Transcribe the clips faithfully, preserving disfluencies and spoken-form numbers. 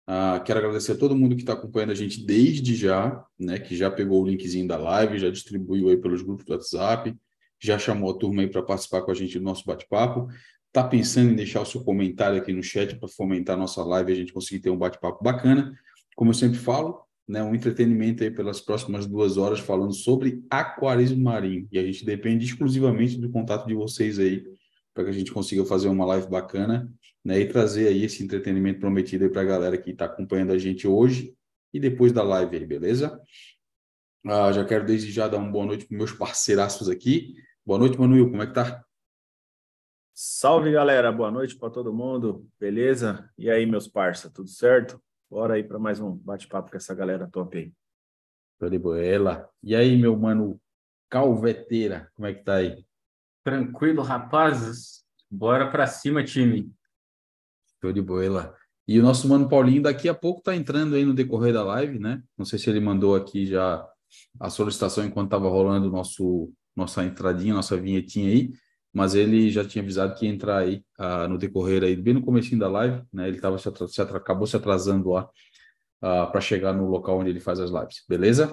Ah, quero agradecer a todo mundo que está acompanhando a gente desde já, né? Que já pegou o linkzinho da live, já distribuiu aí pelos grupos do WhatsApp, já chamou a turma aí para participar com a gente do nosso bate-papo. Está pensando em deixar o seu comentário aqui no chat para fomentar a nossa live e a gente conseguir ter um bate-papo bacana. Como eu sempre falo, né? Um entretenimento aí pelas próximas duas horas falando sobre aquarismo marinho. E a gente depende exclusivamente do contato de vocês aí para que a gente consiga fazer uma live bacana, né, e trazer aí esse entretenimento prometido aí para a galera que está acompanhando a gente hoje e depois da live aí, beleza? Ah, já quero desde já dar uma boa noite para meus parceiraços aqui. Boa noite, Manuel, como é que tá? Salve, galera. Boa noite para todo mundo. Beleza? E aí, meus parça, tudo certo? Bora aí para mais um bate-papo com essa galera top aí. Tô de boela. E aí, meu mano Calveteira, como é que tá aí? Tranquilo, rapazes? Bora pra cima, time. Tô de boela. E o nosso mano Paulinho daqui a pouco tá entrando aí no decorrer da live, né? Não sei se ele mandou aqui já a solicitação enquanto estava rolando o nosso nossa entradinha, nossa vinhetinha aí, mas ele já tinha avisado que ia entrar aí ah, no decorrer aí, bem no comecinho da live, né? Ele tava se atra- se atra- acabou se atrasando lá para chegar no local onde ele faz as lives, beleza?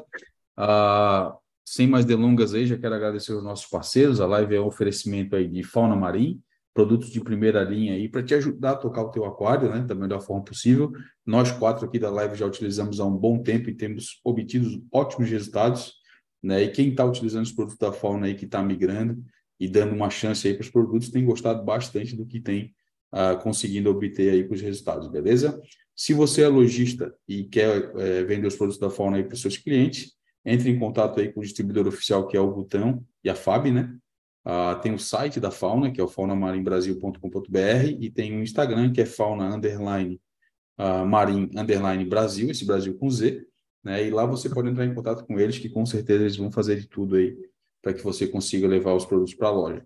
Ah, sem mais delongas aí, já quero agradecer os nossos parceiros. A live é um oferecimento aí de Fauna Marim, produtos de primeira linha aí para te ajudar a tocar o teu aquário, né, da melhor forma possível. Nós quatro aqui da live já utilizamos há um bom tempo e temos obtido ótimos resultados, né? E quem está utilizando os produtos da Fauna aí que está migrando e dando uma chance aí para os produtos tem gostado bastante do que tem ah, conseguindo obter aí com os resultados, beleza? Se você é lojista e quer eh, vender os produtos da Fauna aí para os seus clientes, entre em contato aí com o distribuidor oficial, que é o Butão e a F A B, né? Ah, tem o site da Fauna, que é o faunamarimbrasil ponto com ponto b r, e tem o Instagram, que é fauna underline ah, marim underline Brasil, esse Brasil com Z, né? E lá você pode entrar em contato com eles, que com certeza eles vão fazer de tudo aí para que você consiga levar os produtos para a loja.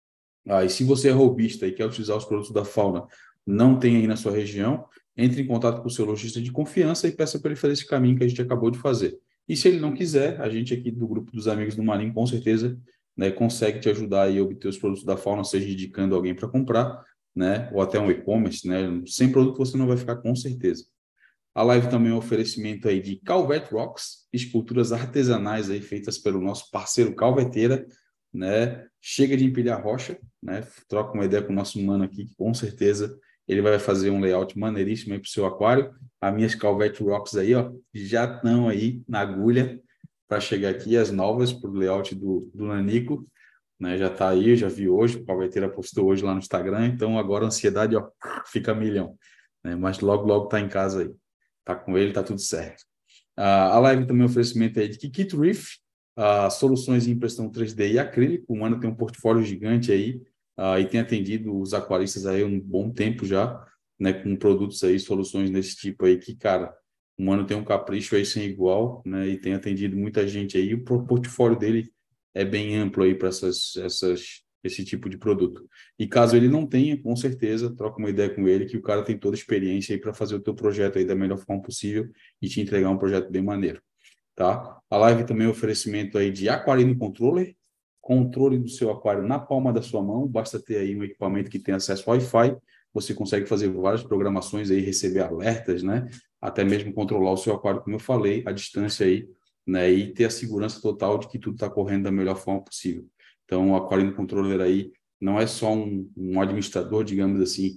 Ah, e se você é robista e quer utilizar os produtos da Fauna, não tem aí na sua região, entre em contato com o seu lojista de confiança e peça para ele fazer esse caminho que a gente acabou de fazer. E se ele não quiser, a gente aqui do grupo dos amigos do Marinho, com certeza, né, consegue te ajudar aí a obter os produtos da Fauna, seja indicando alguém para comprar, né, ou até um e-commerce, né? Sem produto você não vai ficar com certeza. A live também é um oferecimento aí de Calvet Rocks, esculturas artesanais aí feitas pelo nosso parceiro Calveteira, né? Chega de empilhar rocha, né? Troca uma ideia com o nosso mano aqui, que com certeza ele vai fazer um layout maneiríssimo aí para o seu aquário. As minhas Calvet Rocks aí, ó, já estão aí na agulha para chegar aqui, as novas para o layout do, do Nanico, né? Já está aí, eu já vi hoje, o Calveteira postou hoje lá no Instagram, então agora a ansiedade, ó, fica a milhão, né? Mas logo, logo tá em casa aí. Tá com ele, tá tudo certo. Uh, a live também é um oferecimento aí de Kikit Reef, uh, soluções em impressão três D e acrílico. O Mano tem um portfólio gigante aí uh, e tem atendido os aquaristas aí há um bom tempo já, né, com produtos aí, soluções desse tipo aí que, cara, o Mano tem um capricho aí sem igual, né, e tem atendido muita gente aí. O portfólio dele é bem amplo aí para essas, essas, esse tipo de produto. E caso ele não tenha, com certeza, troca uma ideia com ele, que o cara tem toda a experiência aí para fazer o teu projeto aí da melhor forma possível e te entregar um projeto bem maneiro, tá? A live também é um oferecimento aí de Aquarino Controller, controle do seu aquário na palma da sua mão, basta ter aí um equipamento que tem acesso Wi-Fi, você consegue fazer várias programações aí, receber alertas, né? Até mesmo controlar o seu aquário, como eu falei, à distância aí, né? E ter a segurança total de que tudo está correndo da melhor forma possível. Então, o Aquarino Controller aí não é só um, um administrador, digamos assim,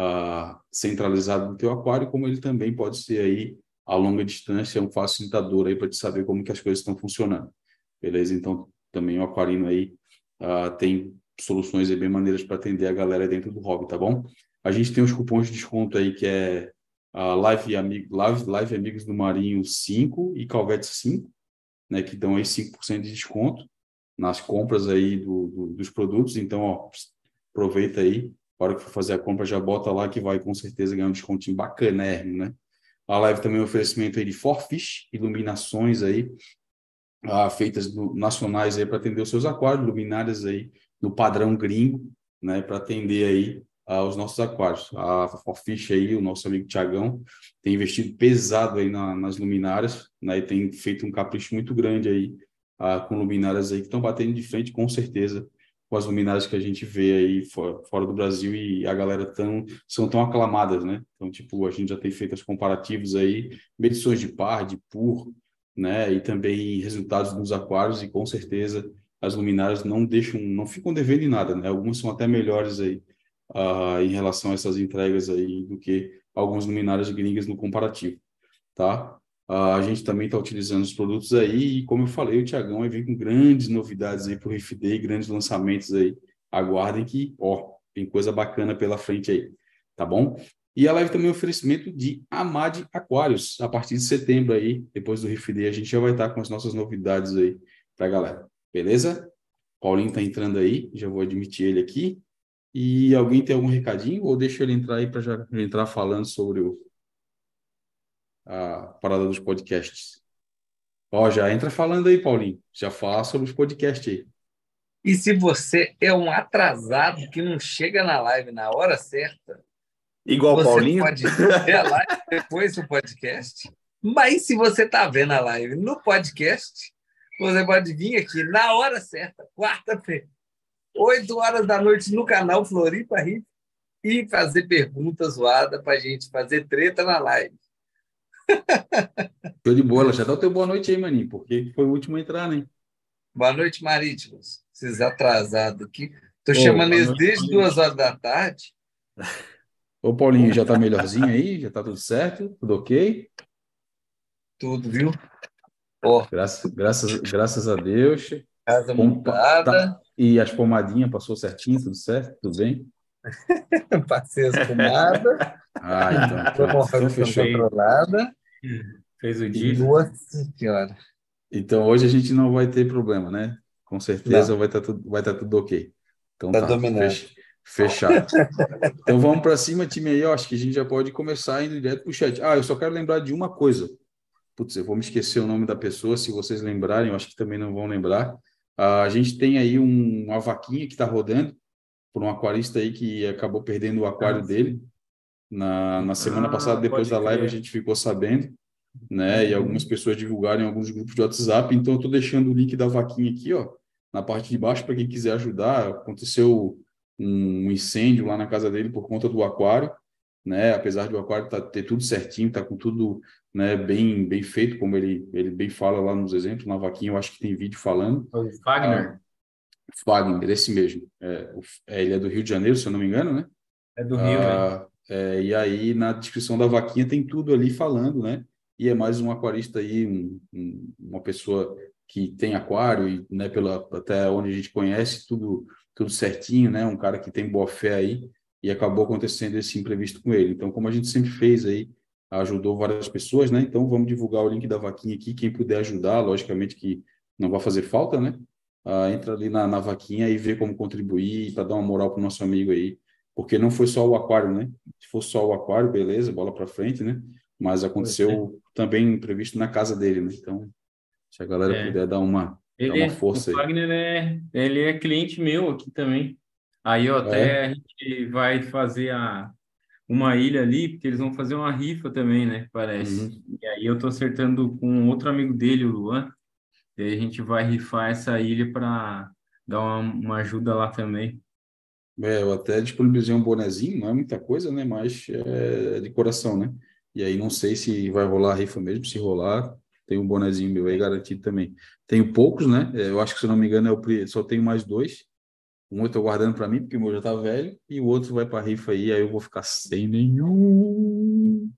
uh, centralizado do teu aquário, como ele também pode ser aí a longa distância, um facilitador aí para te saber como que as coisas estão funcionando. Beleza? Então, também o Aquarino aí uh, tem soluções aí bem maneiras para atender a galera dentro do hobby, tá bom? A gente tem os cupons de desconto aí que é uh, Live, Amigo, Live, Live Amigos do Marinho cinco e Calvete cinco, né, que dão aí cinco por cento de desconto nas compras aí do, do, dos produtos. Então, ó, aproveita aí, na hora que for fazer a compra, já bota lá que vai com certeza ganhar um descontinho bacanérrimo, né? A live também é um oferecimento aí de Forfish, iluminações aí, ah, feitas no, nacionais aí para atender os seus aquários, luminárias aí no padrão gringo, né, para atender aí ah, os nossos aquários. A Forfish aí, o nosso amigo Tiagão, tem investido pesado aí na, nas luminárias, né, e tem feito um capricho muito grande aí ah, com luminárias aí que estão batendo de frente com certeza com as luminárias que a gente vê aí fora, fora do Brasil e a galera tão, são tão aclamadas, né? Então, tipo, a gente já tem feito os comparativos aí, medições de par, de pur, né? E também resultados nos aquários e com certeza as luminárias não deixam, não ficam devendo em nada, né? Algumas são até melhores aí uh, em relação a essas entregas aí do que algumas luminárias gringas no comparativo, tá? Uh, a gente também está utilizando os produtos aí e, como eu falei, o Thiagão vai vir com grandes novidades aí para o Reef Day, grandes lançamentos aí. Aguardem que, ó, tem coisa bacana pela frente aí, tá bom? E a live também é um oferecimento de Amad Aquários. A partir de setembro aí, depois do Reef Day, a gente já vai estar com as nossas novidades aí para a galera, beleza? Paulinho tá entrando aí, já vou admitir ele aqui. E alguém tem algum recadinho ou deixa ele entrar aí para já entrar falando sobre o a parada dos podcasts. Ó, já entra falando aí, Paulinho. Já fala sobre os podcasts aí. E se você é um atrasado que não chega na live na hora certa, igual o você Paulinho, pode ver a live depois do podcast. Mas se você está vendo a live no podcast, você pode vir aqui na hora certa, quarta-feira, oito horas da noite, no canal Floripa Reef, e fazer pergunta zoada para a gente fazer treta na live. Show de bola. Já dá o teu boa noite aí, maninho, porque foi o último a entrar, né? Boa noite, Marítimos. Esses atrasados aqui. Estou chamando eles desde duas horas da tarde. Ô, Paulinho, já tá melhorzinho aí? Já tá tudo certo? Tudo ok? Tudo, viu? Oh. Graças, graças, graças a Deus. Casa montada. Tá. E as pomadinhas passou certinho, tudo certo? Tudo bem? Passei as pomadas. Ah, então pronto. Então fechou. Controlada. Fez o dia. Nossa Senhora. Então hoje a gente não vai ter problema, né? Com certeza não. vai estar tá tudo, vai tá tudo ok. Então tá, tá fech, fechado. Então vamos para cima, time aí. Eu acho que a gente já pode começar indo direto para o chat. Ah, eu só quero lembrar de uma coisa. Putz, eu vou me esquecer o nome da pessoa. Se vocês lembrarem, eu acho que também não vão lembrar. Ah, a gente tem aí um, uma vaquinha que está rodando por um aquarista aí que acabou perdendo o aquário ah, dele. Na, na semana ah, passada, depois da live, crer. A gente ficou sabendo, né? Uhum. E algumas pessoas divulgaram em alguns grupos de WhatsApp. Então, eu estou deixando o link da vaquinha aqui, ó, na parte de baixo, para quem quiser ajudar. Aconteceu um incêndio lá na casa dele por conta do aquário, né? Apesar de o aquário tá, ter tudo certinho, tá com tudo, né, bem, bem feito, como ele, ele bem fala lá nos exemplos. Na vaquinha, eu acho que tem vídeo falando. O Wagner. Ah, Wagner, esse mesmo. É, é, ele é do Rio de Janeiro, se eu não me engano, né? É do Rio, ah, né? É, e aí, na descrição da vaquinha, tem tudo ali falando, né? E é mais um aquarista aí, um, um, uma pessoa que tem aquário, e, né, pela, até onde a gente conhece, tudo, tudo certinho, né? Um cara que tem boa fé aí, e acabou acontecendo esse imprevisto com ele. Então, como a gente sempre fez aí, ajudou várias pessoas, né? Então, vamos divulgar o link da vaquinha aqui, quem puder ajudar, logicamente que não vai fazer falta, né? Ah, entra ali na, na vaquinha e vê como contribuir, para dar uma moral para o nosso amigo aí, porque não foi só o aquário, né? Se fosse só o aquário, beleza, bola para frente, né? Mas aconteceu também imprevisto na casa dele, né? Então, se a galera é. puder dar uma, ele, dar uma força aí. O Wagner é, ele é cliente meu aqui também. Aí eu até é. a gente vai fazer a, uma ilha ali, porque eles vão fazer uma rifa também, né? Parece. Uhum. E aí eu tô acertando com outro amigo dele, o Luan. E aí a gente vai rifar essa ilha para dar uma, uma ajuda lá também. É, eu até disponibilizei um bonezinho, não é muita coisa, né? Mas é de coração, né? E aí não sei se vai rolar a rifa mesmo, se rolar, tem um bonezinho meu aí garantido também. Tenho poucos, né? Eu acho que, se eu não me engano, eu só tenho mais dois. Um eu tô guardando para mim, porque o meu já tá velho, e o outro vai para rifa aí, aí eu vou ficar sem nenhum.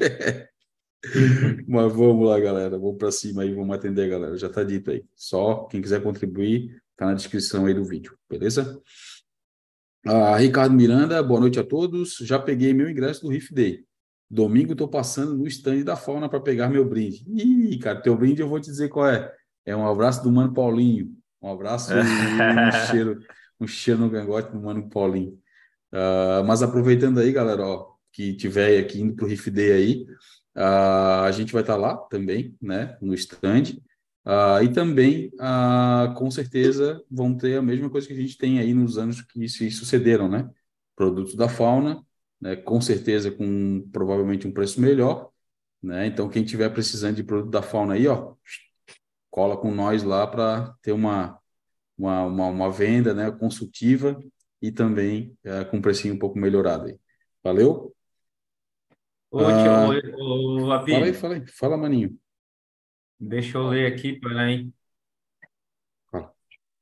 Mas vamos lá, galera. Vamos para cima aí, vamos atender a galera. Já tá dito aí. Só quem quiser contribuir, tá na descrição aí do vídeo, beleza? Ah, Ricardo Miranda, boa noite a todos. Já peguei meu ingresso do Reef Day. Domingo estou passando no stand da Fauna para pegar meu brinde. Ih, cara, teu brinde eu vou te dizer qual é. É um abraço do Mano Paulinho. Um abraço e um cheiro, um cheiro no cangote do Mano Paulinho. Uh, mas aproveitando aí, galera, ó, que tiver aqui indo para o Reef Day aí, uh, a gente vai estar tá lá também, né, no stand. Uh, e também, uh, com certeza, vão ter a mesma coisa que a gente tem aí nos anos que se sucederam, né? Produtos da Fauna, né? Com certeza com provavelmente um preço melhor, né? Então, quem tiver precisando de produto da Fauna aí, ó, cola com nós lá para ter uma, uma, uma, uma venda, né, consultiva e também é, com um precinho um pouco melhorado aí. Valeu? Ô, tio, ô, Ah, ô, fala aí, Abílio, fala aí. Fala, maninho. deixa eu ler aqui, peraí. Fala.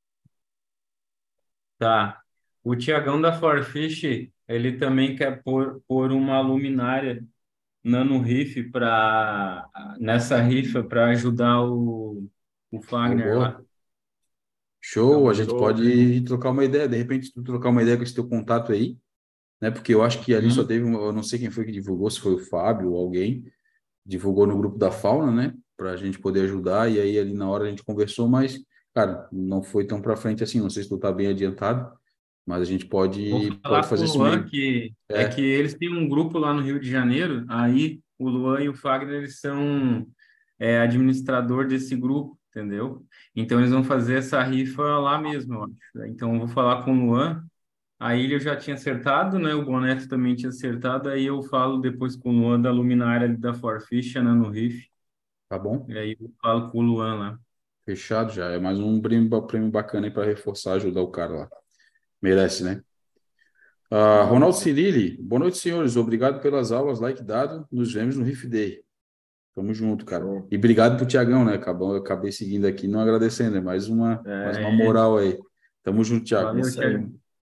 Tá. O Tiagão da Forfish, ele também quer pôr, pôr uma luminária nano riff para nessa rifa para ajudar o, o Boa, Fagner lá. boa. Show, a Então, gente show. pode trocar uma ideia, de repente tu trocar uma ideia com esse teu contato aí, né? Porque eu acho que ali só Hum? teve, um- eu não sei quem foi que divulgou, se foi o Fábio ou alguém, divulgou no grupo da Fauna, né? Para a gente poder ajudar, e aí ali na hora a gente conversou, mas, cara, não foi tão para frente assim, não sei se tu tá bem adiantado, mas a gente Vou pode, pode falar com fazer o esse Luan, meio. que é que É, eles têm um grupo lá no Rio de Janeiro, aí o Luan e o Fagner, eles são é, administrador desse grupo, entendeu? Então eles vão fazer essa rifa lá mesmo, eu acho. Então eu vou falar com o Luan. A ilha eu já tinha acertado, né? O Boneto também tinha acertado. Aí eu falo depois com o Luan da luminária ali da Forfish, né? No Riff. tá bom? E aí eu falo com o Luan lá. Fechado já. É mais um prêmio, prêmio bacana aí para reforçar, ajudar o cara lá. Merece, né? Ah, Ronaldo Isso. Cirilli, boa noite, senhores. Obrigado pelas aulas, like dado. Nos vemos no Riff Day. Tamo junto, cara. Show. E obrigado pro Tiagão, né? Acabou, eu acabei seguindo aqui, não agradecendo, né? Mais uma, mais uma É, É, moral aí. Tamo junto, Thiago. valeu, isso aí. Thiago.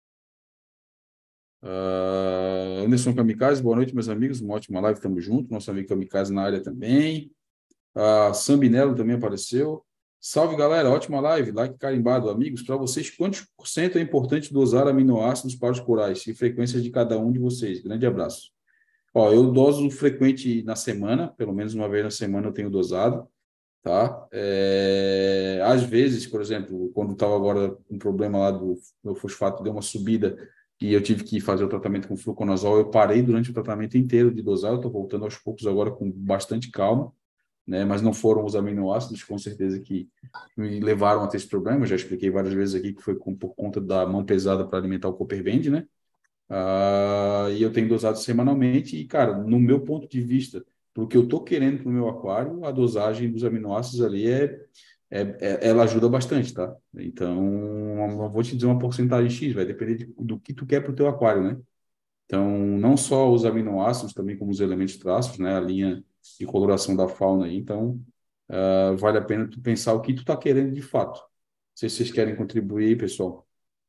Ah, Anderson Kamikaze, boa noite, meus amigos. Uma ótima live, tamo junto. Nosso amigo Kamikaze na área também. A Sambinello também apareceu. Salve, galera. Ótima live. Like carimbado. Amigos, para vocês, quantos por cento é importante dosar aminoácidos para os corais e frequências de cada um de vocês? Grande abraço. Ó, eu doso frequente na semana, pelo menos uma vez na semana eu tenho dosado, tá? É, às vezes, por exemplo, quando estava agora com um problema lá do meu fosfato, deu uma subida e eu tive que fazer o tratamento com fluconazol, eu parei durante o tratamento inteiro de dosar, eu estou voltando aos poucos agora com bastante calma, né? Mas não foram os aminoácidos, com certeza, que me levaram a ter esse problema. Eu já expliquei várias vezes aqui que foi com, por conta da mão pesada para alimentar o Copperband, né? Ah, e eu tenho dosado semanalmente e, cara, no meu ponto de vista, para o que eu estou querendo para o meu aquário, a dosagem dos aminoácidos ali é, é, é- ela ajuda bastante, tá? Então, não vou te dizer uma porcentagem X, vai depender de- do que tu quer para o teu aquário, né? Então, não só os aminoácidos, também como os elementos traços, né? A linha de coloração da fauna aí. Então, ah, vale a pena tu pensar o que tu tá querendo de fato. Não sei se vocês querem contribuir, pessoal.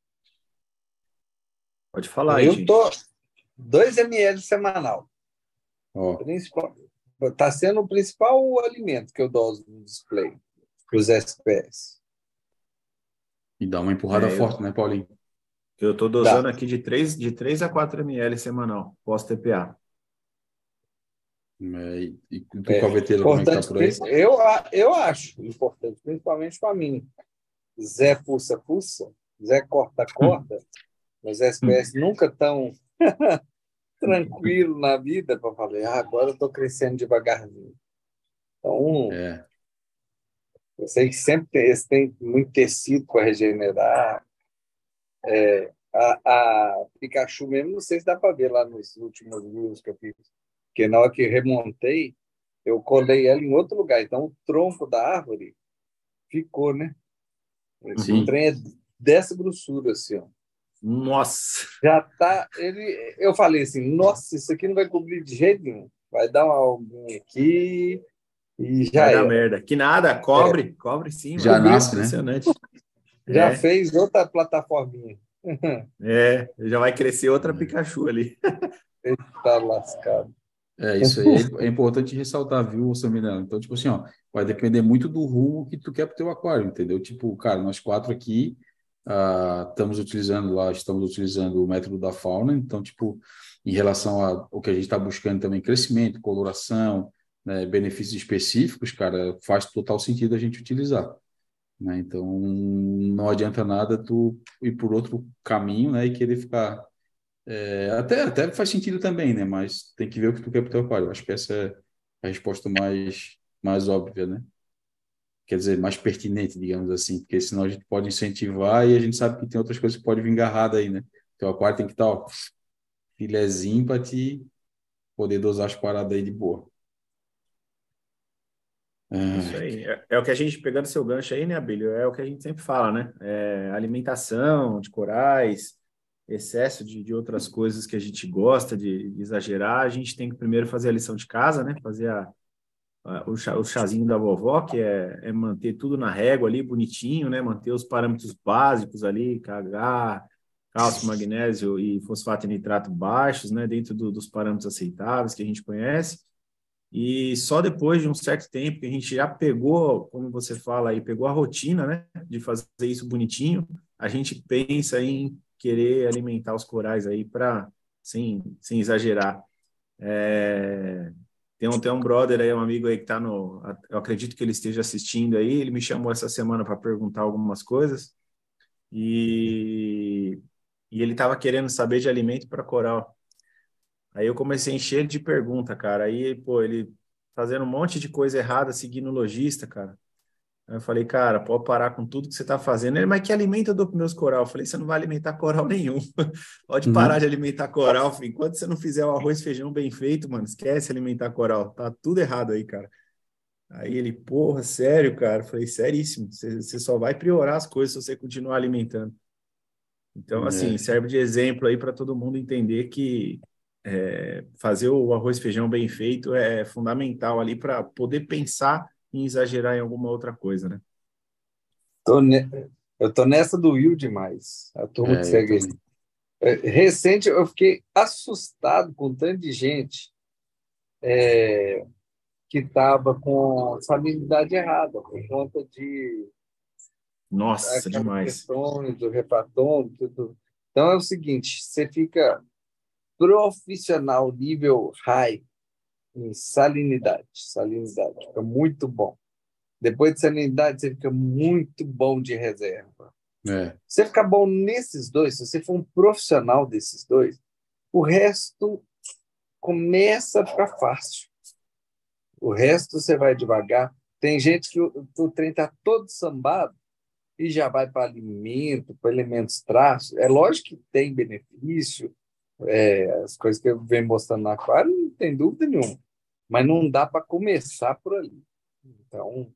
Pode falar aí, Eu gente. tô dois mililitros semanal. Ó, Principal, tá sendo o principal alimento que eu dou no display para os S P S. e dá uma empurrada É, eu, forte, né, Paulinho? eu tô Dá. dosando aqui de três de três a quatro mililitros semanal, pós-T P A. É, e, e tu, É Calveteiro, como é que tá importante, por aí? eu, eu acho importante, principalmente para mim. Zé fuça, fuça, Zé corta, corta. Os S P S nunca tão tranquilo na vida para falar, ah, agora eu estou crescendo devagarzinho. Então, É, eu sei que sempre tem, eles têm muito tecido para regenerar. A, a Pikachu mesmo, não sei se dá para ver lá nos últimos vídeos que eu fiz. Porque na hora que remontei, eu colei ela em outro lugar. Então, o tronco da árvore ficou, né? O Uhum. sim. trem é dessa grossura, assim, ó. Nossa, Já tá. Ele, eu falei assim, nossa, isso aqui não vai cobrir de jeito nenhum. Vai dar uma alguinha aqui e vai já dar era. merda. Que nada, É, cobre, cobre sim, Já mano. cobriu, nasce, né? Impressionante. já É, fez outra plataforminha. é, já vai crescer outra Pikachu ali. Tá lascado. É, isso aí é, é importante ressaltar, viu, Samira? Então, tipo assim, ó, vai depender muito do rumo que tu quer pro teu aquário, entendeu? Tipo, cara, nós quatro aqui ah, estamos utilizando lá, estamos utilizando o método da fauna, então, tipo, em relação ao que a gente está buscando também, crescimento, coloração, né, benefícios específicos, cara, faz total sentido a gente utilizar, né? Então, não adianta nada tu ir por outro caminho, né, e querer ficar é, até, até faz sentido também, né? Mas tem que ver o que tu quer pro teu aquário. Eu acho que essa é a resposta mais, mais óbvia, né? Quer dizer, mais pertinente, digamos assim, porque senão a gente pode incentivar e a gente sabe que tem outras coisas que podem vir agarrada aí, né? Teu aquário tem que estar, ó, filezinho para te poder dosar as paradas aí de boa. Isso aí. É, é o que a gente, pegando seu gancho aí, né, Abílio? É o que a gente sempre fala, né? É, alimentação de corais, excesso de, de outras coisas que a gente gosta de, de exagerar, a gente tem que primeiro fazer a lição de casa, né? Fazer a, a- o, chá, o chazinho da vovó, que é, é manter tudo na régua ali, bonitinho, né? Manter os parâmetros básicos ali, K H, cálcio, magnésio e fosfato e nitrato baixos, né? Dentro do- dos parâmetros aceitáveis que a gente conhece. E só depois de um certo tempo que a gente já pegou, como você fala aí, pegou a rotina, né, de fazer isso bonitinho, a gente pensa em querer alimentar os corais aí para sem, sem exagerar. É, tem um, tem um brother aí, um amigo aí que está no, eu acredito que ele esteja assistindo aí, ele me chamou essa semana para perguntar algumas coisas e, e ele estava querendo saber de alimento para coral. Aí eu comecei a encher de pergunta, cara. Aí, pô, ele fazendo um monte de coisa errada, seguindo o lojista, cara. Aí eu falei, cara, pode parar com tudo que você tá fazendo. Ele, mas que alimento eu dou para meus coral? Eu falei, você não vai alimentar coral nenhum. Pode parar de Uhum. alimentar coral, filho. Enquanto você não fizer o arroz e feijão bem feito, mano, esquece alimentar coral. Tá tudo errado aí, cara. Aí ele, porra, sério, cara? Eu falei, seríssimo. Você, você só vai piorar as coisas se você continuar alimentando. Então, assim, É, serve de exemplo aí para todo mundo entender que é, fazer o arroz e feijão bem feito é fundamental ali para poder pensar em exagerar em alguma outra coisa, né? Tô ne- Eu tô nessa do Will demais. A turma que é, eu segue isso. também. É, recente, eu fiquei assustado com tanto de gente que estava com salinidade errada, por conta de Nossa, aquelas demais. questões do refratômetro. Tudo. Então é o seguinte: você fica profissional nível high em salinidade. Salinidade fica muito bom. Depois de salinidade, você fica muito bom de reserva. É, Você ficar bom nesses dois, se você for um profissional desses dois, o resto começa a ficar fácil. O resto você vai devagar. Tem gente que o, o trem está todo sambado e já vai para alimento, para elementos traços. É lógico que tem benefício, é, as coisas que eu venho mostrando na aquário, não tem dúvida nenhuma. Mas não dá para começar por ali. Então,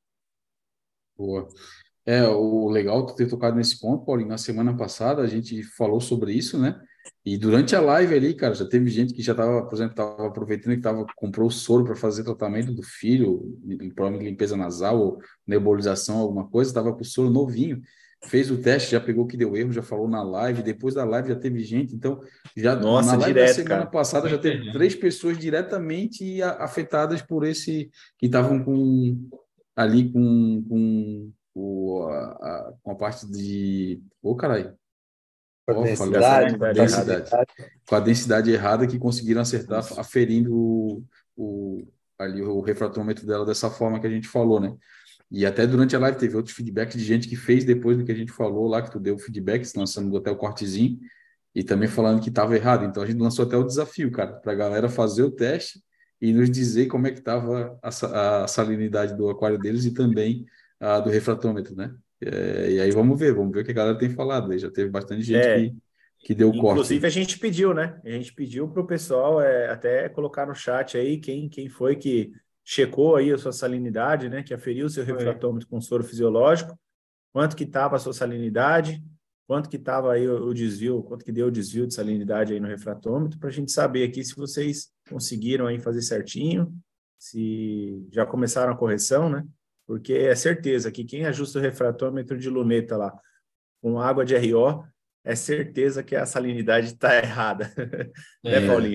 boa. É, o legal de ter tocado nesse ponto, Paulinho, na semana passada a gente falou sobre isso, né? E durante a live ali, cara, já teve gente que já estava, por exemplo, estava aproveitando que tava, comprou soro para fazer tratamento do filho, provavelmente limpeza nasal ou nebulização, alguma coisa, estava com o soro novinho, fez o teste, já pegou o que deu erro, já falou na live, depois da live já teve gente, então, já na Nossa, live da direto, semana cara. passada já Muita teve gente. três pessoas diretamente a- afetadas por esse, que estavam com, ali com, com o, a, a- com a parte de. Ô, caralho. a Ó, Da falei. densidade, salinidade errada. Densidade. salinidade, Com a densidade errada que conseguiram acertar, Isso. aferindo o, o, ali, o refratômetro dela dessa forma que a gente falou, né? E até durante a live teve outros feedbacks de gente que fez depois do que a gente falou lá, que tu deu feedback, lançando até o cortezinho, e também falando que estava errado. Então a gente lançou até o desafio, cara, para a galera fazer o teste e nos dizer como é que estava a, sa- a salinidade do aquário deles e também a do refratômetro, né? É, e aí vamos ver, vamos ver o que a galera tem falado. Aí já teve bastante gente É, que, que deu corte inclusive aí. a gente pediu, né? A gente pediu para o pessoal é, até colocar no chat aí quem, quem foi que checou aí a sua salinidade, né? Que aferiu o seu Foi. refratômetro com soro fisiológico, quanto que estava a sua salinidade, quanto que estava aí o, o desvio, quanto que deu o desvio de salinidade aí no refratômetro, para a gente saber aqui se vocês conseguiram aí fazer certinho, se já começaram a correção, né? Porque é certeza que quem ajusta o refratômetro de luneta lá com água de R O, é certeza que a salinidade está errada. Né, É. É, Paulinho?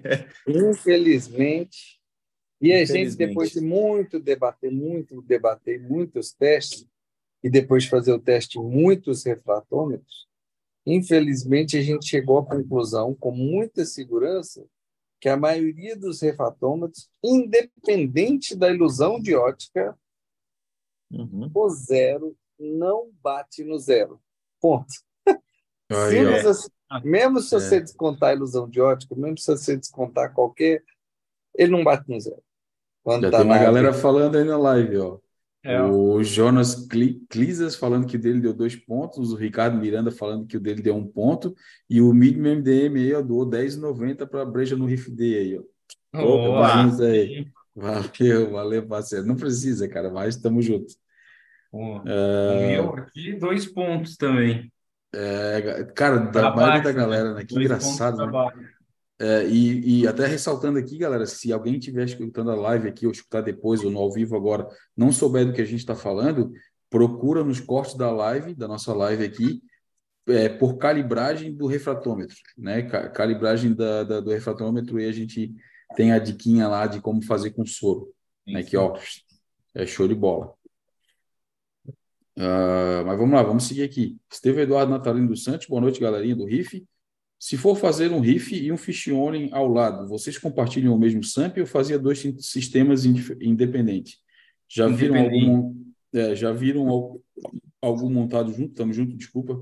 infelizmente. E a gente, depois de Infelizmente. muito debater, muito debater, muitos testes, e depois de fazer o teste em muitos refratômetros, infelizmente a gente chegou à conclusão, com muita segurança, que a maioria dos refratômetros, independente da ilusão de ótica, Uhum. o zero não bate no zero. Ponto. aí, Simples ó. É, assim. Mesmo se você É, descontar a ilusão de ótica, mesmo se você descontar qualquer, ele não bate no zero. Quando já está tem uma na água. galera falando aí na live, ó. É, ó. O Jonas Cli- Clisas falando que o dele deu dois pontos, o Ricardo Miranda falando que o dele deu um ponto, e o Medium M D M aí, ó, doou dez e noventa para a breja no Riff Day aí, ó. Ó, Tamo opa! junto aí. sim. Valeu, valeu, parceiro. Não precisa, cara, mas estamos juntos. Pô, o É, meu aqui, dois pontos também. é, cara, da Para maioria da baixo, né? galera, né? Que Dois pontos engraçado, para né? baixo. É, e, e até ressaltando aqui, galera, se alguém estiver escutando a live aqui, ou escutar depois, ou no ao vivo agora, não souber do que a gente está falando, procura nos cortes da live, da nossa live aqui, é, por calibragem do refratômetro, né? Ca- Calibragem da, da- do refratômetro, e a gente tem a diquinha lá de como fazer com soro, né? Que, Isso. ó, é show de bola. Ah, mas vamos lá, vamos seguir aqui. Esteve Eduardo Natalino dos Santos, boa noite, galerinha do Riff. Se for fazer um riff e um Ficione ao lado, vocês compartilham o mesmo sample ou fazia dois si- sistemas indif- independentes? Já viram algum, Independente. mon- é, já viram al- algum montado junto? Estamos juntos, desculpa.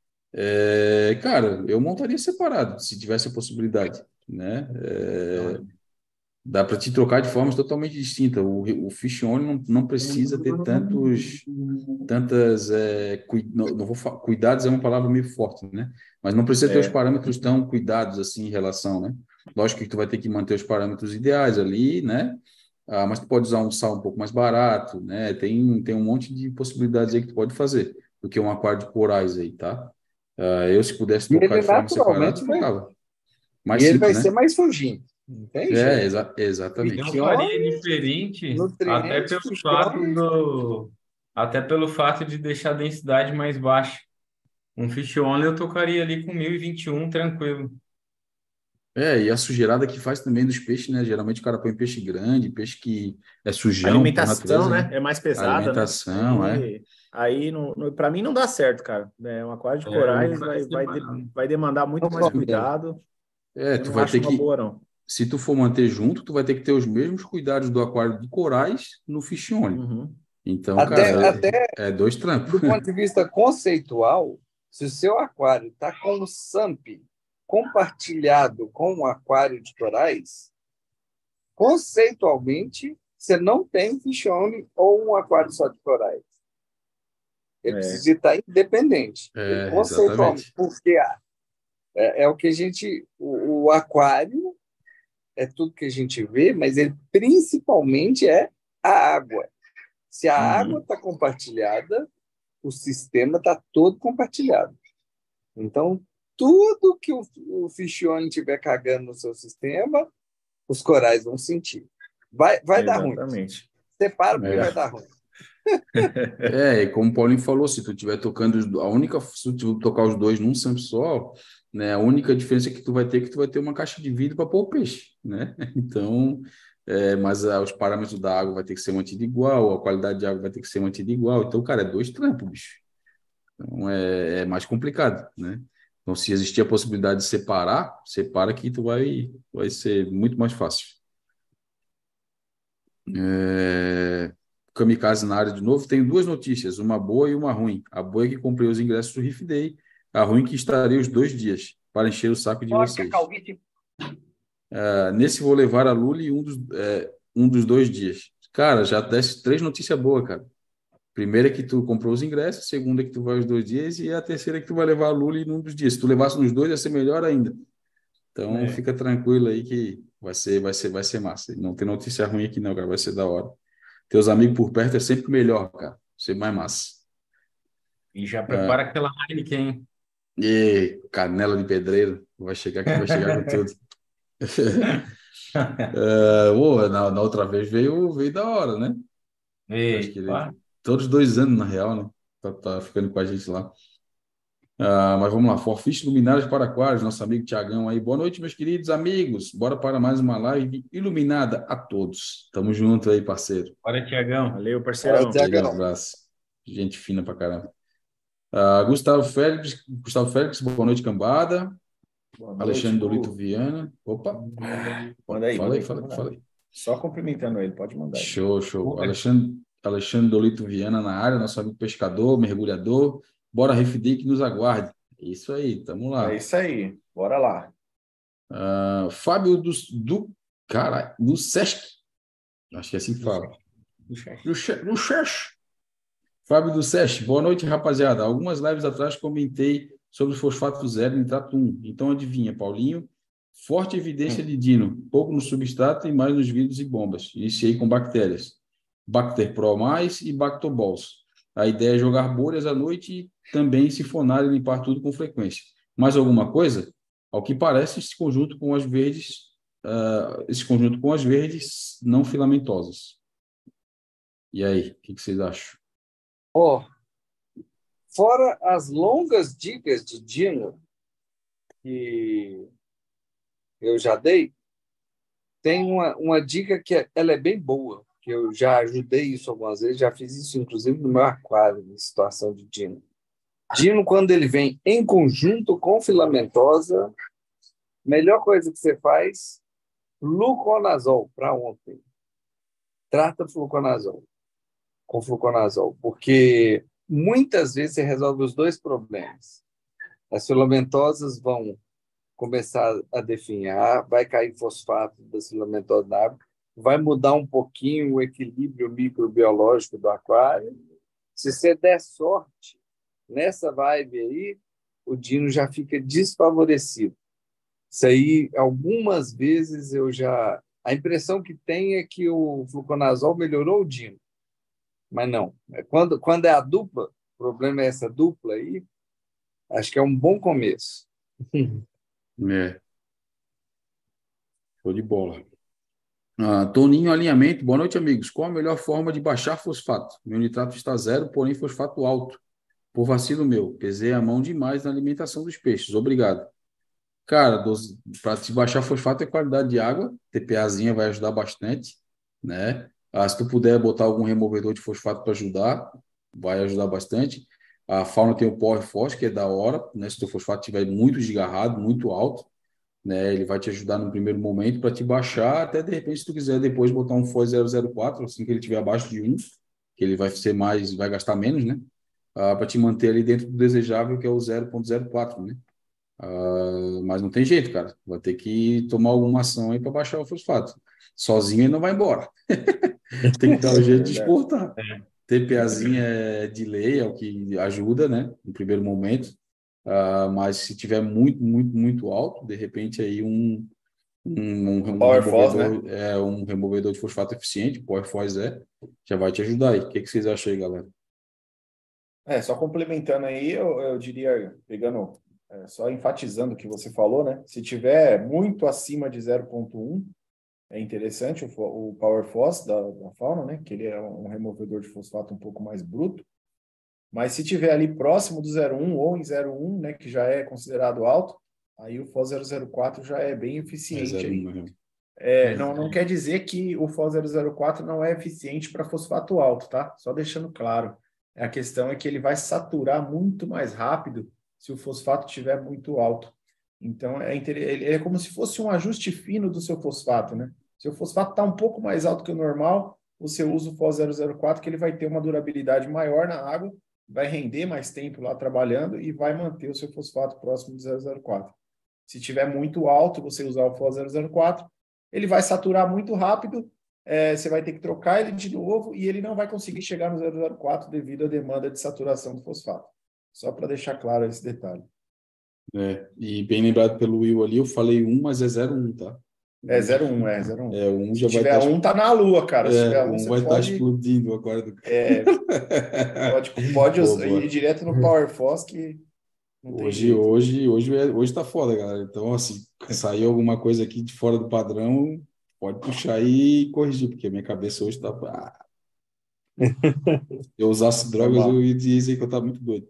É, cara, eu montaria separado, se tivesse a possibilidade, né? É, dá para te trocar de formas totalmente distintas. O, o Ficione não, não precisa ter tantos tantas é, cui, não, não vou fa- cuidados é uma palavra meio forte, né? Mas não precisa ter os É, parâmetros tão cuidados assim em relação, né? Lógico que tu vai ter que manter os parâmetros ideais ali, né? Ah, mas tu pode usar um sal um pouco mais barato, né? Tem tem um monte de possibilidades aí que tu pode fazer do que um aquário de corais aí, tá? Ah, eu se pudesse E tocar ele de forma separada, naturalmente eu vai, tocava. e Mais ele vai simples, ser né? mais sujinho. Não tem É, jeito. exa exatamente. Eu faria Ficione, diferente, até nutriente, pelo fato ficione. do, até pelo fato de deixar a densidade mais baixa. Um fish only eu tocaria ali com mil e vinte e um tranquilo. É, e a sujeirada que faz também dos peixes, né? Geralmente o cara põe peixe grande, peixe que é sujão por alimentação, natureza, né? né? É mais A pesada, né? alimentação, é. Aí, aí não, não, para mim não dá certo, cara. É, um aquário de É, eu corais faria vai, vai, de- separado. vai demandar muito Não mais combina. cuidado. É, Eu tu não vai acho ter uma que, boa, não. se tu for manter junto, tu vai ter que ter os mesmos cuidados do aquário de corais no Ficione. Uhum. Então, Até, cara, até é, é dois trampos. do ponto de vista conceitual, se o seu aquário está com o S A M P compartilhado com o aquário de corais, conceitualmente, você não tem ficione ou um aquário só de corais. Ele É, precisa estar independente. Ele, É, conceitualmente, exatamente. porque ah, é, é o que a gente. O, o aquário é tudo que a gente vê, mas ele principalmente é a água. Se a água uhum. está compartilhada, o sistema está todo compartilhado. Então, tudo que o, o ficione estiver cagando no seu sistema, os corais vão sentir. Vai, vai dar ruim. Exatamente. Separa porque vai É. dar ruim. É, e como o Paulinho falou, se tu estiver tocando, os do- a única, se tu tocar os dois num sample só, né, a única diferença que tu vai ter é que tu vai ter uma caixa de vidro para pôr o peixe, né? Então, é, mas ah, os parâmetros da água vai ter que ser mantido igual, a qualidade de água vai ter que ser mantida igual. Então, cara, é dois trampos, bicho. Então, é, é mais complicado, né? Então, se existir a possibilidade de separar, separa que tu vai, vai ser muito mais fácil. É... Kamikaze na área de novo. Tenho duas notícias, uma boa e uma ruim. A boa é que comprei os ingressos do Riff Day. A ruim é que estarei os dois dias para encher o saco de vocês. Uh, nesse vou levar a Luli um dos, é, um dos dois dias. Cara, já desce três notícias boas, cara. Primeira é que tu comprou os ingressos, segunda é que tu vai os dois dias e a terceira é que tu vai levar a Luli num dos dias. Se tu levasse nos dois, ia ser melhor ainda. Então, É. fica tranquilo aí que vai ser, vai ser, vai ser massa. Não tem notícia ruim aqui não, cara. Vai ser da hora. Teus amigos por perto é sempre melhor, cara. Sempre mais massa. E já Ah, prepara aquela Heineken, hein? e canela de pedreiro. Vai chegar que vai chegar com tudo. Ah, ô, na, na outra vez veio, veio da hora, né? Eu acho que ele, Epa. todos dois anos, na real, né? Tá, tá ficando com a gente lá. Ah, mas vamos lá. Forfiche Luminários para Aquários, nosso amigo Tiagão aí. Boa noite, meus queridos amigos. Bora para mais uma live iluminada a todos. Tamo junto aí, parceiro. Bora, Tiagão. Valeu, Fala, parceirão. Aquele Tiagão. abraço. Gente fina pra caramba. Ah, Gustavo Félix, Gustavo Félix, boa noite, cambada. Boa noite, Alexandre Dolito Gu. Viana. Opa, Manda aí, fala manda aí, aí, fala pode aí, mandar. fala aí. Só cumprimentando ele, pode mandar aí. Show, show. Alexandre, Alexandre Dolito Viana na área, nosso amigo pescador, mergulhador. Bora, Reef Day que nos aguarde. Isso aí, tamo lá. É isso aí, bora lá. Ah, Fábio do, do, cara, do Sesc. Acho que é assim que fala. Do, Che- do Sesc. Fábio do Sesc. Boa noite, rapaziada. Algumas lives atrás comentei sobre o fosfato zero nitrato um. Então, adivinha, Paulinho Forte evidência Hum. de dino, pouco no substrato e mais nos vidros e bombas. Iniciei com bactérias. Bacter Pro mais e Bactoballs. A ideia é jogar bolhas à noite e também sifonar e limpar tudo com frequência. Mais alguma coisa? Ao que parece, esse conjunto com as verdes, uh, esse conjunto com as verdes não filamentosas. E aí, o que, que vocês acham? Ó, fora as longas dicas de Dino que eu já dei, tem uma, uma dica que é, ela é bem boa, que eu já ajudei isso algumas vezes, já fiz isso inclusive no meu aquário, em situação de Dino. Dino, quando ele vem em conjunto com filamentosa, melhor coisa que você faz, fluconazol para ontem. Trata fluconazol com fluconazol, porque muitas vezes você resolve os dois problemas. As filamentosas vão começar a definhar, vai cair fosfato das filamentosas na água, vai mudar um pouquinho o equilíbrio microbiológico do aquário. Se você der sorte nessa vibe aí, o Dino já fica desfavorecido. Isso aí, algumas vezes eu já... A impressão que tem é que o fluconazol melhorou o Dino. Mas não. Quando, quando é a dupla, o problema é essa dupla aí, acho que é um bom começo. É, show de bola. Ah, Toninho Alinhamento, boa noite, amigos. Qual a melhor forma de baixar fosfato? Meu nitrato está zero, porém fosfato alto. Por vacilo meu, pesei a mão demais na alimentação dos peixes. Obrigado. Cara, para te baixar fosfato é qualidade de água, TPAzinha vai ajudar bastante, né? Ah, se tu puder botar algum removedor de fosfato para ajudar, vai ajudar bastante. A fauna tem o Power Force, que é da hora, né? Se o fosfato estiver muito desgarrado, muito alto, né? Ele vai te ajudar no primeiro momento para te baixar, até de repente, se tu quiser depois botar um F O S zero zero quatro, assim que ele estiver abaixo de um, que ele vai ser mais, vai gastar menos, né? Ah, para te manter ali dentro do desejável, que é o zero ponto zero quatro, né? Uh, mas não tem jeito, cara. Vai ter que tomar alguma ação aí para baixar o fosfato. Sozinho ele não vai embora. Tem que dar um jeito de exportar. TPAzinha é de lei, é o que ajuda, né? No primeiro momento. Uh, mas se tiver muito, muito, muito alto, de repente aí um, um, um, um Power removedor, Force, né? é, um removedor de fosfato eficiente, Power Force é, já vai te ajudar aí. O que, que vocês acham aí, galera? É, só complementando aí, eu, eu diria, pegando, é, só enfatizando o que você falou, né? Se tiver muito acima de zero ponto um, é interessante o, o Power Force da, da fauna, né? Que ele é um removedor de fosfato um pouco mais bruto. Mas se tiver ali próximo do zero ponto um ou em zero ponto um, né? Que já é considerado alto, aí o F O S zero zero quatro já é bem eficiente É aí. zero, É, não, não quer dizer que o F O S zero zero quatro não é eficiente para fosfato alto, tá? Só deixando claro. A questão é que ele vai saturar muito mais rápido se o fosfato estiver muito alto. Então, é, ele é como se fosse um ajuste fino do seu fosfato, né? Se o fosfato está um pouco mais alto que o normal, você usa o F O S zero zero quatro, que ele vai ter uma durabilidade maior na água, vai render mais tempo lá trabalhando e vai manter o seu fosfato próximo de zero zero quatro. Se tiver muito alto, você usar o F O S zero zero quatro, ele vai saturar muito rápido, é, você vai ter que trocar ele de novo e ele não vai conseguir chegar no zero zero quatro devido à demanda de saturação do fosfato. Só para deixar claro esse detalhe. É, e bem lembrado pelo Will ali, eu falei um, mas é zero um, tá? É zero um, é zero um. É, o um Se já vai tiver estar... um, tá na lua, cara. Se É, tiver o um, um você vai estar pode, explodindo agora. Do... é, pode, pode Boa, usar, boa. ir direto no Power Force que não tem Hoje, jeito. hoje, hoje, é, hoje tá foda, galera. Então, assim, saiu alguma coisa aqui de fora do padrão, pode puxar aí e corrigir, porque a minha cabeça hoje tá... Ah, se eu usasse drogas, eu Normal. ia dizer que eu tava muito doido.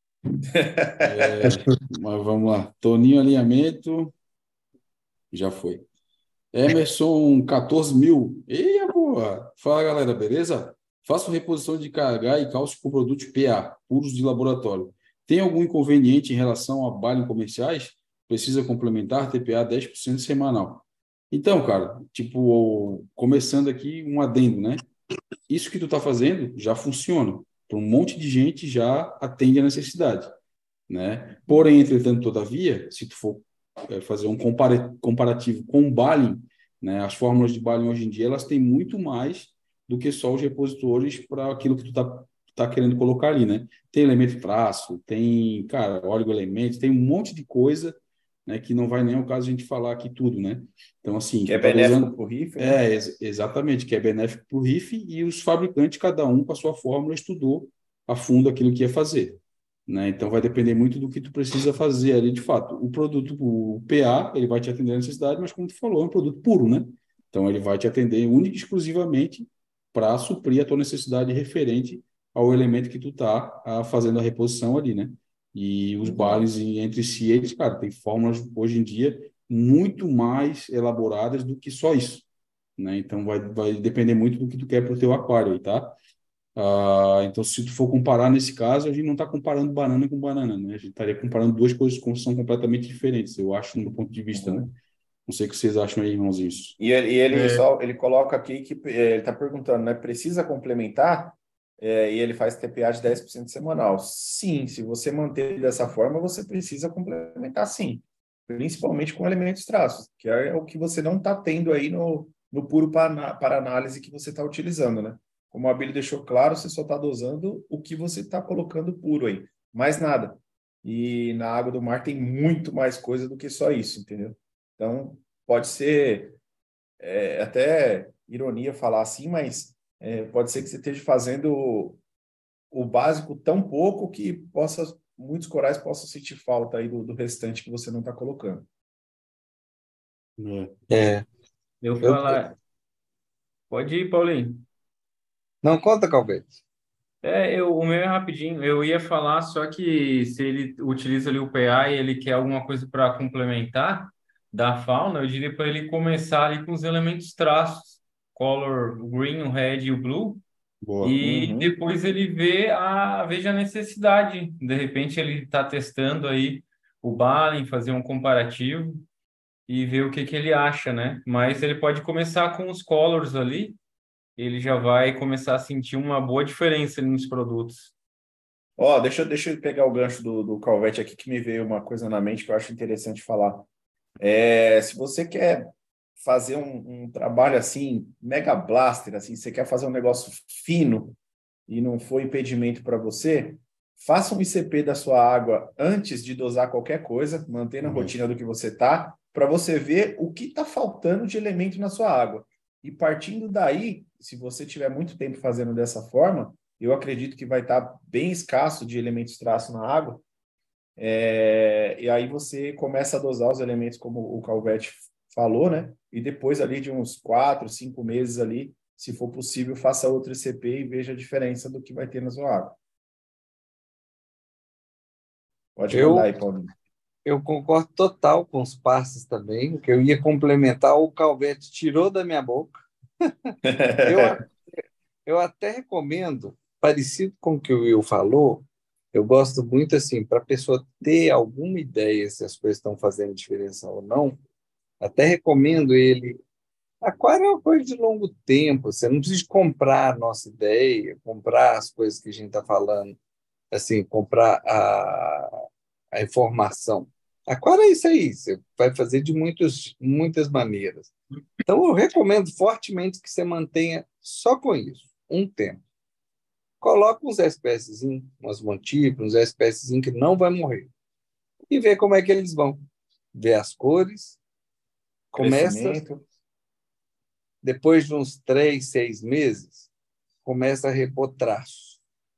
É, mas vamos lá. Toninho Alinhamento, já foi. Emerson, quatorze mil. Eia, boa! Fala, galera, beleza? Faço reposição de K H e cálcio com produtos P A, puros de laboratório. Tem algum inconveniente em relação a balem comerciais? Precisa complementar T P A dez por cento semanal. Então, cara, tipo, começando aqui um adendo, né? Isso que tu tá fazendo já funciona. Para um monte de gente já atende a necessidade, né? Porém, entretanto, todavia, se tu for é, fazer um compara- comparativo com o Balin, né? As fórmulas de Balin hoje em dia elas têm muito mais do que só os repositores para aquilo que tu tá, tá querendo colocar ali, né? Tem elemento traço, tem, cara, óleo elemento, tem um monte de coisa né, que não vai nem ao caso a gente falar aqui tudo, né? Então, assim... Que é tu tá benéfico dosando- para o riff, né? É, ex- exatamente, que é benéfico para o riff e os fabricantes, cada um com a sua fórmula, estudou a fundo aquilo que ia fazer, né? Então, vai depender muito do que tu precisa fazer ali, de fato. O produto, o P A, ele vai te atender a necessidade, mas como tu falou, é um produto puro, né? Então, ele vai te atender única e exclusivamente para suprir a tua necessidade referente ao elemento que tu tá ah, fazendo a reposição ali, né? E os Uhum. bares em- entre si, eles, cara, tem fórmulas hoje em dia muito mais elaboradas do que só isso, né? Então vai, vai depender muito do que tu quer para o teu aquário aí, tá? Ah, então se tu for comparar nesse caso, a gente não está comparando banana com banana, né? A gente estaria comparando duas coisas que são completamente diferentes, eu acho, do meu ponto de vista, né? Uhum. Não sei o que vocês acham aí, irmãozinhos. E ele, e ele É, só ele coloca aqui que eh, ele está perguntando, né? Precisa complementar? Eh, e ele faz T P A de dez por cento semanal. Sim, se você manter dessa forma, você precisa complementar, sim. Principalmente com elementos traços, que é o que você não está tendo aí no, no puro para, para análise que você está utilizando, né? Como a Bíblia deixou claro, você só está dosando o que você está colocando puro aí, mais nada. E na água do mar tem muito mais coisa do que só isso, entendeu? Então, pode ser é, até ironia falar assim, mas é, pode ser que você esteja fazendo o, o básico tão pouco que possa muitos corais possam sentir falta aí do, do restante que você não está colocando. É. É, eu eu, falar. Pode ir, Paulinho. não conta, Calvete. É, eu, o meu é rapidinho. Eu ia falar só que se ele utiliza ali o P A e ele quer alguma coisa para complementar da fauna, eu diria para ele começar ali com os elementos traços, color, o green, o red e o blue, Boa. e Uhum. depois ele vê a, veja a necessidade. De repente ele está testando aí o Balin, fazer um comparativo e ver o que que ele acha, né? Mas ele pode começar com os colors ali, ele já vai começar a sentir uma boa diferença ali nos produtos. Ó, deixa, eu- deixa eu pegar o gancho do, do Calvete aqui, que me veio uma coisa na mente que eu acho interessante falar. É, se você quer fazer um, um trabalho assim, mega blaster, assim, você quer fazer um negócio fino e não for impedimento para você, faça um I C P da sua água antes de dosar qualquer coisa, mantendo a Uhum. rotina do que você tá, para você ver o que está faltando de elemento na sua água. E partindo daí, se você tiver muito tempo fazendo dessa forma, eu acredito que vai estar bem escasso de elementos traço na água. É, e aí você começa a dosar os elementos como o Calvete falou, né? E depois ali de uns quatro, cinco meses ali, se for possível, faça outro I C P e veja a diferença do que vai ter na sua água. Pode mandar Eu, aí, Paulinho. eu concordo total com os passes também, que eu ia complementar, o Calvete tirou da minha boca. Eu, a- eu até recomendo, parecido com o que o Will falou, eu gosto muito assim, para a pessoa ter alguma ideia se as coisas estão fazendo diferença ou não, até recomendo ele. Aquário é uma coisa de longo tempo, você não precisa comprar a nossa ideia, comprar as coisas que a gente está falando, assim, comprar a, a informação. Aquário é isso aí, você vai fazer de muitos, muitas maneiras. Então, eu recomendo fortemente que você mantenha só com isso, um tempo. Coloca uns espécies, umas montículas, uns espécies que não vai morrer. E vê como é que eles vão. Vê as cores, começa, Crescimento. depois de uns três, seis meses, começa a repor traços.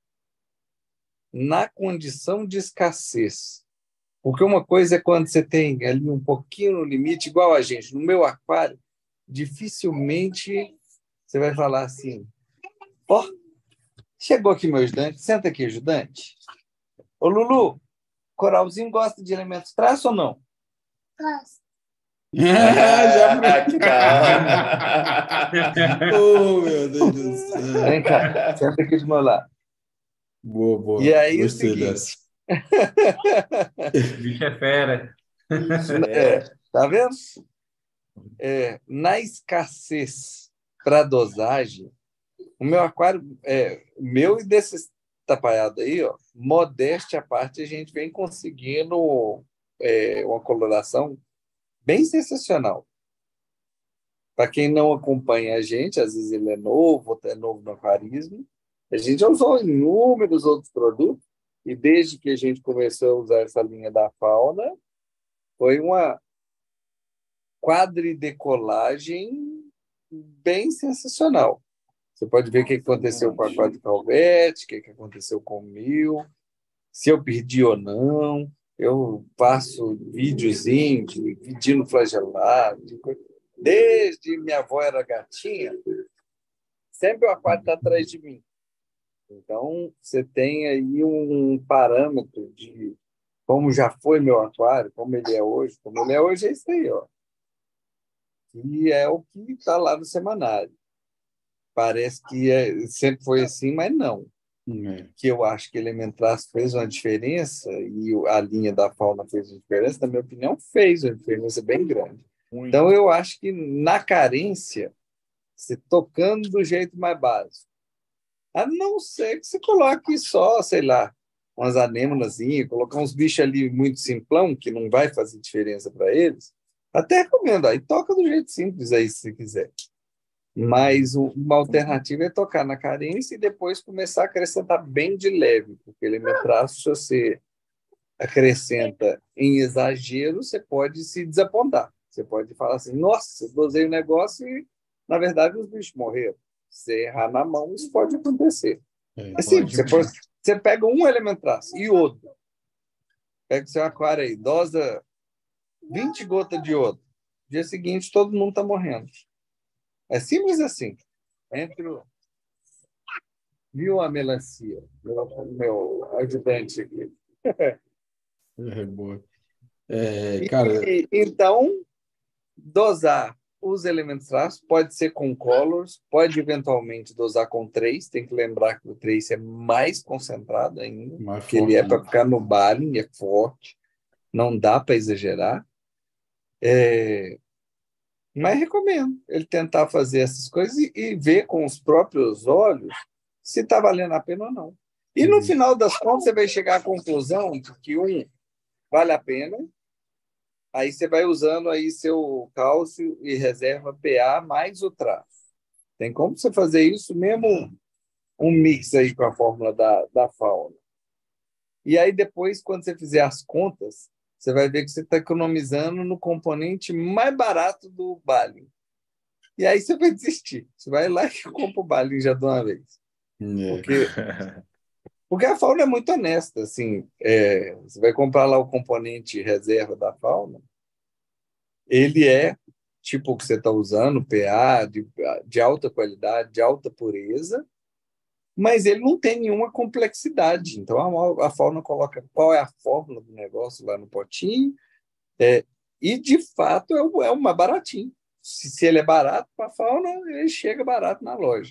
Na condição de escassez. Porque uma coisa é quando você tem ali um pouquinho no limite, igual a gente. No meu aquário, dificilmente você vai falar assim, ó, oh, chegou aqui meu ajudante, senta aqui, ajudante. Ô, Lulu, coralzinho gosta de elementos traço ou não? Gosto. Já Ah, que da hora! Oh, meu Deus do céu. Vem cá, senta aqui do meu lado. Boa, E boa. aí é o Gostei seguinte. dessa. O bicho é fera. É, tá vendo? É, na escassez para dosagem, o meu aquário, é, meu e desses tapaiados aí, ó, modéstia à parte, a gente vem conseguindo é, uma coloração bem sensacional. Para quem não acompanha a gente, às vezes ele é novo, até novo no aquarismo, a gente já usou inúmeros outros produtos, e desde que a gente começou a usar essa linha da fauna, Foi uma quadridecolagem bem sensacional. Você pode ver o que aconteceu com a quadricalvete, o que aconteceu com o mil, se eu perdi ou não. Eu faço videozinho de vidino flagelado, de coisa. Desde minha avó era gatinha, sempre o aquário está atrás de mim. Então, você tem aí um parâmetro de como já foi meu aquário, como ele é hoje. Como ele é hoje é isso aí, ó. E é o que está lá no semanário. Parece que é, sempre foi assim, mas não. É. Que eu acho que Elementraço fez uma diferença e a linha da fauna fez uma diferença, na minha opinião, fez uma diferença bem grande. Muito. Então, eu acho que na carência, você tocando do jeito mais básico, a não ser que você coloque só, sei lá, umas anêmonazinhas, colocar uns bichos ali muito simplão, que não vai fazer diferença para eles, até recomendo, aí toca do jeito simples aí, se você quiser. Mas uma alternativa é tocar na carência e depois começar a acrescentar bem de leve, porque Elementraço, se você acrescenta em exagero, você pode se desapontar. Você pode falar assim, nossa, eu dosei o negócio e, na verdade, os bichos morreram. Se errar na mão, isso pode acontecer. É, é simples, você, pode, você pega um Elementraço e outro. Pega o seu aquário aí, dosa vinte gotas de iodo. No dia seguinte, todo mundo está morrendo. É simples assim. Entre o... Viu a melancia? Meu, meu ajudante aqui. É boa. É, cara... E, então, dosar os Elementraços pode ser com colors, pode eventualmente dosar com três. Tem que lembrar que o três é mais concentrado ainda, mais porque forte, ele é né? Para ficar no baling, é forte. Não dá para exagerar. É... Mas recomendo ele tentar fazer essas coisas e, e ver com os próprios olhos se está valendo a pena ou não. E no final das contas, você vai chegar à conclusão de que um vale a pena, aí você vai usando aí seu cálcio e reserva P A mais o traço. Tem como você fazer isso mesmo, um mix aí com a fórmula da, da fauna. E aí depois, quando você fizer as contas, você vai ver que você está economizando no componente mais barato do baling. E aí você vai desistir. Você vai lá e compra o baling já de uma vez. É. Porque, porque a fauna é muito honesta. Assim, é, você vai comprar lá o componente reserva da fauna, ele é tipo o que você está usando, P A, de, de alta qualidade, de alta pureza, mas ele não tem nenhuma complexidade. Então, a, a fauna coloca qual é a fórmula do negócio lá no potinho, é, e, de fato, é o, é o mais baratinho. Se, se ele é barato para a fauna, ele chega barato na loja.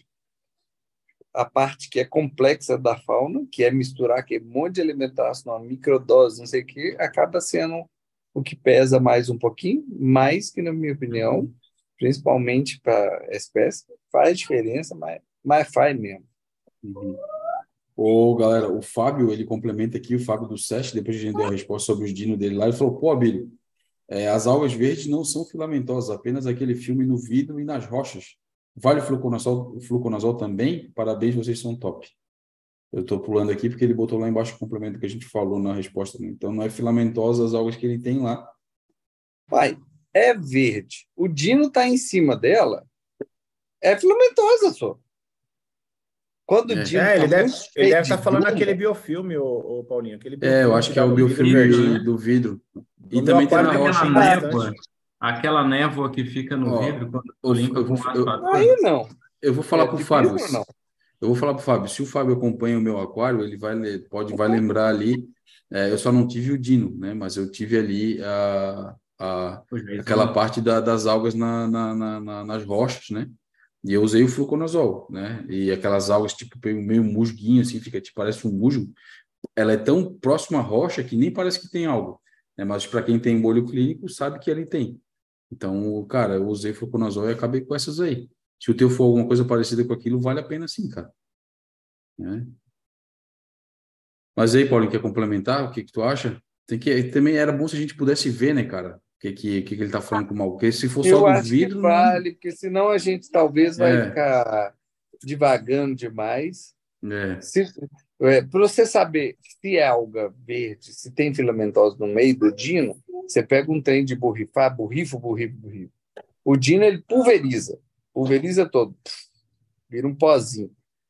A parte que é complexa da fauna, que é misturar aquele monte de alimentação numa microdose, não sei o quê, acaba sendo o que pesa mais um pouquinho, mais que, na minha opinião, principalmente para a espécie, faz diferença, mas, mas faz mesmo. Uhum. Ô, galera, o Fábio, ele complementa aqui, o Fábio do SESC, depois que a gente deu a resposta sobre os dinos dele lá, ele falou, pô, Abílio, é, as algas verdes não são filamentosas, apenas aquele filme no vidro e nas rochas. Vale o fluconazol, o fluconazol também? Parabéns, vocês são top. Eu estou pulando aqui porque ele botou lá embaixo o complemento que a gente falou na resposta. Né? Então, não é filamentosa as algas que ele tem lá. Pai, é verde. O dino está em cima dela, é filamentosa só. Quando é. o Dino é, tá ele deve ele deve estar tá falando aquele biofilme, o, o Paulinho. Aquele é, eu acho que, que é o biofilme verde, do, do vidro. E o também tem na aquela rocha névoa, aquela névoa que fica no Ó, vidro quando eu, limpa eu, com eu, eu, Aí não. Eu vou falar é, para o Fábio. Vidro, não. Eu vou falar para o Fábio. Se o Fábio acompanha o meu aquário, ele vai pode vai lembrar ali. É, eu só não tive o dino, né? Mas eu tive ali a, a aquela parte da, das algas na, na, na, nas rochas, né? E eu usei o fluconazol, né? E aquelas algas, tipo, meio musguinho, assim, fica, tipo, parece um musgo. Ela é tão próxima à rocha que nem parece que tem algo, né? Mas para quem tem molho clínico, sabe que ele tem. Então, cara, eu usei fluconazol e acabei com essas aí. Se o teu for alguma coisa parecida com aquilo, vale a pena sim, cara. Né? Mas aí, Paulinho, quer complementar? O que que tu acha? Tem que, também era bom se a gente pudesse ver, né, cara? O que, que, que, que ele tá falando com o mal. Porque se for só Eu do acho vidro... que vale, porque senão a gente talvez vai É. ficar divagando demais. É. É, para você saber se é alga verde, se tem filamentose no meio do dino, Você pega um trem de borrifar, borrifa, borrifa, borrifa. O Dino, ele pulveriza. Pulveriza todo. Vira um pozinho.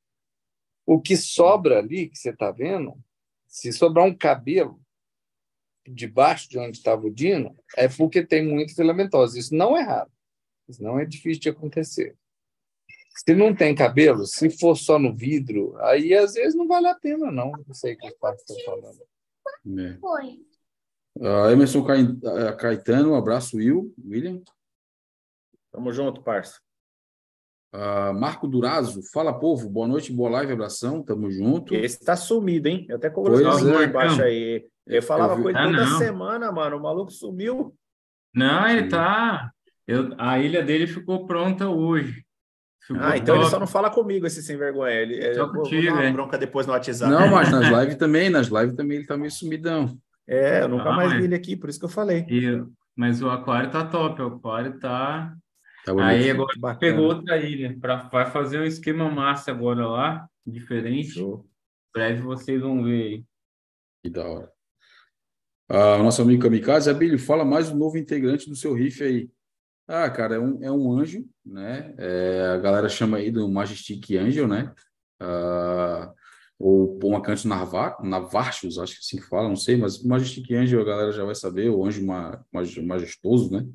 O que sobra ali, que você está vendo, se sobrar um cabelo debaixo de onde estava o Dino, é porque tem muita filamentose. Isso não é raro. Isso não é difícil de acontecer. Se não tem cabelo, se for só no vidro, aí às vezes não vale a pena, não. Não sei o que os pais estão falando. É. Uh, Emerson Caetano, um abraço, Will, William. Tamo junto, parça. Uh, Marco Durazo, fala, povo, boa noite, boa live, abração, tamo junto. Esse tá sumido, hein? Eu até coloquei é. embaixo aí. Eu falava eu vi... com ele ah, toda não. semana, mano, o maluco sumiu. Não, ele Sim. tá... Eu, a ilha dele ficou pronta hoje. Ficou Ah, então top. ele só não fala comigo, esse sem vergonha. Ele, Só eu vou, contigo, vou dar uma é. bronca depois no WhatsApp. Não, mas nas lives também, nas lives também ele tá meio sumidão. É, eu nunca Ah, mais mas- vi ele aqui, por isso que eu falei. E, mas o aquário tá top, o aquário tá... Tá bonito. Aí agora Que bacana. pegou outra ilha, pra, vai fazer um esquema massa agora lá, diferente. Show. Em breve vocês vão ver aí. Que da hora. Ah, o nosso amigo Kamikaze, Abílio, fala mais do novo integrante do seu riff aí. Ah, cara, é um, é um anjo, né? É, a galera chama aí do Majestic Angel, né? Ah, ou Paul McCartney Narva- Navarchos, acho que assim que fala, não sei, mas o Majestic Angel a galera já vai saber, o anjo ma, maj- majestoso, né?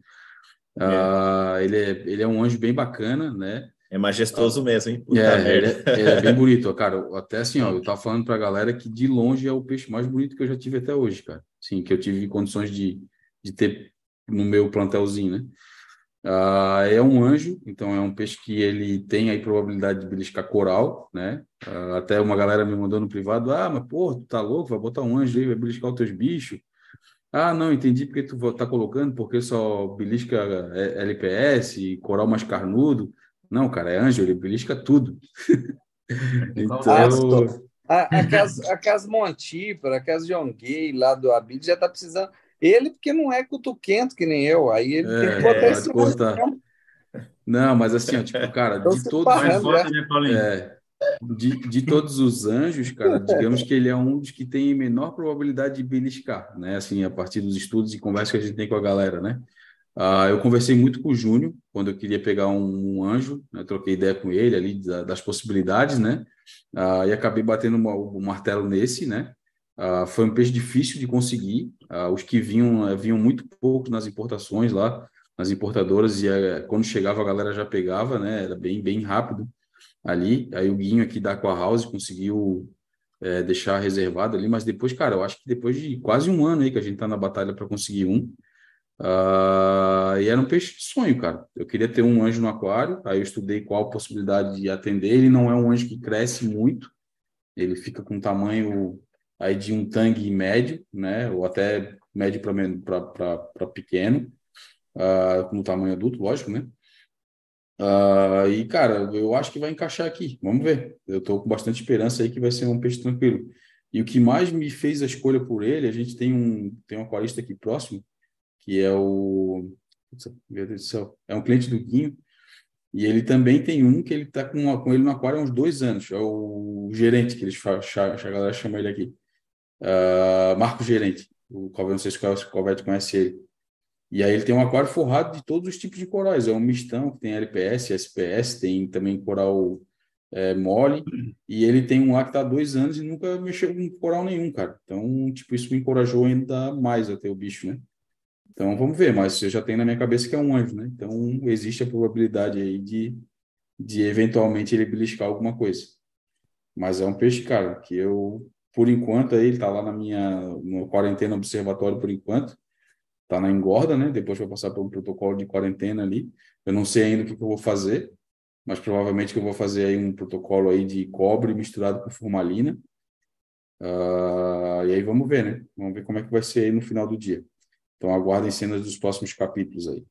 Ah, ele, é, ele é um anjo bem bacana, né? É majestoso mesmo, hein? Puta É, ele, merda. é, ele é bem bonito, cara. Até assim, ó, eu tava falando pra galera que de longe é o peixe mais bonito que eu já tive até hoje, cara. Sim, que eu tive condições de, de ter no meu plantelzinho, né? Ah, é um anjo, então é um peixe que ele tem aí probabilidade de beliscar coral, né? Ah, até uma galera me mandou no privado, ah, mas porra, tu tá louco, vai botar um anjo aí, vai beliscar os teus bichos. Ah, não, entendi porque tu tá colocando, porque só belisca é, L P S, coral mais carnudo. Não, cara, é anjo, ele belisca tudo. Ah, Então, A- Aquelas, aquelas montíferas, aquelas jonguei lá do Abílio já tá precisando. Ele, porque não é cutuquento que nem eu, aí ele tem que é, botar vai esse cortar. mesmo. Não, mas assim, ó, tipo, cara, Então, de se todos Mais parrando, os, foda, né, Paulinho? é, de, de todos os anjos, cara, digamos que ele é um dos que tem menor probabilidade de beliscar, né? Assim, a partir dos estudos e conversas que a gente tem com a galera, né? Ah, eu conversei muito com o Júnior quando eu queria pegar um, um anjo, né? Troquei ideia com ele ali da- das possibilidades, né? Ah, e acabei batendo uma- o martelo nesse, né? Ah, foi um peixe difícil de conseguir. Ah, os que vinham, eh, vinham muito pouco nas importações lá, nas importadoras, e eh, quando chegava a galera já pegava, né? Era bem, bem rápido ali. Aí o Guinho aqui da Aqua House conseguiu eh, deixar reservado ali, mas depois, cara, eu acho que depois de quase um ano aí que a gente tá na batalha para conseguir um. Ah, e era um peixe de sonho, cara. Eu queria ter um anjo no aquário, aí eu estudei qual a possibilidade de atender. Ele não é um anjo que cresce muito, ele fica com tamanho aí de um tangue médio, né? Ou até médio para pequeno, ah, no tamanho adulto, lógico, né? Ah, e, cara, eu acho que vai encaixar aqui. Vamos ver. Eu estou com bastante esperança aí que vai ser um peixe tranquilo. E o que mais me fez a escolha por ele, a gente tem um, tem um aquarista aqui próximo, que é o... Meu Deus do céu. É um cliente do Guinho, e ele também tem um que ele está com, com ele no aquário há uns dois anos. É o gerente, que eles fa- cha- a galera chama ele aqui. Ah, Marco Gerente. O Covete, não sei se o Covete conhece ele. E aí ele tem um aquário forrado de todos os tipos de corais. É um mistão que tem L P S, S P S, tem também coral é, mole. E ele tem um lá que está há dois anos e nunca mexeu com coral nenhum, cara. Então, tipo, isso me encorajou ainda mais a ter o bicho, né? Então, vamos ver. Mas eu já tenho na minha cabeça que é um anjo, né? Então, existe a probabilidade aí de, de eventualmente ele beliscar alguma coisa. Mas é um peixe, cara, que eu, por enquanto, aí ele está lá na minha no quarentena observatório por enquanto. Tá na engorda, né? Depois vai passar por um protocolo de quarentena ali. Eu não sei ainda o que, que eu vou fazer, mas provavelmente que eu vou fazer aí um protocolo aí de cobre misturado com formalina. Ah, e aí vamos ver, né? Vamos ver como é que vai ser aí no final do dia. Então aguardem cenas dos próximos capítulos aí.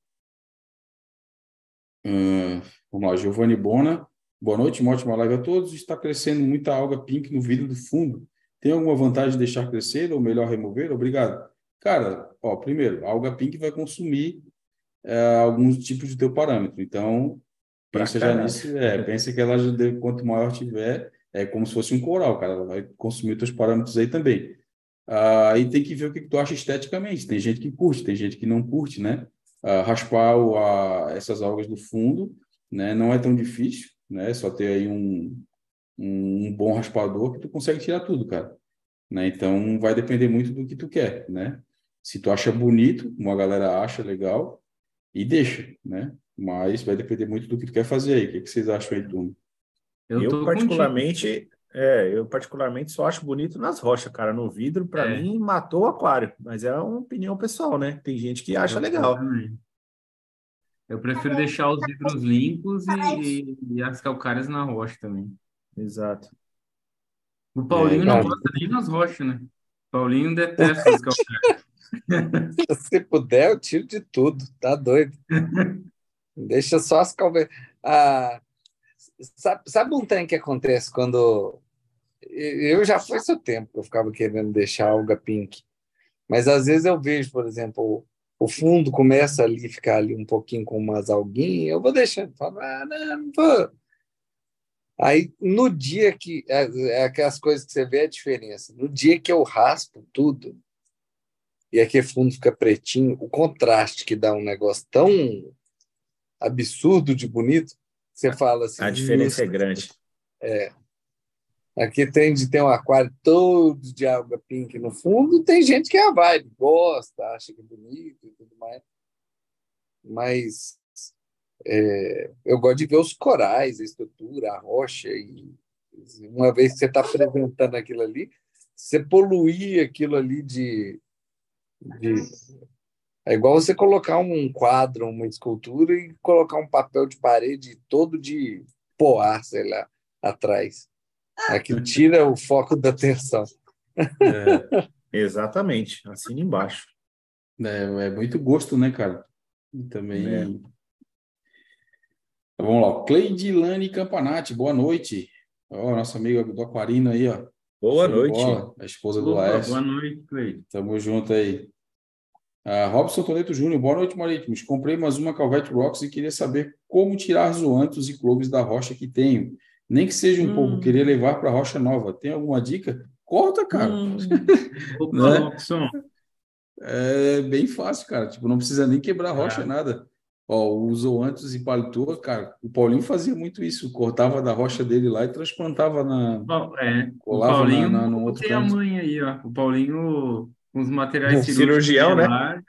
Hum, vamos lá, Giovanni Bona. Boa noite, uma ótima live a todos. Está crescendo muita alga pink no vidro do fundo. Tem alguma vantagem de deixar crescer ou melhor remover? Obrigado. Cara, ó, primeiro, a alga pink vai consumir é, alguns tipos de teu parâmetro. Então, Pra pensa já caralho. nisso. É, pensa que ela, já deve- quanto maior tiver, é como se fosse um coral, cara. Ela vai consumir teus parâmetros aí também. Aí tem que ver o que, que tu acha esteticamente. Tem gente que curte, tem gente que não curte, né? Ah, raspar o, a, essas algas do fundo, né? Não é tão difícil, né? Só ter aí um, um, um bom raspador que tu consegue tirar tudo, cara. Né? Então, vai depender muito do que tu quer, né? Se tu acha bonito, uma galera acha legal, e deixa, né? Mas vai depender muito do que tu quer fazer aí. O que, que vocês acham aí, turma? Eu Eu tô contigo. particularmente, é, eu particularmente só acho bonito nas rochas, cara. No vidro, para É. mim, matou o aquário. Mas é uma opinião pessoal, né? Tem gente que acha Eu, eu legal. também. Eu prefiro deixar os vidros limpos e, e, e as calcárias na rocha também. Exato. O É, Paulinho não Cara, gosta nem nas rochas, né? O Paulinho detesta as calcárias. se puder, eu tiro de tudo. Tá doido? Deixa só as calveiras. Ah, sabe, sabe um trem que acontece quando... Eu já foi seu tempo que eu ficava querendo deixar a alga pink. Mas às vezes eu vejo, por exemplo, o fundo começa ali, ficar ali um pouquinho com umas alguinhas, eu vou deixando. Falo, ah, não, não vou. Aí, no dia que... É, é aquelas coisas que você vê a diferença. No dia que eu raspo tudo, e aquele fundo fica pretinho, o contraste que dá um negócio tão absurdo de bonito, você fala assim, A diferença é "Nossa, grande. aqui tem de ter um aquário todo de água pink no fundo, tem gente que é a vibe, gosta, acha que é bonito e tudo mais, mas é, eu gosto de ver os corais, a estrutura, a rocha, e uma vez que você está apresentando aquilo ali, você poluir aquilo ali de, de... É igual você colocar um quadro, uma escultura e colocar um papel de parede todo de poá, sei lá, atrás. Aquilo tira o foco da atenção. É, Exatamente. Assina embaixo. é, é muito gosto, né, cara? E É. também... Então, vamos lá. Cleidilane Campanati, boa noite. Ó, nossa amiga do Aquarino aí, ó. Boa Show de noite. bola. A esposa do Opa, boa Laércio. noite, Cleide. Tamo junto aí. Ah, Robson Toledo Júnior, boa noite, Marítimos. Comprei mais uma Calvete Rocks e queria saber como tirar zoantos e cloves da rocha que tenho. Nem que seja um pouco, queria Hum, levar para a rocha nova. Tem alguma dica? Corta, cara. hum. Opa, Né? Robson. É bem fácil, cara. Tipo, não precisa nem quebrar a rocha, Ah, nada. Ó, o zoantos e paletô, cara, o Paulinho fazia muito isso. Cortava da rocha dele lá e transplantava na... Bom, é, o Colava na, Paulinho na, no outro tem a canto. mãe aí, ó. O Paulinho, com os materiais cirúrgicos Cirurgião, dele né? lá,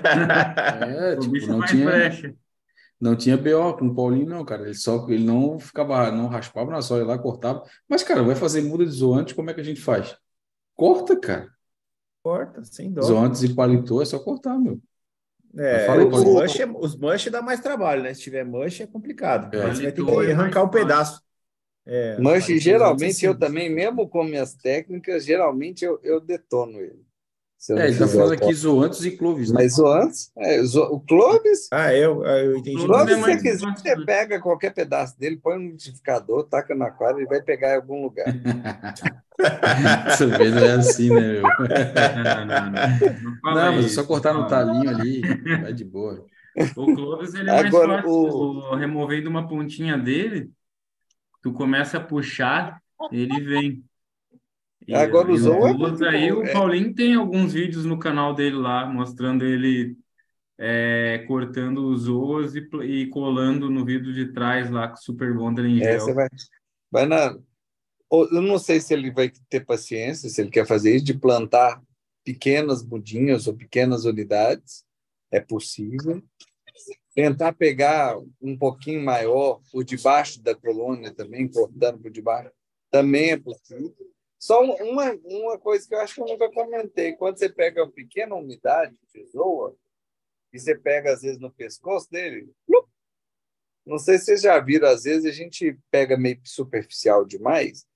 É, o tipo, bicho não faz tinha... brecha. Não tinha B O com o Paulinho, não, cara. Ele só ele não ficava, não raspava na só ia lá, cortava. Mas, cara, vai fazer muda de zoantes, como é que a gente faz? Corta, cara. Corta, sem dó. Zoantes e paletô é só cortar, meu. Mas fala É, aí, os Paulinho. mush, é- os mush dá mais trabalho, né? Se tiver mush é complicado. Aí É. você vai ter Paletó que é mais arrancar o fácil. pedaço. É, Mas paletó, os outros é geralmente eu simples. também, mesmo com minhas técnicas, geralmente eu, eu detono ele. Se eu É, não ele tá fizer falando o aqui corte. zoantes e cloves, né? Mas o antes, é, zo- o Clovis, Ah, eu, ah, eu O entendi Clovis mal. é Clovis, se você mais quiser, fácil, você né? pega qualquer pedaço dele, põe no liquidificador, taca no aquário, ele vai pegar em algum lugar. Também não é assim, né, meu? Não, não, não. Não fala Não, mas é só isso, não cortar no fala isso. talinho ali, vai de boa. O Clovis, ele é mais Agora, fácil. o, O- Removendo uma pontinha dele, tu começa a puxar, ele vem. E, agora o e os Zou é outros muito aí, bom. o É, Paulinho tem alguns vídeos no canal dele lá, mostrando ele é, cortando os zoos e, pl- e colando no vidro de trás lá com Super Bonder em é, você gel. vai, vai na. ou- Eu não sei se ele vai ter paciência, se ele quer fazer isso, de plantar pequenas mudinhas ou pequenas unidades, é possível. Tentar pegar um pouquinho maior por debaixo da colônia também, cortando por debaixo, também é possível. Só uma, uma coisa que eu acho que eu nunca comentei: quando você pega uma pequena umidade de zoa, e você pega, às vezes, no pescoço dele, plup, não sei se vocês já viram, às vezes a gente pega meio superficial demais.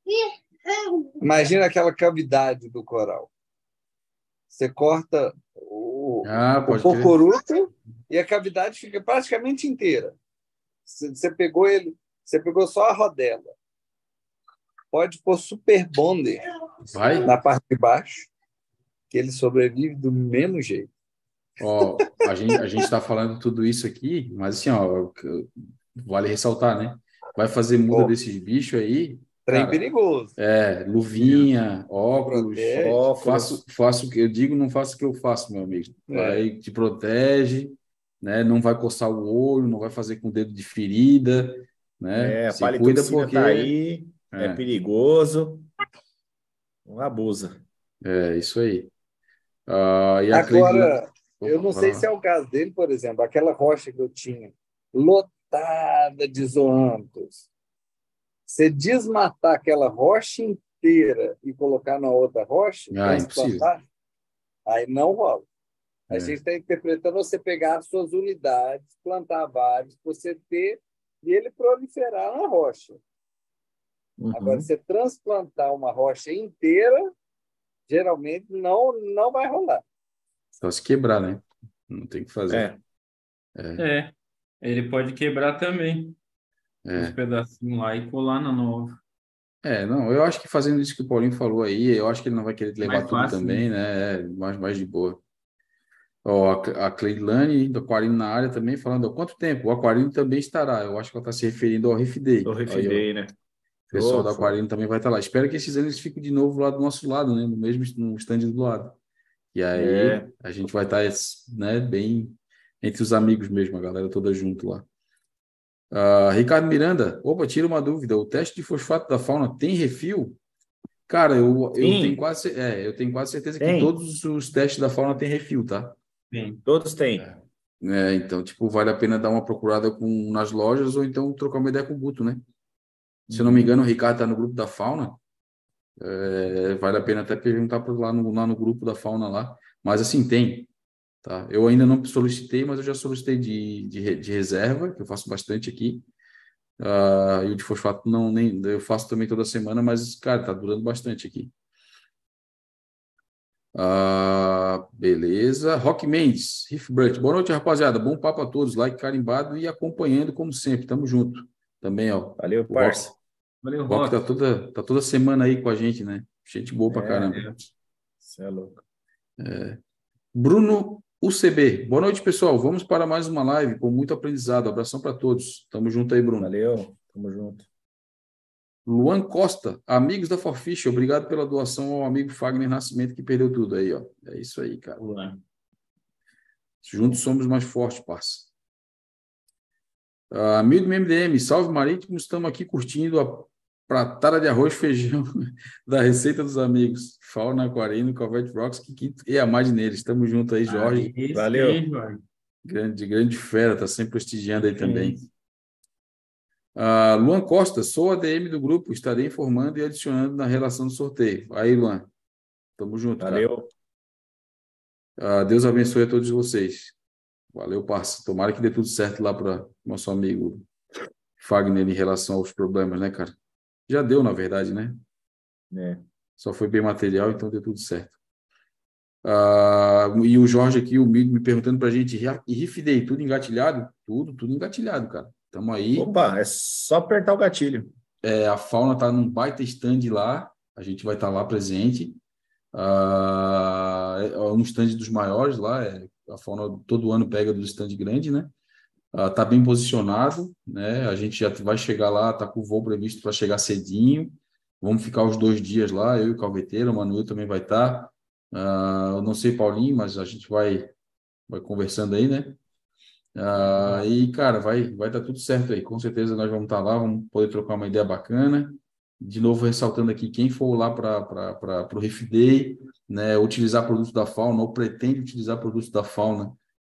Imagina aquela cavidade do coral. Você corta o, Ah, o pode crer. cocoruto e a cavidade fica praticamente inteira. Você você pegou ele, você pegou só a rodela. Pode pôr super bonder Vai. na parte de baixo, que ele sobrevive do mesmo jeito. Ó, a gente, a gente tá falando tudo isso aqui, mas assim, ó, vale ressaltar, né? Vai fazer muda Ó, desses bichos aí, Trem Cara, perigoso. É, luvinha, óculos, Protege. Óculos. faço, faço o que eu digo, não faço o que eu faço, meu amigo. Vai, te protege, né? Não vai coçar o olho, não vai fazer com o dedo de ferida, né? É, a Se cuida palitrocina porque tá aí, é é, perigoso, não abusa. é isso aí. Ah, e a Cleide... Agora, eu Opa, não vai sei se é lá. o caso dele, por exemplo, aquela rocha que eu tinha, lotada de zoantos. Você desmatar aquela rocha inteira e colocar na outra rocha, Ah, impossível. transplantar, aí não rola. Aí É. você está interpretando você pegar as suas unidades, plantar vários, você ter e ele proliferar na rocha. Agora, Uhum. você transplantar uma rocha inteira, geralmente não, não vai rolar. Só se quebrar, né? Não tem o que fazer. É, É, ele pode quebrar também os É. pedacinhos lá e colar na nova. É, não, eu acho que fazendo isso que o Paulinho falou aí, eu acho que ele não vai querer levar Mais tudo fácil, né? também, né? É, mais, mais de boa. Ó, a, a Cleilane do Aquarino na área também falando, há quanto tempo? O Aquarino também estará. Eu acho que ela está se referindo ao Reef Day. o Aí, ó, o Refidei, né? pessoal Show, do show. Aquarino também vai estar lá. Espero que esses anos fiquem de novo lá do nosso lado, né? No mesmo no stand do lado. E aí É, a gente vai estar, né, bem entre os amigos mesmo, a galera toda junto lá. Ah, Ricardo Miranda, opa, tira uma dúvida. O teste de fosfato da fauna tem refil? Cara, eu, eu tenho sim, quase, é, eu tenho quase certeza que tem, todos os testes da fauna têm refil, tá? Sim. todos têm. É, então, tipo, vale a pena dar uma procurada com, nas lojas ou então trocar uma ideia com o Guto, né? Se eu não me Uhum. engano, o Ricardo tá no grupo da fauna. É, vale a pena até perguntar por lá no, lá no grupo da fauna lá. Mas assim, tem, tá? Eu ainda não solicitei, mas eu já solicitei de, de, re- de reserva, que eu faço bastante aqui. Ah, e o de fosfato não, nem, eu faço também toda semana, mas, cara, tá durando bastante aqui. Ah, beleza. Rock Mendes, Riff Brut. Boa noite, rapaziada. Bom papo a todos. Like carimbado e acompanhando, como sempre. Tamo junto. Também, ó. Valeu, O Rock, parça. Valeu, o Rock tá Rock. toda, tá toda semana aí com a gente, né? Gente boa pra É, caramba. É, você é louco. Bruno U C B. Boa noite, pessoal. Vamos para mais uma live com muito aprendizado. Abração para todos. Tamo junto aí, Bruno. Valeu, tamo junto. Luan Costa, amigos da Forfish, obrigado pela doação ao amigo Fagner Nascimento que perdeu tudo aí, ó. É isso aí, cara. Luan. Juntos somos mais fortes, parça. Uh, amigo do M D M, salve marítimo, estamos aqui curtindo a pratada de arroz e feijão da receita dos amigos. Fauna Aquarino, Covete Rocks, que e a mais neles. Estamos juntos aí, Jorge. Aí sim, Valeu. Jorge. Grande, grande fera, tá sempre prestigiando aí também. Sim. Uh, Luan Costa, sou A D M do grupo, estarei informando e adicionando na relação do sorteio. Aí, Luan, tamo junto, cara. Valeu. Uh, Deus abençoe a todos vocês. Valeu, parça. Tomara que dê tudo certo lá para nosso amigo Fagner em relação aos problemas, né, cara? Já deu, na verdade, né? É. Só foi bem material, então deu tudo certo. Ah, e o Jorge aqui, o Mido, me perguntando pra gente, e Riff Day, tudo engatilhado? Tudo, tudo engatilhado, cara. Tamo aí. Opa, é só apertar o gatilho. É, a fauna tá num baita stand lá, a gente vai estar lá presente. Ah, é um stand dos maiores lá, é, a fauna todo ano pega do stand grande, né? Está bem posicionado, né? A gente já vai chegar lá, está com o voo previsto para chegar cedinho. Vamos ficar os dois dias lá, eu e o Calveteiro, o Manuel também vai estar. Uh, eu não sei, Paulinho, mas a gente vai, vai conversando aí, né? Uh, e, cara, vai vai dar tudo certo aí. Com certeza nós vamos estar lá, vamos poder trocar uma ideia bacana. De novo, ressaltando aqui, quem for lá para o Reef Day, né, utilizar produtos da fauna ou pretende utilizar produtos da fauna,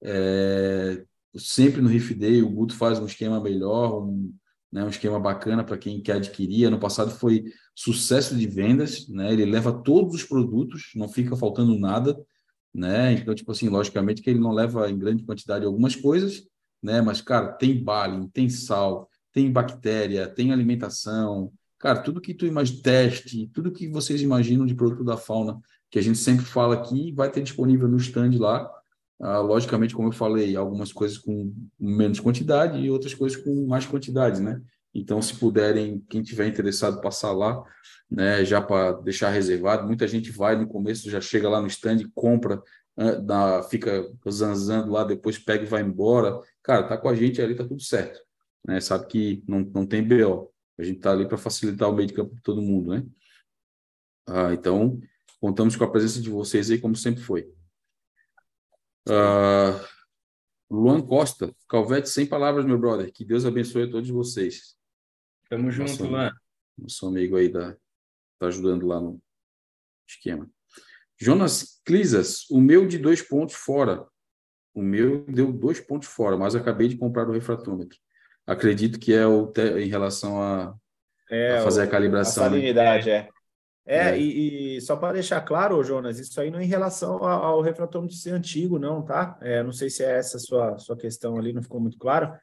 é, sempre no Reef Day, o Guto faz um esquema melhor, um, né, um esquema bacana para quem quer adquirir. Ano passado foi sucesso de vendas, né? Ele leva todos os produtos, não fica faltando nada, né? Então, tipo assim, logicamente que ele não leva em grande quantidade algumas coisas, né? Mas, cara, tem bale, tem sal, tem bactéria, tem alimentação, cara, tudo que tu imagina, teste, tudo que vocês imaginam de produto da fauna, que a gente sempre fala aqui, vai ter disponível no stand lá. Ah, logicamente, como eu falei, algumas coisas com menos quantidade e outras coisas com mais quantidade, né? Então, se puderem, quem tiver interessado, passar lá, né, já para deixar reservado. Muita gente vai no começo, já chega lá no stand, compra, ah, dá, fica zanzando lá, depois pega e vai embora. Cara, tá com a gente ali, tá tudo certo, né? Sabe que não, não tem B O. A gente está ali para facilitar o meio de campo para todo mundo, né? Ah, então, contamos com a presença de vocês aí, como sempre foi. Ah, Luan Costa, Calvete, sem palavras, meu brother. Que Deus abençoe a todos vocês. Tamo junto, Nosso, Luan. nosso amigo aí da, tá ajudando lá no esquema. Jonas Clisas, o meu de dois pontos fora. O meu deu dois pontos fora, mas acabei de comprar o refratômetro. Acredito que é o te, em relação a, é, a fazer o, a calibração. A salinidade, né? é. É, é. E, e só para deixar claro, Jonas, isso aí não é em relação ao, ao refratômetro ser antigo, não, tá? É, não sei se é essa a sua, sua questão ali, não ficou muito claro.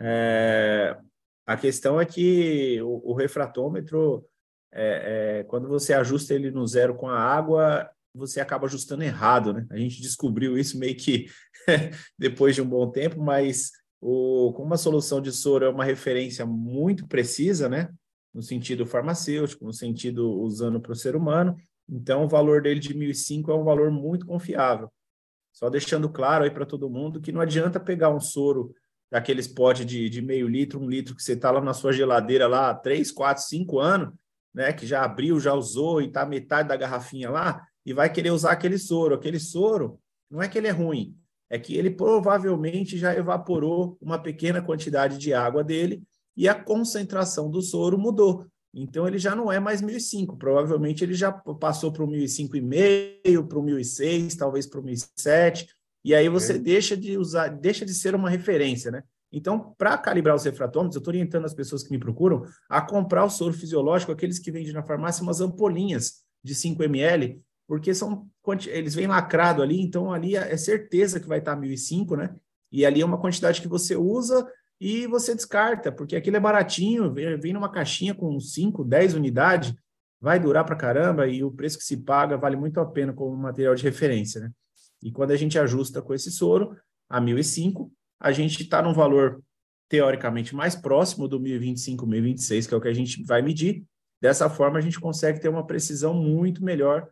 É, a questão é que o, o refratômetro, é, é, quando você ajusta ele no zero com a água, você acaba ajustando errado, né? A gente descobriu isso meio que depois de um bom tempo, mas o, como a solução de soro é uma referência muito precisa, né? No sentido farmacêutico, no sentido usando para o ser humano, então o valor dele de mil e cinco é um valor muito confiável. Só deixando claro aí para todo mundo que não adianta pegar um soro daqueles potes de, de meio litro, um litro que você está lá na sua geladeira lá há três, quatro, cinco anos, né? Que já abriu, já usou e está metade da garrafinha lá, e vai querer usar aquele soro. Aquele soro, não é que ele é ruim, é que ele provavelmente já evaporou uma pequena quantidade de água dele e a concentração do soro mudou. Então, ele já não é mais mil e cinco. Provavelmente, ele já passou para o mil e cinco e meio, para o mil e seis, talvez para o mil e sete. E aí você é. deixa de usar, deixa de ser uma referência, né? Então, para calibrar os refratômetros, eu estou orientando as pessoas que me procuram a comprar o soro fisiológico, aqueles que vendem na farmácia, umas ampolinhas de cinco mililitros, porque são, eles vêm lacrado ali, então ali é certeza que vai estar mil e cinco, né? E ali é uma quantidade que você usa e você descarta, porque aquilo é baratinho, vem numa caixinha com cinco, dez unidades, vai durar para caramba e o preço que se paga vale muito a pena como material de referência, né? E quando a gente ajusta com esse soro a mil e cinco, a gente está num valor teoricamente mais próximo do mil e vinte e cinco, mil e vinte e seis, que é o que a gente vai medir. Dessa forma, a gente consegue ter uma precisão muito melhor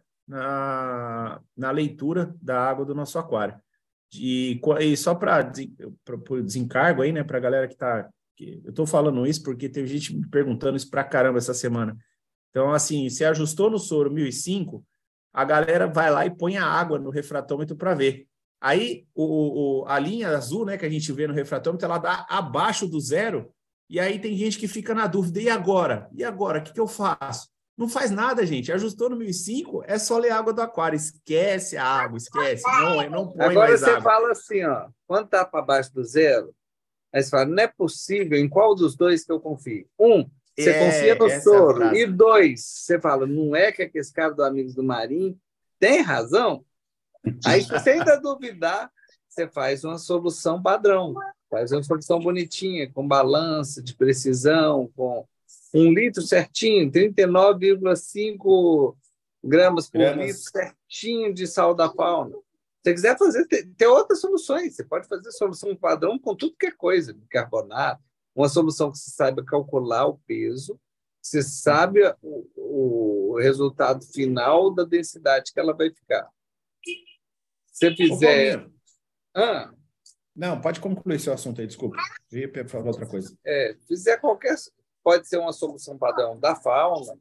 na, na leitura da água do nosso aquário. E, e só para o desencargo aí, né, para a galera que está... Eu estou falando isso porque teve gente me perguntando isso para caramba essa semana. Então, assim, se ajustou no soro mil e cinco, a galera vai lá e põe a água no refratômetro para ver. Aí, o, o, a linha azul, né, que a gente vê no refratômetro, ela dá abaixo do zero, e aí tem gente que fica na dúvida, e agora? E agora? O que, que eu faço? Não faz nada, gente. Ajustou no mil e cinco, é só ler a água do aquário. Esquece a água, esquece. Não, não põe agora mais você água. Fala assim, ó, quando está para baixo do zero, aí você fala, não é possível, em qual dos dois que eu confio? Um, você é, confia no soro. É e dois, você fala, não é que esse cara do Amigos do Marinho tem razão? Aí, se você ainda duvidar, você faz uma solução padrão, faz uma solução bonitinha, com balança de precisão, com um litro certinho, trinta e nove vírgula cinco gramas por gramas. litro certinho de sal da fauna. Se você quiser fazer, tem outras soluções. Você pode fazer solução padrão com tudo que é coisa, bicarbonato, uma solução que você saiba calcular o peso, você sabe o, o resultado final da densidade que ela vai ficar. Se fizer... Ah. Não, pode concluir seu assunto aí, desculpa. Eu ia falar outra coisa. É, fizer qualquer... Pode ser uma solução padrão da fauna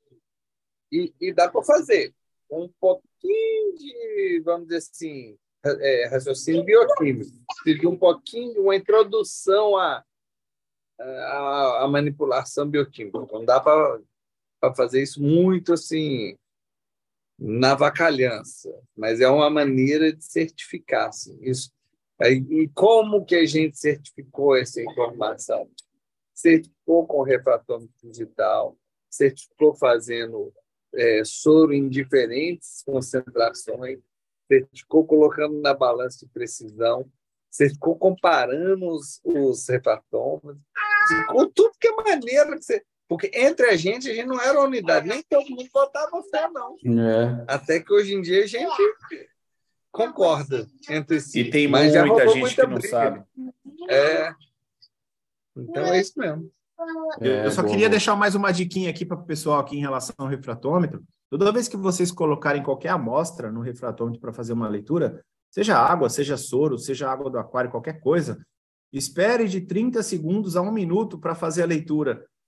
e, e dá para fazer um pouquinho de, vamos dizer assim, é, raciocínio bioquímico. De um pouquinho de uma introdução à, à, à manipulação bioquímica. Não dá para fazer isso muito assim... na avacalhança, mas é uma maneira de certificar assim, isso. E como que a gente certificou essa informação? Certificou com refratômetro digital, certificou fazendo é, soro em diferentes concentrações, certificou colocando na balança de precisão, certificou comparando os, os refratômetros, com tudo que é maneira que você... Porque entre a gente, a gente não era unidade, nem todo mundo botava fé, não. É. Até que hoje em dia a gente concorda entre si. E tem mas muita já gente muita que não briga. sabe. É. Então é isso mesmo. Eu, eu só é, queria bom. deixar mais uma diquinha aqui para o pessoal aqui em relação ao refratômetro. Toda vez que vocês colocarem qualquer amostra no refratômetro para fazer uma leitura, seja água, seja soro, seja água do aquário, qualquer coisa, espere de trinta segundos a um minuto para fazer a leitura.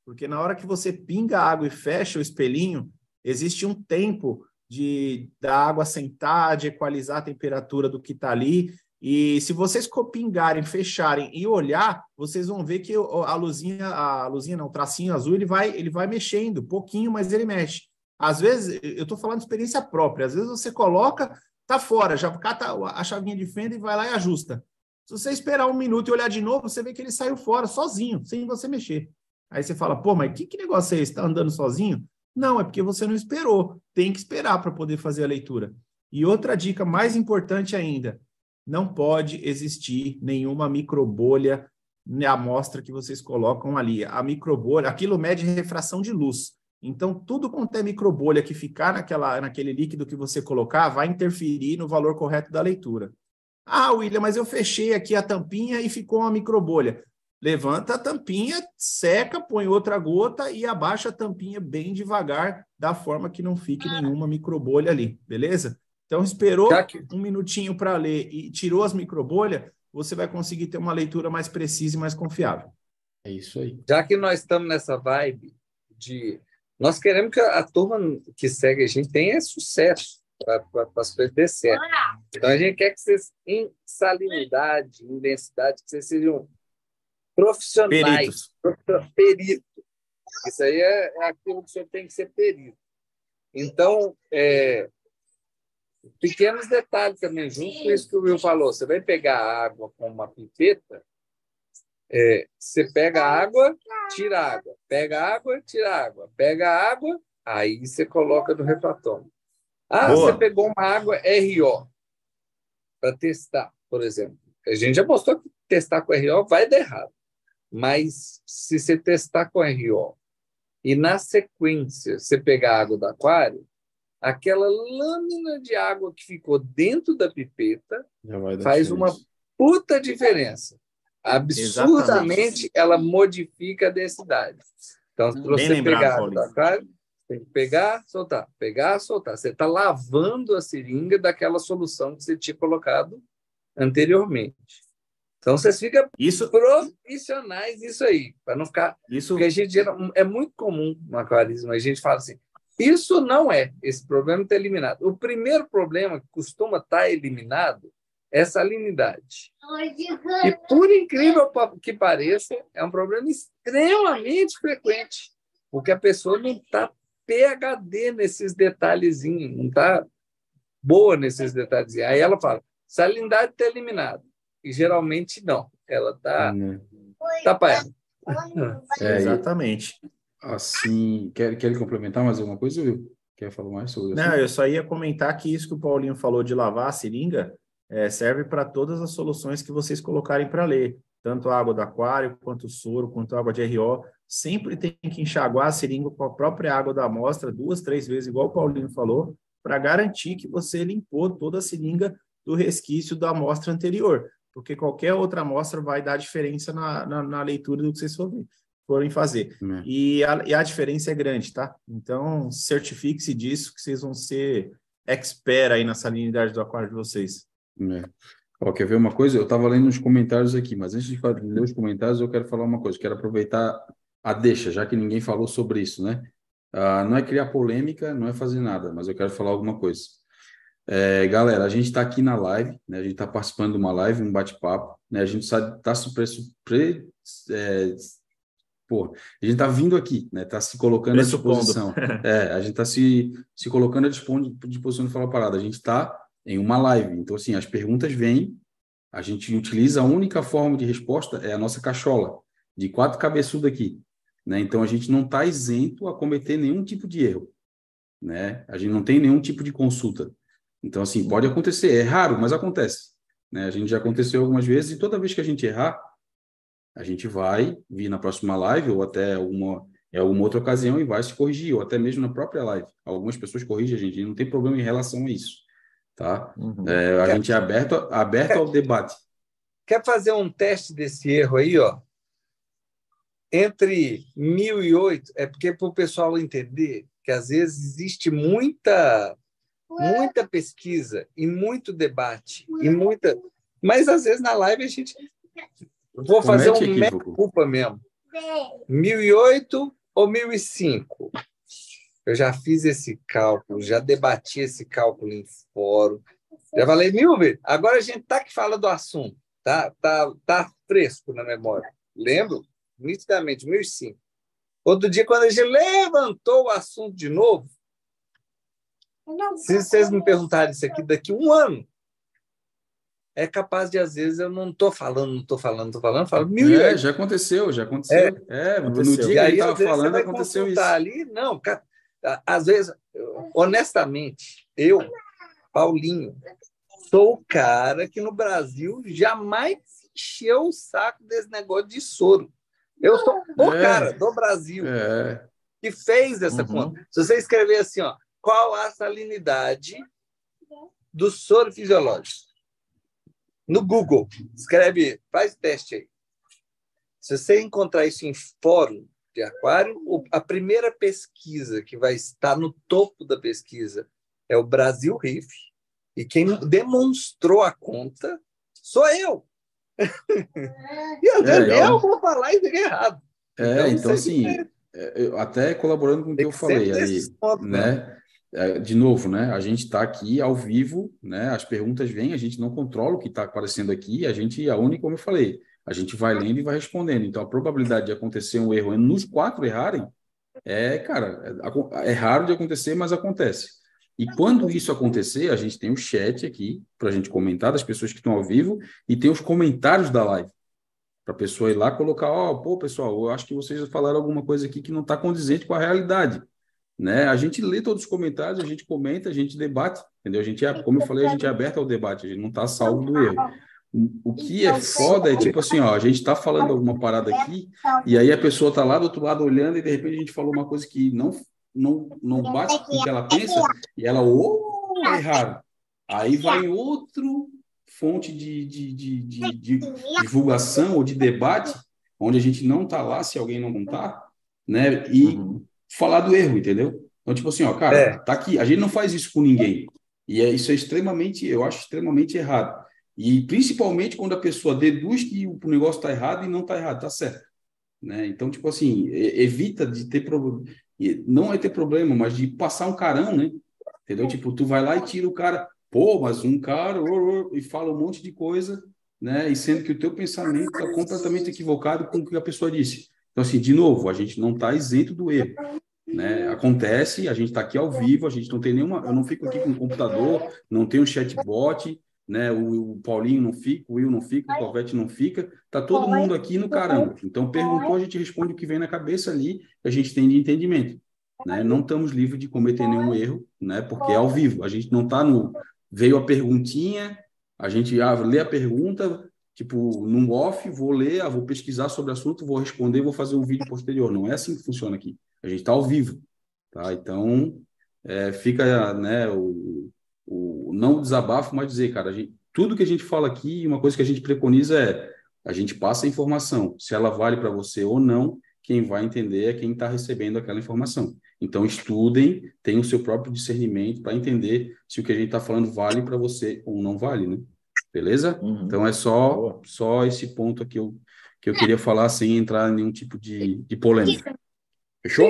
Porque na hora que você pinga a água e fecha o espelhinho, existe um tempo de da água sentar, de equalizar a temperatura do que está ali. E se vocês pingarem, fecharem e olhar, vocês vão ver que a luzinha, a luzinha não, o tracinho azul, ele vai, ele vai mexendo, pouquinho, mas ele mexe. Às vezes, eu estou falando de experiência própria, às vezes você coloca, tá fora, já cata a chavinha de fenda e vai lá e ajusta. Se você esperar um minuto e olhar de novo, você vê que ele saiu fora, sozinho, sem você mexer. Aí você fala, pô, mas que, que negócio é esse? Está andando sozinho? Não, é porque você não esperou. Tem que esperar para poder fazer a leitura. E outra dica mais importante ainda, não pode existir nenhuma microbolha na amostra que vocês colocam ali. A microbolha, aquilo mede refração de luz. Então, tudo quanto é microbolha que ficar naquela, naquele líquido que você colocar vai interferir no valor correto da leitura. Ah, William, mas eu fechei aqui a tampinha e ficou uma microbolha. Levanta a tampinha, seca, põe outra gota e abaixa a tampinha bem devagar, da forma que não fique nenhuma microbolha ali, beleza? Então, esperou que... um minutinho para ler e tirou as microbolhas, você vai conseguir ter uma leitura mais precisa e mais confiável. É isso aí. Já que nós estamos nessa vibe de... Nós queremos que a turma que segue a gente tenha sucesso para as coisas dê certo. Então, a gente quer que vocês, em salinidade, em densidade, que vocês sejam profissionais, peritos. Perito. Isso aí é, é aquilo que você tem que ser perito. Então, é, pequenos detalhes também, junto com isso que o Will falou. Você vai pegar a água com uma pipeta, é, você pega a água, tira a água, pega a água, tira a água, pega a água, aí você coloca no refratômetro. Ah, Boa. Você pegou uma água R O para testar, por exemplo. A gente já mostrou que testar com R O vai dar errado. Mas se você testar com R O e, na sequência, você pegar a água do aquário, aquela lâmina de água que ficou dentro da pipeta faz diferença. Uma puta diferença. Absurdamente, Exatamente. Ela modifica a densidade. Então, se você Bem pegar a água do aquário, tem que pegar, soltar, pegar, soltar. Você está lavando a seringa daquela solução que você tinha colocado anteriormente. Então, vocês ficam isso... profissionais nisso aí, para não ficar... Isso... Porque a gente é muito comum no aquarismo, a gente fala assim, isso não é, esse problema está eliminado. O primeiro problema que costuma estar eliminado é essa salinidade. E, por incrível que pareça, é um problema extremamente frequente, porque a pessoa não está P H D nesses detalhezinhos, não está boa nesses detalhezinhos. Aí ela fala, salinidade está eliminada. E geralmente não, ela está tapaiada. É, exatamente. Assim, quer, quer complementar mais alguma coisa, Will? Quer falar mais sobre isso? Não, eu só ia comentar que isso que o Paulinho falou de lavar a seringa é, serve para todas as soluções que vocês colocarem para ler. Tanto a água do aquário, quanto o soro, quanto a água de R O. Sempre tem que enxaguar a seringa com a própria água da amostra duas, três vezes, igual o Paulinho falou, para garantir que você limpou toda a seringa do resquício da amostra anterior. Porque qualquer outra amostra vai dar diferença na, na, na leitura do que vocês forem, forem fazer. É. E, a, e a diferença é grande, tá? Então, certifique-se disso, que vocês vão ser expert aí na salinidade do aquário de vocês. É. Ó, quer ver uma coisa? Eu estava lendo os comentários aqui, mas antes de ler os comentários, eu quero falar uma coisa. Quero aproveitar a deixa, já que ninguém falou sobre isso, né? Ah, não é criar polêmica, não é fazer nada, mas eu quero falar alguma coisa. É, galera, a gente está aqui na live, né? A gente está participando de uma live, um bate-papo, né? A gente está se pre, pre, é, pô, a gente está vindo aqui, né? Está se colocando à disposição. É, a gente está se, se colocando à disposição de falar a parada. A gente está em uma live, então assim, as perguntas vêm, a gente utiliza a única forma de resposta é a nossa cachola, de quatro cabeçudos aqui, né? Então a gente não está isento a cometer nenhum tipo de erro, né? A gente não tem nenhum tipo de consulta. Então, assim, pode acontecer, é raro, mas acontece, né? A gente já aconteceu algumas vezes e toda vez que a gente errar, a gente vai vir na próxima live ou até alguma, em alguma outra ocasião e vai se corrigir, ou até mesmo na própria live. Algumas pessoas corrigem a gente, e não tem problema em relação a isso, tá? Uhum. É, a quer, gente é aberto, aberto quer, ao debate. Quer fazer um teste desse erro aí, ó? Entre mil e oito, é porque para o pessoal entender que às vezes existe muita... muita pesquisa e muito debate e muita, mas às vezes na live a gente vou fazer um meia culpa mesmo. mil e oito ou mil e cinco? Eu já fiz esse cálculo, já debati esse cálculo em fórum, já falei mil vezes. Agora a gente tá que fala do assunto, tá, tá, tá fresco na memória. Lembro nitidamente, mil e cinco. Outro dia, quando a gente levantou o assunto de novo, se vocês me perguntarem isso aqui daqui a um ano, é capaz de, às vezes, eu não estou falando, não estou falando, não estou falando, falo mil e oito. É, já aconteceu, já aconteceu. É, é aconteceu. No dia que a gente estava falando, aconteceu isso. Ali, não, às vezes, honestamente, eu, Paulinho, sou o cara que no Brasil jamais encheu o saco desse negócio de soro. Eu sou o é, cara do Brasil é. que fez essa uhum. conta. Se você escrever assim, ó, qual a salinidade do soro fisiológico? No Google, escreve, faz teste aí. Se você encontrar isso em fórum de aquário, a primeira pesquisa que vai estar no topo da pesquisa é o Brasil Reef, e quem demonstrou a conta sou eu. E às vezes é, eu, eu vou falar isso errado. É, então, então assim, é... até colaborando com o que eu falei aí, pontos, né? É, de novo, né? A gente está aqui ao vivo, né? As perguntas vêm, a gente não controla o que está aparecendo aqui, a gente, a única, como eu falei, a gente vai lendo e vai respondendo. Então, a probabilidade de acontecer um erro nos quatro errarem é, cara, é, é raro de acontecer, mas acontece. E quando isso acontecer, a gente tem o chat aqui para a gente comentar das pessoas que estão ao vivo e tem os comentários da live para a pessoa ir lá colocar, ó, oh, pô, pessoal, eu acho que vocês falaram alguma coisa aqui que não está condizente com a realidade. Né? A gente lê todos os comentários, a gente comenta, a gente debate, entendeu? A gente é, como eu falei, a gente é aberto ao debate, a gente não está salvo do erro. O que é foda é tipo assim, ó, a gente está falando alguma parada aqui e aí a pessoa está lá do outro lado olhando e de repente a gente falou uma coisa que não, não, não bate com o que ela pensa e ela, oh, é errado. Aí vai outro fonte de, de, de, de, de divulgação ou de debate onde a gente não está lá, se alguém não está, né? E uhum. falar do erro, entendeu? Então, tipo assim, ó, cara, é. tá aqui, a gente não faz isso com ninguém. E é, isso é extremamente, eu acho extremamente errado. E principalmente quando a pessoa deduz que o negócio tá errado e não tá errado, tá certo. Né? Então, tipo assim, evita de ter problema, não é ter problema, mas de passar um carão, né? Entendeu? Tipo, tu vai lá e tira o cara, pô, mas um cara, e fala um monte de coisa, né? E sendo que o teu pensamento tá completamente equivocado com o que a pessoa disse. Então, assim, de novo, a gente não tá isento do erro. Né? Acontece, a gente está aqui ao vivo, a gente não tem nenhuma, eu não fico aqui com o computador, não tem um chatbot, né? O, o Paulinho não fica, o Will não fica, o Covete não fica, tá todo mundo aqui no caramba. Então perguntou, a gente responde o que vem na cabeça ali, a gente tem de entendimento, né? Não estamos livres de cometer nenhum erro, né? Porque é ao vivo, a gente não está no veio a perguntinha, a gente ah, lê a pergunta, tipo, num off, vou ler, ah, vou pesquisar sobre o assunto, vou responder, vou fazer um vídeo posterior. Não é assim que funciona aqui. A gente está ao vivo, tá? Então, é, fica, né, o, o não desabafo, mas dizer, cara, a gente, tudo que a gente fala aqui, uma coisa que a gente preconiza é a gente passa a informação. Se ela vale para você ou não, quem vai entender é quem está recebendo aquela informação. Então, estudem, tenham o seu próprio discernimento para entender se o que a gente está falando vale para você ou não vale, né? Beleza? Uhum. Então, é só, só esse ponto aqui eu, que eu queria falar sem entrar em nenhum tipo de, de polêmica. Fechou?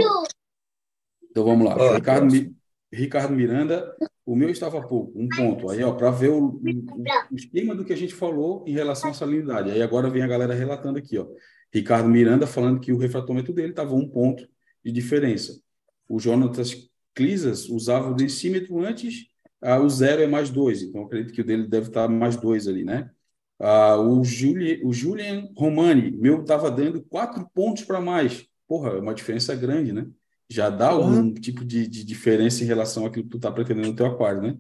Então vamos lá. Oh, Ricardo, Ricardo Miranda, o meu estava pouco, um ponto. Aí, ó, para ver o, o, o esquema do que a gente falou em relação à salinidade. Aí agora vem a galera relatando aqui, ó. Ricardo Miranda falando que o refratômetro dele estava um ponto de diferença. O Jonatas Clisas usava o densímetro antes, ah, o zero é mais dois. Então, acredito que o dele deve estar mais dois ali, né? Ah, o, Juli, o Julian Romani, meu estava dando quatro pontos para mais. Porra, é uma diferença grande, né? Já dá algum uhum. tipo de, de diferença em relação àquilo que tu está pretendendo no teu aquário, né?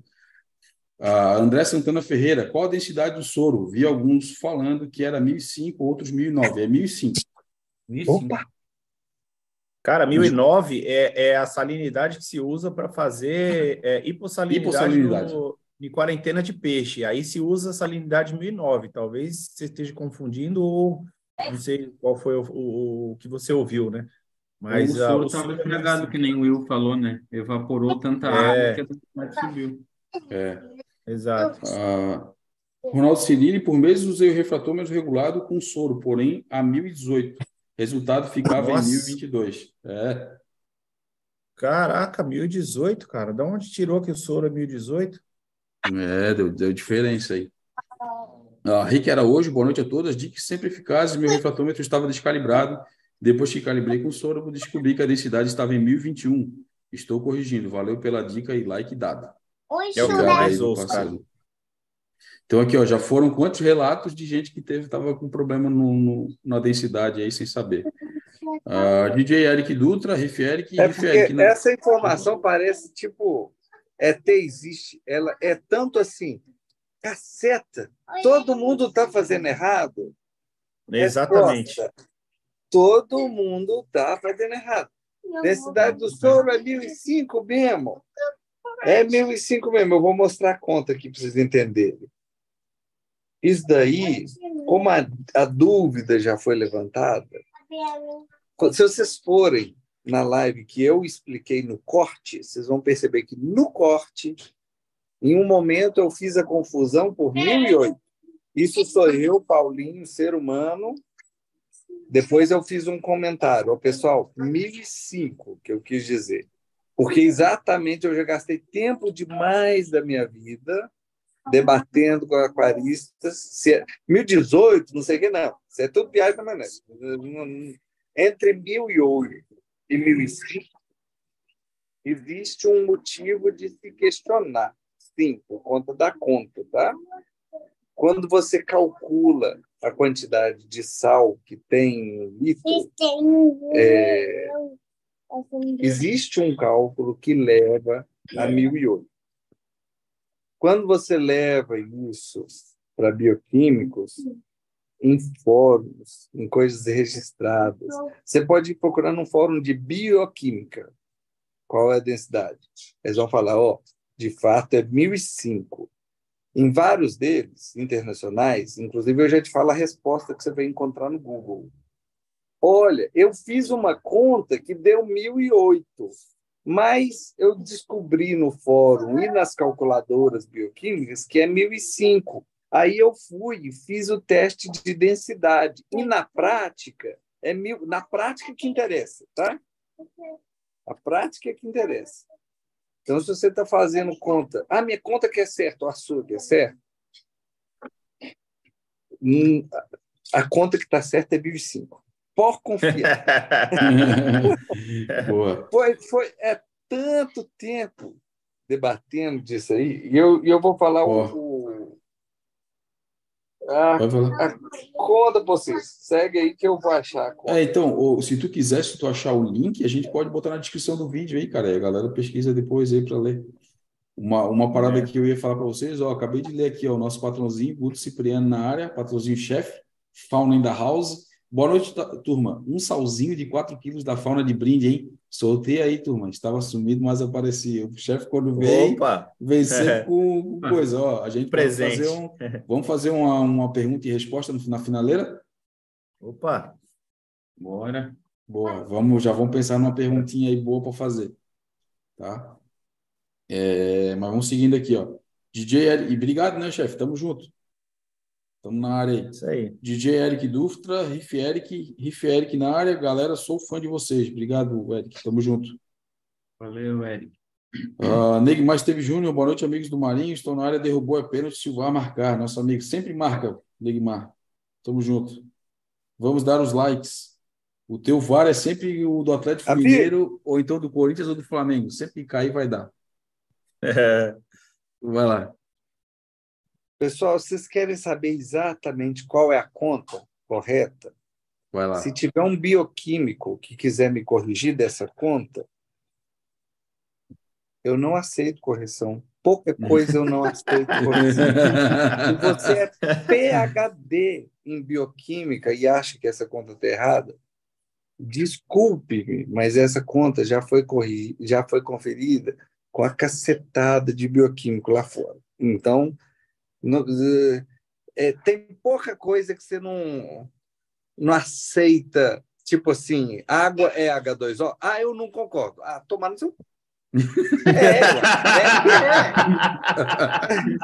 Uh, André Santana Ferreira, qual a densidade do soro? Vi alguns falando que era mil e cinco, outros mil e nove. É mil e cinco. Opa! Cara, mil e nove é, é a salinidade que se usa para fazer é, hipossalinidade, hipossalinidade. No, em quarentena de peixe. Aí se usa a salinidade mil e nove. Talvez você esteja confundindo ou não sei qual foi o, o, o que você ouviu, né? Mas o soro estava estragado, que nem o Will falou, né? Evaporou tanta é. água que a densidade subiu. É. Exato. Ah, Ronaldo Cirilli, por meses usei o refratômetro regulado com soro, porém a mil e dezoito. Resultado ficava Nossa. em mil e vinte e dois. É. Caraca, mil e dezoito, cara. Da onde tirou que o soro é mil e dezoito? É, deu, deu diferença aí. Ah, Rick Araújo, boa noite a todas. Dicas sempre eficazes. Meu refratômetro estava descalibrado. Depois que calibrei com soro, descobri que a densidade estava em mil e vinte e um. Estou corrigindo. Valeu pela dica e like dado. É o que eu Obrigado aí mais do ouço, cara. parceiro. Então aqui, ó, já foram quantos relatos de gente que teve estava com problema no, no- na densidade aí sem saber. Ah, D J Eric Dutra, Riff Eric e É Riff Eric. porque Não. essa informação parece tipo, é ter existe, ela é tanto assim, caceta, todo mundo está fazendo errado. Exatamente. Resposta, todo mundo está fazendo errado. Densidade do soro é mil e cinco mesmo. É mil e cinco mesmo. Eu vou mostrar a conta aqui para vocês entenderem. Isso daí, como a, a dúvida já foi levantada, se vocês forem na live que eu expliquei no corte, vocês vão perceber que no corte, em um momento eu fiz a confusão por mil e oito. Isso sou eu, Paulinho, ser humano. Depois eu fiz um comentário. Ó, pessoal, mil e cinco, que eu quis dizer. Porque exatamente eu já gastei tempo demais da minha vida debatendo com aquaristas. Se é mil e dezoito, não sei o que, não. Isso é tudo viagem da maneira. Entre mil e oito e mil e cinco, existe um motivo de se questionar. Sim, por conta da conta, tá? Quando você calcula a quantidade de sal que tem no litro, é, existe um cálculo que leva a mil e oito. Quando você leva isso para bioquímicos, em fóruns, em coisas registradas, você pode ir procurando um fórum de bioquímica. Qual é a densidade? Eles vão falar, ó, de fato é mil e cinco. Em vários deles, internacionais, inclusive eu já te falo a resposta que você vai encontrar no Google. Olha, eu fiz uma conta que deu mil e oito, mas eu descobri no fórum e nas calculadoras bioquímicas que é mil e cinco. Aí eu fui e fiz o teste de densidade. E na prática, é mil, na prática que interessa, tá? A prática é que interessa. Então, se você está fazendo conta, ah, minha conta que é certa, a sua que é certa, hum, a conta que está certa é mil e cinco. Por confiar. Boa. Foi, foi, é tanto tempo debatendo disso aí, e eu, e eu vou falar o, o, a, a conta para vocês. Segue aí que eu vou achar a conta. É, então, ou, se tu quiser, se tu achar o link, a gente pode botar na descrição do vídeo aí, cara. E a galera pesquisa depois aí para ler. Uma, uma parada É. que eu ia falar para vocês, ó, acabei de ler aqui, ó, o nosso patrãozinho, Guto Cipriano na área, patrãozinho chefe, Fauna in the House. Boa noite, turma. Um salzinho de quatro quilos da Fauna de brinde, hein? Soltei aí, turma. Estava sumido, mas aparecia. O chefe, quando veio, Opa! veio sempre com, com coisa. Ó, a gente Presente. pode fazer um. Vamos fazer uma, uma pergunta e resposta no- na finaleira? Opa! Bora. Boa. Vamos, já vamos pensar numa perguntinha aí boa para fazer. Tá? É, mas vamos seguindo aqui, ó. D J Eric, e obrigado, né, chefe? Tamo junto. Tamo na área aí. Isso aí. D J Eric Duftra, Riff Eric, Riff Eric na área. Galera, sou fã de vocês. Obrigado, Eric. Tamo junto. Valeu, Eric. Uh, Neg Mais Teve Júnior, boa noite, amigos do Marinho. Estou na área, derrubou é pênalti, Silvar marcar. Nosso amigo sempre marca, Negmar. Tamo junto. Vamos dar os likes. O teu V A R é sempre o do Atlético Amigo. Mineiro, ou então do Corinthians ou do Flamengo. Sempre que cair, vai dar. É. Vai lá. Pessoal, vocês querem saber exatamente qual é a conta correta? Vai lá. Se tiver um bioquímico que quiser me corrigir dessa conta, eu não aceito correção. Pouca coisa eu não aceito correção. Se você é P H D em bioquímica e acha que essa conta está errada, desculpe-me, mas essa conta já foi, corri... já foi conferida com a cacetada de bioquímico lá fora. Então, não... é, tem pouca coisa que você não, não aceita. Tipo assim, água é H dois O. Ah, eu não concordo. Ah, tomar no seu... É, é, é.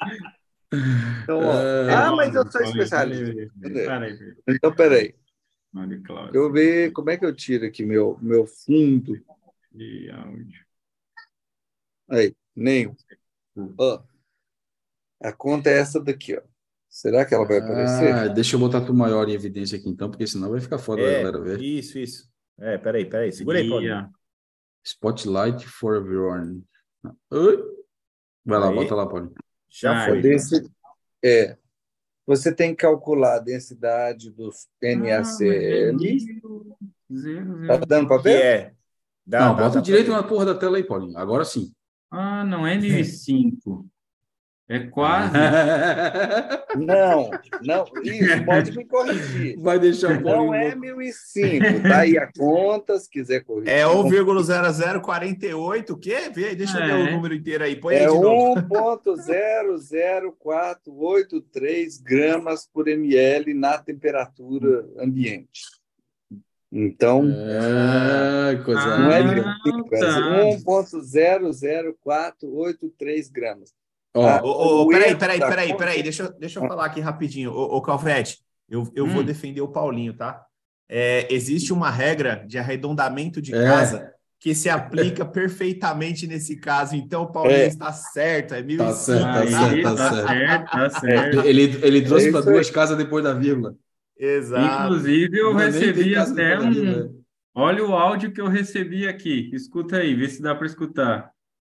Então, ó, ah, mas eu sou especialista. Então, peraí. Mário Cláudio. Deixa eu ver como é que eu tiro aqui meu, meu fundo. De áudio. Aí, nenhum. Ó, a conta é essa daqui, ó. Será que ela vai aparecer? Ah, deixa eu botar tu maior em evidência aqui então, porque senão vai ficar foda da É, galera ver. isso, isso. É, peraí, peraí. Segura aí, Paulinho. Ia. Spotlight for everyone. Oi? Vai lá, Aí. bota lá, Paulinho. Já Ah, foi. Cadê esse- É. Você tem que calcular a densidade dos N A C L. Zero, Tá zero. dando para Que ver? é? Dá, Não, dá, bota dá direito pra ver. na porra da tela aí, Paulinho. Agora sim. Ah, não é mil e cinco. É quase. Não, não. Isso, pode me corrigir. Vai deixar o Paulinho Não é louco. mil e cinco. Tá aí a conta, se quiser corrigir. É um vírgula zero zero quatro oito, o quê? Vê aí, deixa eu ver o É. número inteiro aí. Põe aí É de novo. um ponto zero zero quatro oito três gramas por ml na temperatura ambiente. Então, É, coisa não é linda. Ah, mil e cinco, é tá. um ponto zero zero quatro oito três gramas. Ó, Ah, Ô, ô, ô, o peraí, erro peraí, da peraí, conta- peraí, deixa, eu- deixa eu falar aqui rapidinho. Ô, ô Calvete, eu, eu vou Hum. defender o Paulinho, tá? É, existe uma regra de arredondamento de É. casa que se aplica perfeitamente nesse caso. Então, o Paulinho É. está certo, é mil e Tá cinco, certo, tá Aí, certo, tá tá certo. certo, tá certo. Ele, ele trouxe É para isso duas aí. casas depois da vírgula. Exato. Inclusive, eu Não, nem tem recebi casa até depois da vírgula. um. Olha o áudio que eu recebi aqui. Escuta aí, vê se dá para escutar.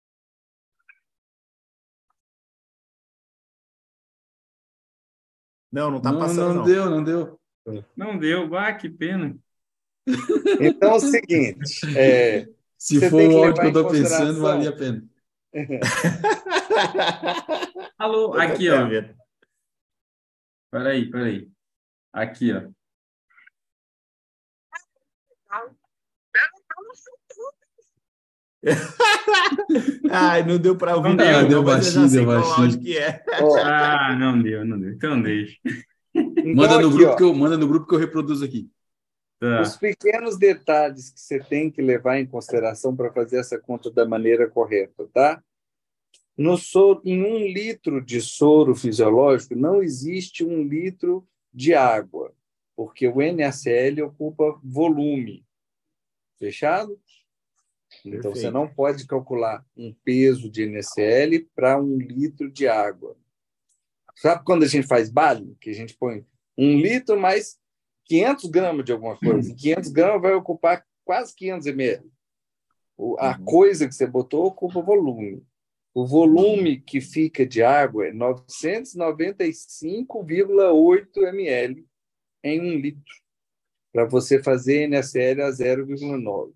Não, não tá Não, passando, não não. deu, não deu. Não deu, ah, que pena. Então é o seguinte, é, Se Você for tem que o áudio levar que eu em tô pensando, consideração- valia a pena. Alô, Eu tô aqui, até ó. vendo. Peraí, peraí. Aqui, ó. Ai, não deu para ouvir, Não deu, não, deu mas eu já baixinho, sei deu qual baixinho. áudio que é. ó, Ah, não deu, não deu. Então deixa. então Manda no aqui, grupo ó, que eu manda no grupo que eu reproduzo aqui. os Tá. pequenos detalhes que você tem que levar em consideração para fazer essa conta da maneira correta, tá? No soro, em um litro de soro fisiológico, não existe um litro de água, porque o N A C L ocupa volume. Fechado? Então, você Perfeito. não pode calcular um peso de N A C L para um litro de água. Sabe quando a gente faz bale? Que a gente põe um litro mais quinhentos gramas de alguma coisa. quinhentos gramas vai ocupar quase quinhentos mililitros. A Uhum. coisa que você botou ocupa volume. O volume que fica de água é novecentos e noventa e cinco vírgula oito mililitros em um litro, para você fazer N A C L a zero vírgula nove.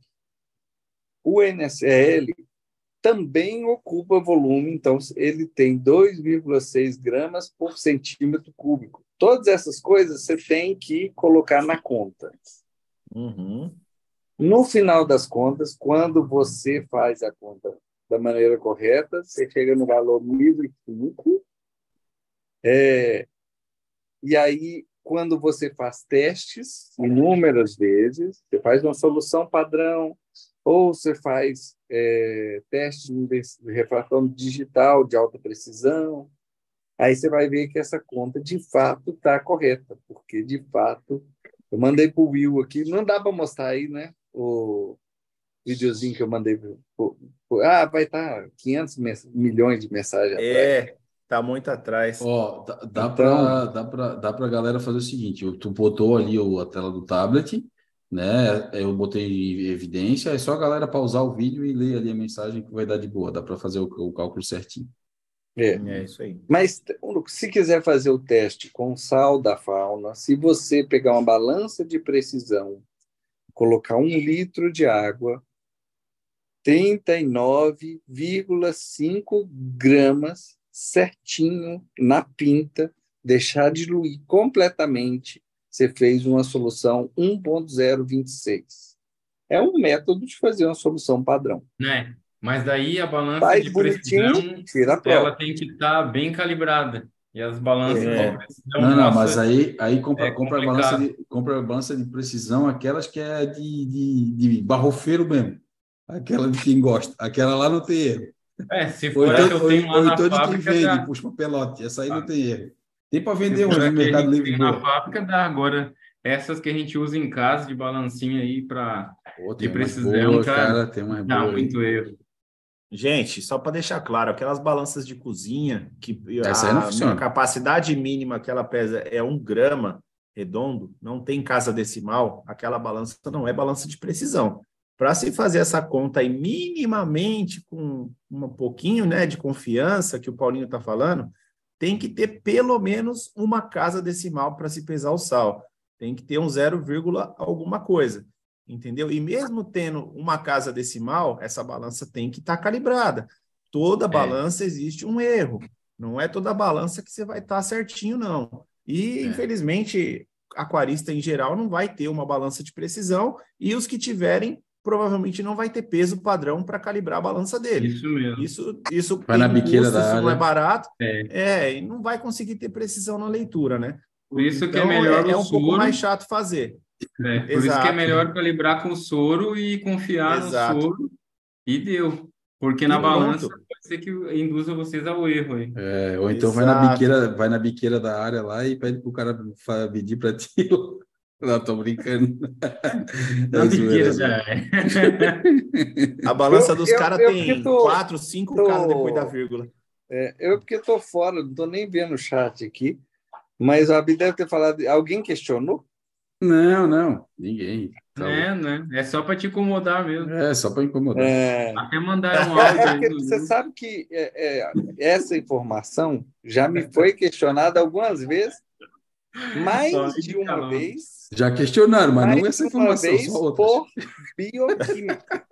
O N A C L também ocupa volume, então ele tem dois vírgula seis gramas por centímetro cúbico. Todas essas coisas você tem que colocar na conta. Uhum. No final das contas, quando você faz a conta da maneira correta, você chega no valor mil e cinco. É, e aí, quando você faz testes inúmeras vezes, você faz uma solução padrão, ou você faz é, teste de refração digital de alta precisão, aí você vai ver que essa conta, de fato, está correta, porque, de fato, eu mandei para o Will aqui, não dá para mostrar aí, né, o videozinho que eu mandei. Pro, pro, ah, vai estar quinhentos milhões de mensagens atrás. É, tá muito atrás. Ó, dá, dá Então- para dá para dá para galera fazer o seguinte, tu botou ali o- a tela do tablet, né? Eu botei em evidência, é só a galera pausar o vídeo e ler ali a mensagem que vai dar de boa, dá para fazer o, o cálculo certinho. É. É isso aí. Mas se quiser fazer o teste com sal da fauna, se você pegar uma balança de precisão, colocar um litro de água, trinta e nove vírgula cinco gramas certinho na pinta, deixar diluir completamente, você fez uma solução um ponto zero vinte e seis. É um método de fazer uma solução padrão. Né? Mas daí a balança Faz de bonitinho, precisão, tira a prova. ela tem que estar bem calibrada. E as balanças É. de precisão Não, não, mas nossa, aí, aí compra, é compra, a complicado. balança de, compra a balança de precisão, aquelas que é de, de, de barrofeiro mesmo. Aquela de quem gosta. Aquela lá não tem erro. É, se Ou for a então, que eu ou, tenho lá ou na então de quem fábrica, vende, dá. puxa papelote. Essa aí Ah. não tem erro. Tem para Se vender for umas a no que a Mercado gente Livre tem na boa. fábrica, dá. Agora, essas que a gente usa em casa de balancinha aí para Pô, de tem umas precisão, boas, cara, cara, tem umas dá boas aí. muito erro. Gente, só para deixar claro, aquelas balanças de cozinha, que Essa aí não a, a funciona. capacidade mínima que ela pesa é um grama redondo, não tem casa decimal, aquela balança não é balança de precisão. Para se fazer essa conta aí minimamente com um pouquinho, né, de confiança que o Paulinho está falando, tem que ter pelo menos uma casa decimal para se pesar o sal. Tem que ter um zero, alguma coisa. Entendeu? E mesmo tendo uma casa decimal, essa balança tem que estar calibrada. Toda balança é. existe um erro. Não é toda balança que você vai estar certinho, não. E, é. infelizmente, aquarista em geral não vai ter uma balança de precisão e os que tiverem provavelmente não vai ter peso padrão para calibrar a balança dele. Isso mesmo. Isso, isso vai na biqueira custo, da isso área. não é barato. É. é, e não vai conseguir ter precisão na leitura, né? Por isso então, que é melhor é, é o um soro. pouco mais chato fazer. É, por Exato. Isso que é melhor calibrar com soro e confiar Exato. no soro e deu. Porque e na pronto. balança pode ser que induza vocês ao erro aí. É, ou então Exato. vai na biqueira, vai na biqueira da área lá e pede pro cara medir para ti. Não, tô brincando. Na é biqueira da área. A balança dos caras tem tô, quatro, cinco tô, casas depois da vírgula. É, eu porque estou fora, não estou nem vendo o chat aqui, mas o Abi deve ter falado. Alguém questionou? Não, não, ninguém. Tá é, né? É só para te incomodar mesmo. É, só para incomodar. É... Até mandaram um áudio. É, é você sabe que é, é, essa informação já me foi questionada algumas vezes, mais de uma calma. vez. Já questionaram, mas não essa informação, uma vez só outras. Por bioquímica.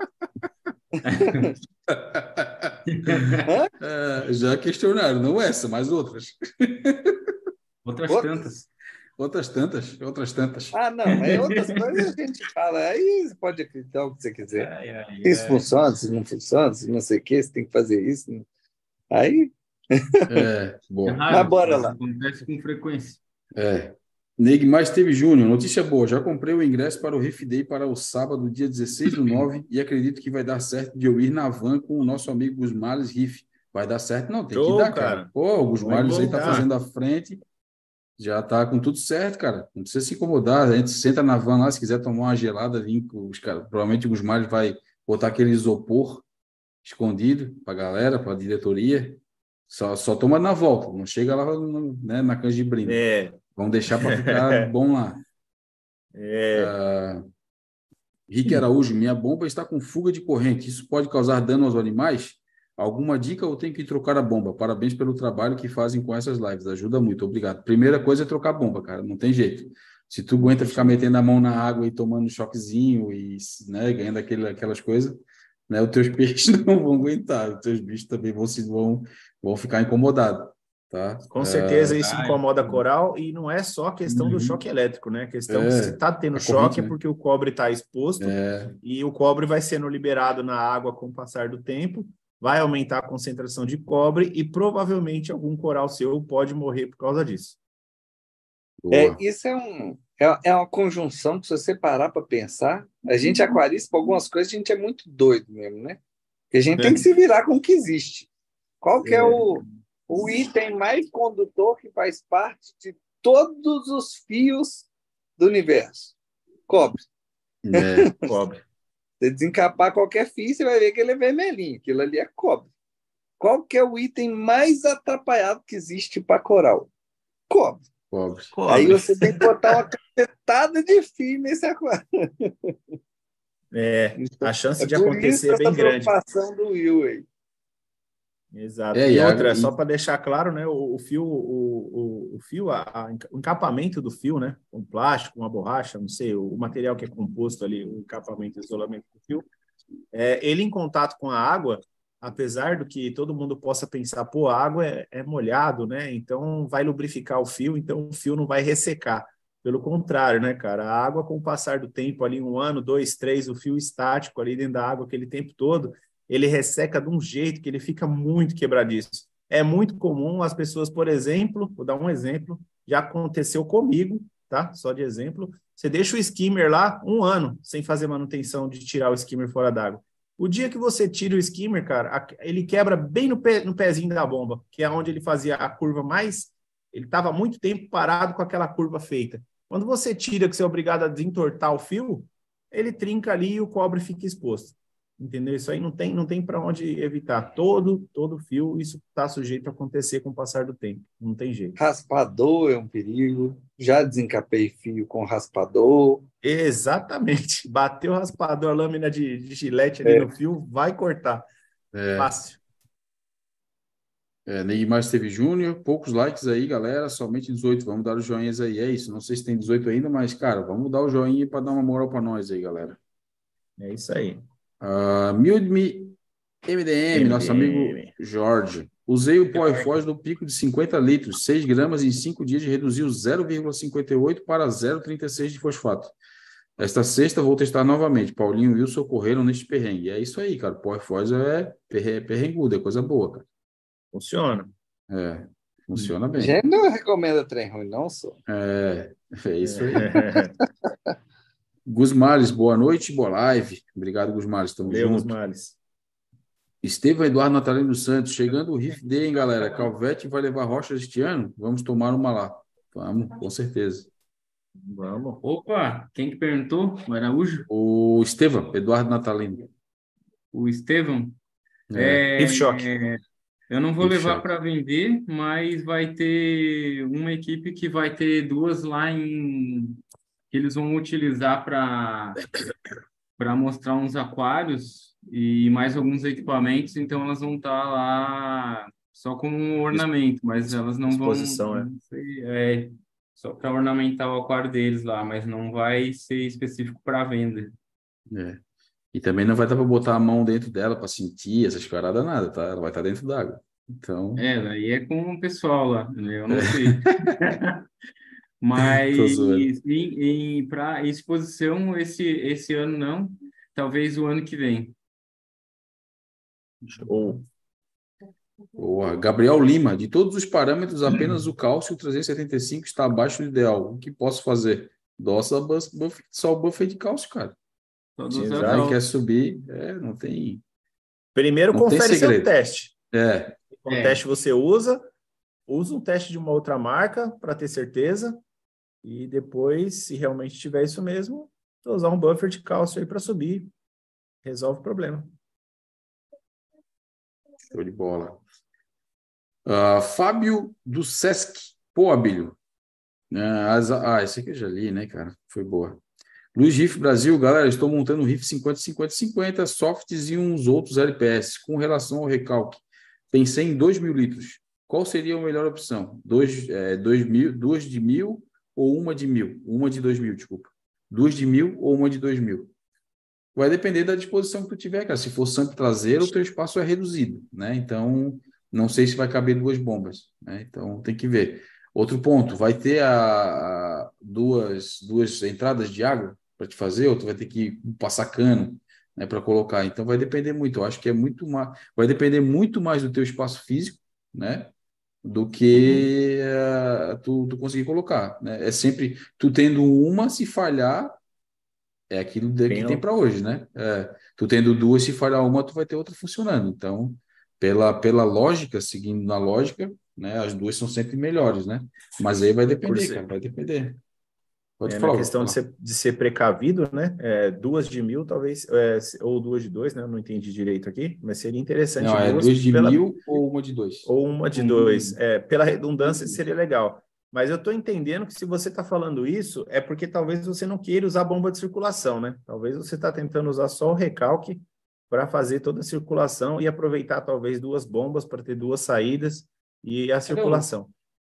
é, já questionaram, não essa, mas outras. Outras, outras tantas. Outras tantas, outras tantas. Ah, não, mas outras coisas a gente fala, aí você pode acreditar o que você quiser. Ai, ai, isso ai. funciona, se não funciona, se não sei o que, você tem que fazer isso. Aí. É, bom. Mas bora lá. Acontece com frequência. É. Neig mais teve Júnior, notícia boa, já comprei o ingresso para o Riff Day para o sábado, dia dezesseis do nove, e acredito que vai dar certo de eu ir na van com o nosso amigo Gusmales Riff. Vai dar certo? Não, tem Show, que dar, cara. cara. Pô, o Gusmales aí tá fazendo a frente, já tá com tudo certo, cara. Não precisa se incomodar, a gente senta na van lá, se quiser tomar uma gelada, vem com os caras. Provavelmente o Gusmales vai botar aquele isopor escondido para a galera, para a diretoria. Só, só toma na volta, não chega lá no, né, na canja de brinde. É. Vamos deixar para ficar bom lá. É. Uh, Rick Araújo, minha bomba está com fuga de corrente. Isso pode causar dano aos animais? Alguma dica ou tem que trocar a bomba? Parabéns pelo trabalho que fazem com essas lives. Ajuda muito, obrigado. Primeira coisa é trocar a bomba, cara. Não tem jeito. Se tu aguenta ficar metendo a mão na água e tomando um choquezinho e, né, ganhando aquele, aquelas coisas, né, os teus peixes não vão aguentar. Os teus bichos também vão, se, vão, vão ficar incomodados. Tá? Com certeza uh, isso ah, incomoda coral e não é só a questão uhum. do choque elétrico, né? A questão é, se está tendo choque corrente, é porque né? o cobre está exposto é. e o cobre vai sendo liberado na água com o passar do tempo, vai aumentar a concentração de cobre e provavelmente algum coral seu pode morrer por causa disso. É, isso é, um, é, é uma conjunção que, se você parar para pensar, a gente aquarista, por algumas coisas, a gente é muito doido mesmo, né? Porque a gente tem que se virar com o que existe. Qual que é, é o... o item mais condutor que faz parte de todos os fios do universo? Cobre. É, cobre. Você desencapar qualquer fio, você vai ver que ele é vermelhinho. Aquilo ali é cobre. Qual que é o item mais atrapalhado que existe para coral? Cobre. Cobre. Aí você tem que botar uma cacetada de fio nesse aquário. É, então, a chance é de acontecer é bem grande. A preocupação do Will aí. Exato. É, e, e outra, a... só para deixar claro, né, o, o fio, o, o, o fio, a, a, o encapamento do fio, né, um plástico, uma borracha, não sei, o, o material que é composto ali, o encapamento, o isolamento do fio, é, ele em contato com a água, apesar do que todo mundo possa pensar, pô, a água é, é molhado, né, então vai lubrificar o fio, então o fio não vai ressecar. Pelo contrário, né, cara, a água com o passar do tempo ali, um ano, dois, três, o fio estático ali dentro da água aquele tempo todo, ele resseca de um jeito que ele fica muito quebradiço. É muito comum as pessoas, por exemplo, vou dar um exemplo, já aconteceu comigo, tá? Só de exemplo, você deixa o skimmer lá um ano sem fazer manutenção de tirar o skimmer fora d'água. O dia que você tira o skimmer, cara, ele quebra bem no, pé, no pezinho da bomba, que é onde ele fazia a curva mais... Ele estava muito tempo parado com aquela curva feita. Quando você tira, que você é obrigado a desentortar o fio, ele trinca ali e o cobre fica exposto. Entendeu? Isso aí não tem, não tem para onde evitar. Todo, todo fio, isso está sujeito a acontecer com o passar do tempo. Não tem jeito. Raspador é um perigo. Já desencapei fio com raspador. Exatamente. Bateu o raspador, a lâmina de, de gilete ali É. no fio, vai cortar. É, Fácil. é, Neymar Esteve Júnior, poucos likes aí, galera, somente dezoito. Vamos dar os joinhas aí, é isso. Não sei se tem dezoito ainda, mas, cara, vamos dar o joinha para dar uma moral para nós aí, galera. É isso aí. Uh, Mildme M D M, nosso amigo Jorge. Usei o pó e foz no pico de cinquenta litros, seis gramas em cinco dias, reduziu zero vírgula cinquenta e oito para zero vírgula trinta e seis de fosfato. Esta sexta vou testar novamente. Paulinho e Wilson correram neste perrengue. É isso aí, cara. Pó e foz é perre- perrengudo, é coisa boa, cara. Funciona. É, funciona bem. Gente não recomenda trem ruim, não, só. É, é isso aí. Gusmales, boa noite, boa live. Obrigado, Gusmales, tamo Valeu, junto. Gusmales. Estevam Eduardo Natalino dos Santos, chegando o Riff Day, hein, galera? Calvete vai levar rochas este ano? Vamos tomar uma lá. Vamos, com certeza. Vamos. Opa, quem que perguntou? O Araújo? O Estevam, Eduardo Natalino. O Estevão? É, É, Riff Shock. eu não vou Riff levar Shock. para vender, mas vai ter uma equipe que vai ter duas lá em que eles vão utilizar para para mostrar uns aquários e mais alguns equipamentos, então elas vão estar lá só como um ornamento, mas elas não vão, Exposição, é. não sei, é só para ornamentar o aquário deles lá, mas não vai ser específico para venda. É. E também não vai dar para botar a mão dentro dela para sentir essas paradas, nada, tá? Ela vai estar dentro d'água. Então, É, daí é com o pessoal lá, né? Eu não sei. tô zoando. Mas em, para exposição esse esse ano não, talvez o ano que vem. Show. Boa. Gabriel Lima, de todos os parâmetros, apenas o cálcio trezentos e setenta e cinco está abaixo do ideal. O que posso fazer? Doça buff, só o buff de cálcio, cara. Todos Sim, os exato. Aí anos. quer subir, é, não tem, Primeiro, não tem confere seu segredo. teste. É, Qual É. teste você usa? Usa um teste de uma outra marca para ter certeza. E depois, se realmente tiver isso mesmo, usar um buffer de cálcio aí para subir. Resolve o problema. show de bola. Ah, Fábio do Sesc. Pô, Abílio. Ah, as- ah, esse aqui eu já li, né, cara? Foi boa. Luiz Riff Brasil, galera, estou montando um Riff cinquenta cinquenta cinquenta, softs e uns outros L P S. Com relação ao recalque, pensei em dois mil litros. Qual seria a melhor opção? Dois, é, dois mil, duas de mil ou uma de mil? Uma de dois mil, desculpa. Duas de mil ou uma de dois mil? Vai depender da disposição que tu tiver, cara. Se for sample traseiro, o teu espaço é reduzido, né? Então, não sei se vai caber duas bombas, né? Então, tem que ver. Outro ponto, vai ter a, a duas, duas entradas de água para te fazer, ou tu vai ter que passar cano, né, para colocar. Então, vai depender muito. Eu acho que é muito mais, vai depender muito mais do teu espaço físico, né, do que eh, tu, tu conseguir colocar, né? É sempre tu tendo uma, se falhar, é aquilo de- que Bem, tem para hoje, né? É, tu tendo duas, se falhar uma, tu vai ter outra funcionando. Então, pela, pela lógica, seguindo na lógica, né, as duas são sempre melhores, né? Mas aí vai por depender, ser, cara, vai depender. Pode é, na falar, pode questão de falar. ser, de ser precavido, né? É, duas de mil, talvez, é, ou duas de dois, né? Eu não entendi direito aqui, mas seria interessante Não, é duas duas de pela, mil ou uma de dois? ou uma de dois. É, pela redundância seria legal. Mas eu estou entendendo que se você está falando isso, é porque talvez você não queira usar bomba de circulação, né? Talvez você está tentando usar só o recalque para fazer toda a circulação e aproveitar talvez duas bombas para ter duas saídas e a circulação.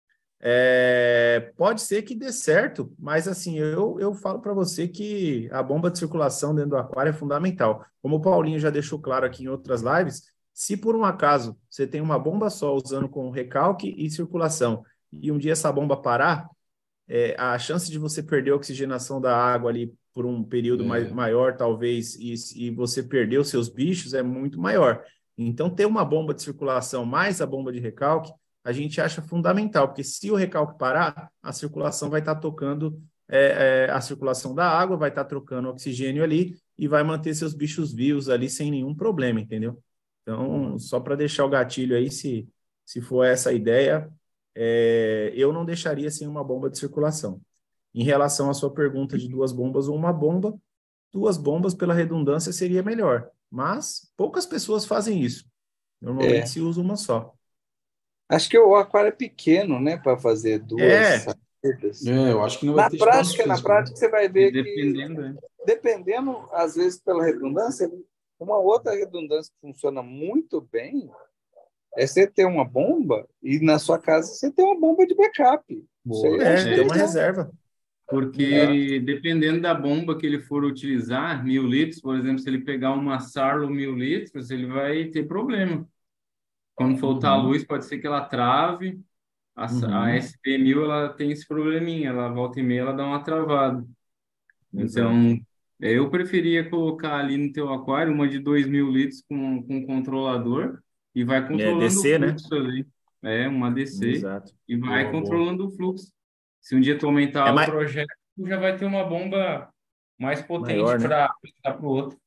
É, pode ser que dê certo, mas assim, eu, eu falo para você que a bomba de circulação dentro do aquário é fundamental. Como o Paulinho já deixou claro aqui em outras lives, se por um acaso você tem uma bomba só usando com recalque e circulação, e um dia essa bomba parar, é, a chance de você perder a oxigenação da água ali por um período É. mais, maior, talvez, e, e você perder os seus bichos é muito maior. Então, ter uma bomba de circulação mais a bomba de recalque, a gente acha fundamental, porque se o recalque parar, a circulação vai estar tocando é, é, a circulação da água, vai estar trocando oxigênio ali e vai manter seus bichos vivos ali sem nenhum problema, entendeu? Então, só para deixar o gatilho aí, se, se for essa a ideia, é, eu não deixaria sem uma bomba de circulação. Em relação à sua pergunta de duas bombas ou uma bomba, duas bombas pela redundância seria melhor, mas poucas pessoas fazem isso. Normalmente É. se usa uma só. Acho que o aquário é pequeno, né, para fazer duas É. saídas. É, eu acho que não vai Na ter espaço prática, na físico, né? prática, você vai ver que, Dependendo, né? dependendo, às vezes, pela redundância, uma outra redundância que funciona muito bem é você ter uma bomba e na sua casa você ter uma bomba de backup. Isso aí eu Boa. acho É, tem uma legal. reserva. Porque dependendo da bomba que ele for utilizar, mil litros, por exemplo, se ele pegar uma Sarlo mil litros, ele vai ter problema. Quando faltar Uhum. luz, pode ser que ela trave. A, Uhum. a S P mil, ela tem esse probleminha, ela volta e meia, ela dá uma travada. Exato. Então, eu preferia colocar ali no teu aquário uma de dois mil litros com, com controlador e vai É, controlando o D C, né? fluxo ali. É, uma D C Exato. e vai Boa, boa. controlando o fluxo. Se um dia tu aumentar É o mais projeto, tu já vai ter uma bomba mais potente maior, né? para para o outro.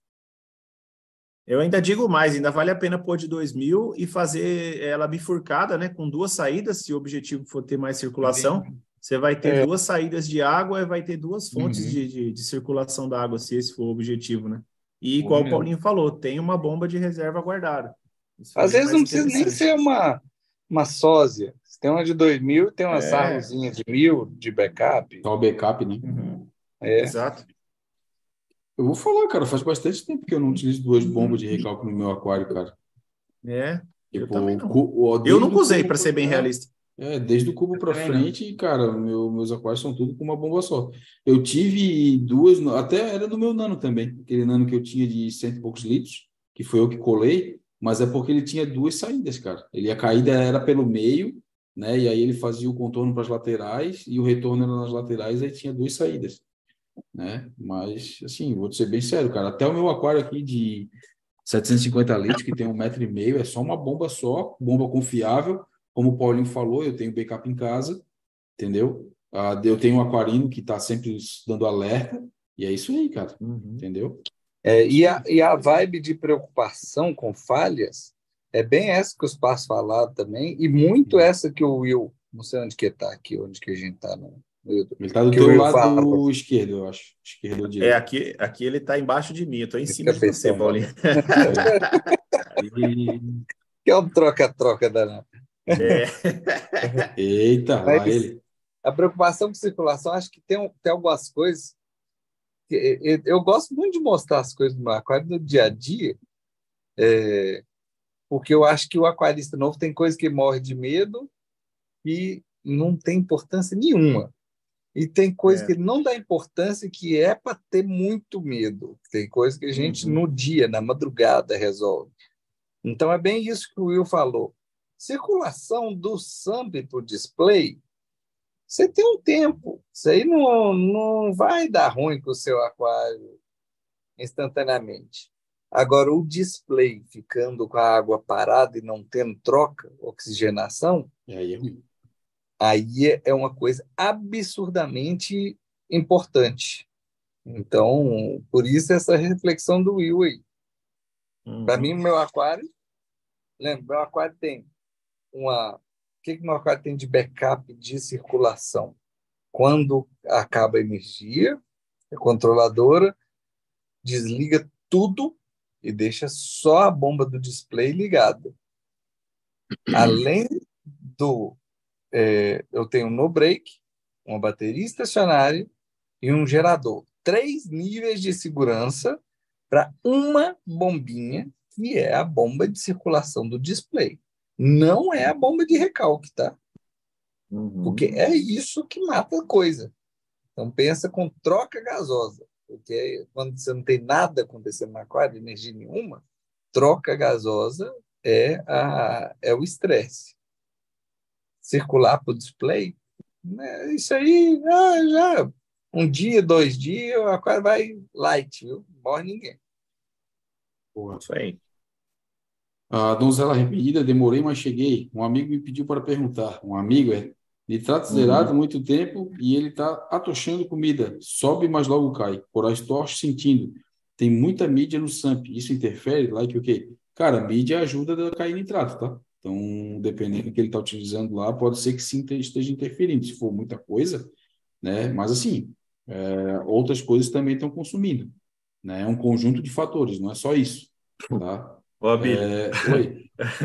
Eu ainda digo mais, ainda vale a pena pôr de dois mil e fazer ela bifurcada, né? Com duas saídas, se o objetivo for ter mais circulação. Você vai ter É. duas saídas de água e vai ter duas fontes Uhum. de, de, de circulação da água, se esse for o objetivo, né? E, Bom igual o mesmo. Paulinho falou, tem uma bomba de reserva guardada. Isso Às aí é vezes mais não precisa nem interessante. ser uma, uma sósia. Você tem uma de dois mil, tem uma É. sarrozinha de mil de backup. Só o backup, né? Uhum. É. Exato. Eu vou falar, cara, faz bastante tempo que eu não utilizo duas bombas de recalque no meu aquário, cara. É, eu Tipo, também não. cu- o- Eu desde nunca o usei, cubo para ser bem é, realista. É, desde o cubo para também não. frente, cara, meu, meus aquários são tudo com uma bomba só. Eu tive duas, no- até era no meu nano também, aquele nano que eu tinha de cento e poucos litros, que foi eu que colei, mas é porque ele tinha duas saídas, cara. Ele, a caída era pelo meio, né? E aí ele fazia o contorno para as laterais e o retorno era nas laterais, aí tinha duas saídas, né? Mas, assim, vou te ser bem sério, cara, até o meu aquário aqui de setecentos e cinquenta litros, que tem um metro e meio, é só uma bomba só, bomba confiável. Como o Paulinho falou, eu tenho backup em casa, entendeu? Ah, eu tenho um aquarino que está sempre dando alerta, e é isso aí, cara, Uhum. entendeu? É, e, a, e a vibe de preocupação com falhas é bem essa que os pais falaram também, e muito essa que o Will, não sei onde que está aqui, onde que a gente está no, no YouTube, Ele está do que o teu Will lado fala. esquerdo, eu acho. Esquerdo ou É, direito. aqui, aqui ele está embaixo de mim, eu estou em cima Fica de você, pensando, Paulinho. Aí- que é um troca-troca danado. É. Eita, lá Mas ele. a preocupação com circulação, acho que tem, um- tem algumas coisas que eu, eu gosto muito de mostrar as coisas do meu aquário no dia a dia, é, porque eu acho que o aquarista novo tem coisa que morre de medo e não tem importância nenhuma. E tem coisa É. que não dá importância que é para ter muito medo. Tem coisa que a gente, Uhum. no dia, na madrugada, resolve. Então, é bem isso que o Will falou. Circulação do SAMP para o display, você tem um tempo. Isso aí não, não vai dar ruim com o seu aquário instantaneamente. Agora, o display ficando com a água parada e não tendo troca, oxigenação, E aí é ruim. aí é uma coisa absurdamente importante. Então, por isso essa reflexão do Will aí. Uhum. Para mim, meu aquário, lembra, meu aquário tem uma... O que que meu aquário tem de backup de circulação? Quando acaba a energia, a controladora desliga tudo e deixa só a bomba do display ligada. Além do... É, eu tenho um no-break, uma bateria estacionária e um gerador. Três níveis de segurança para uma bombinha, que é a bomba de circulação do display. Não é a bomba de recalque, tá? Uhum. Porque é isso que mata a coisa. Então, pensa com troca gasosa. Porque quando você não tem nada acontecendo na aquário, energia nenhuma, troca gasosa é, a, é o estresse. Circular para o display, né, isso aí ah, já um dia, dois dias, o aquário vai light, viu? Não morre ninguém. Porra. Isso aí. A donzela arrependida, demorei, mas cheguei. Um amigo me pediu para perguntar. Um amigo é nitrato Uhum. zerado muito tempo e ele está atochando comida. Sobe, mas logo cai. Corais tortos sentindo. Tem muita mídia no SAMP. Isso interfere? Like o quê? Cara, a mídia ajuda a cair nitrato, tá? Então, dependendo do que ele está utilizando lá, pode ser que sim esteja interferindo. Se for muita coisa, né? Mas, assim, é, outras coisas também estão consumindo, né? É um conjunto de fatores, não é só isso, tá? Ô, Abílio, É, oi.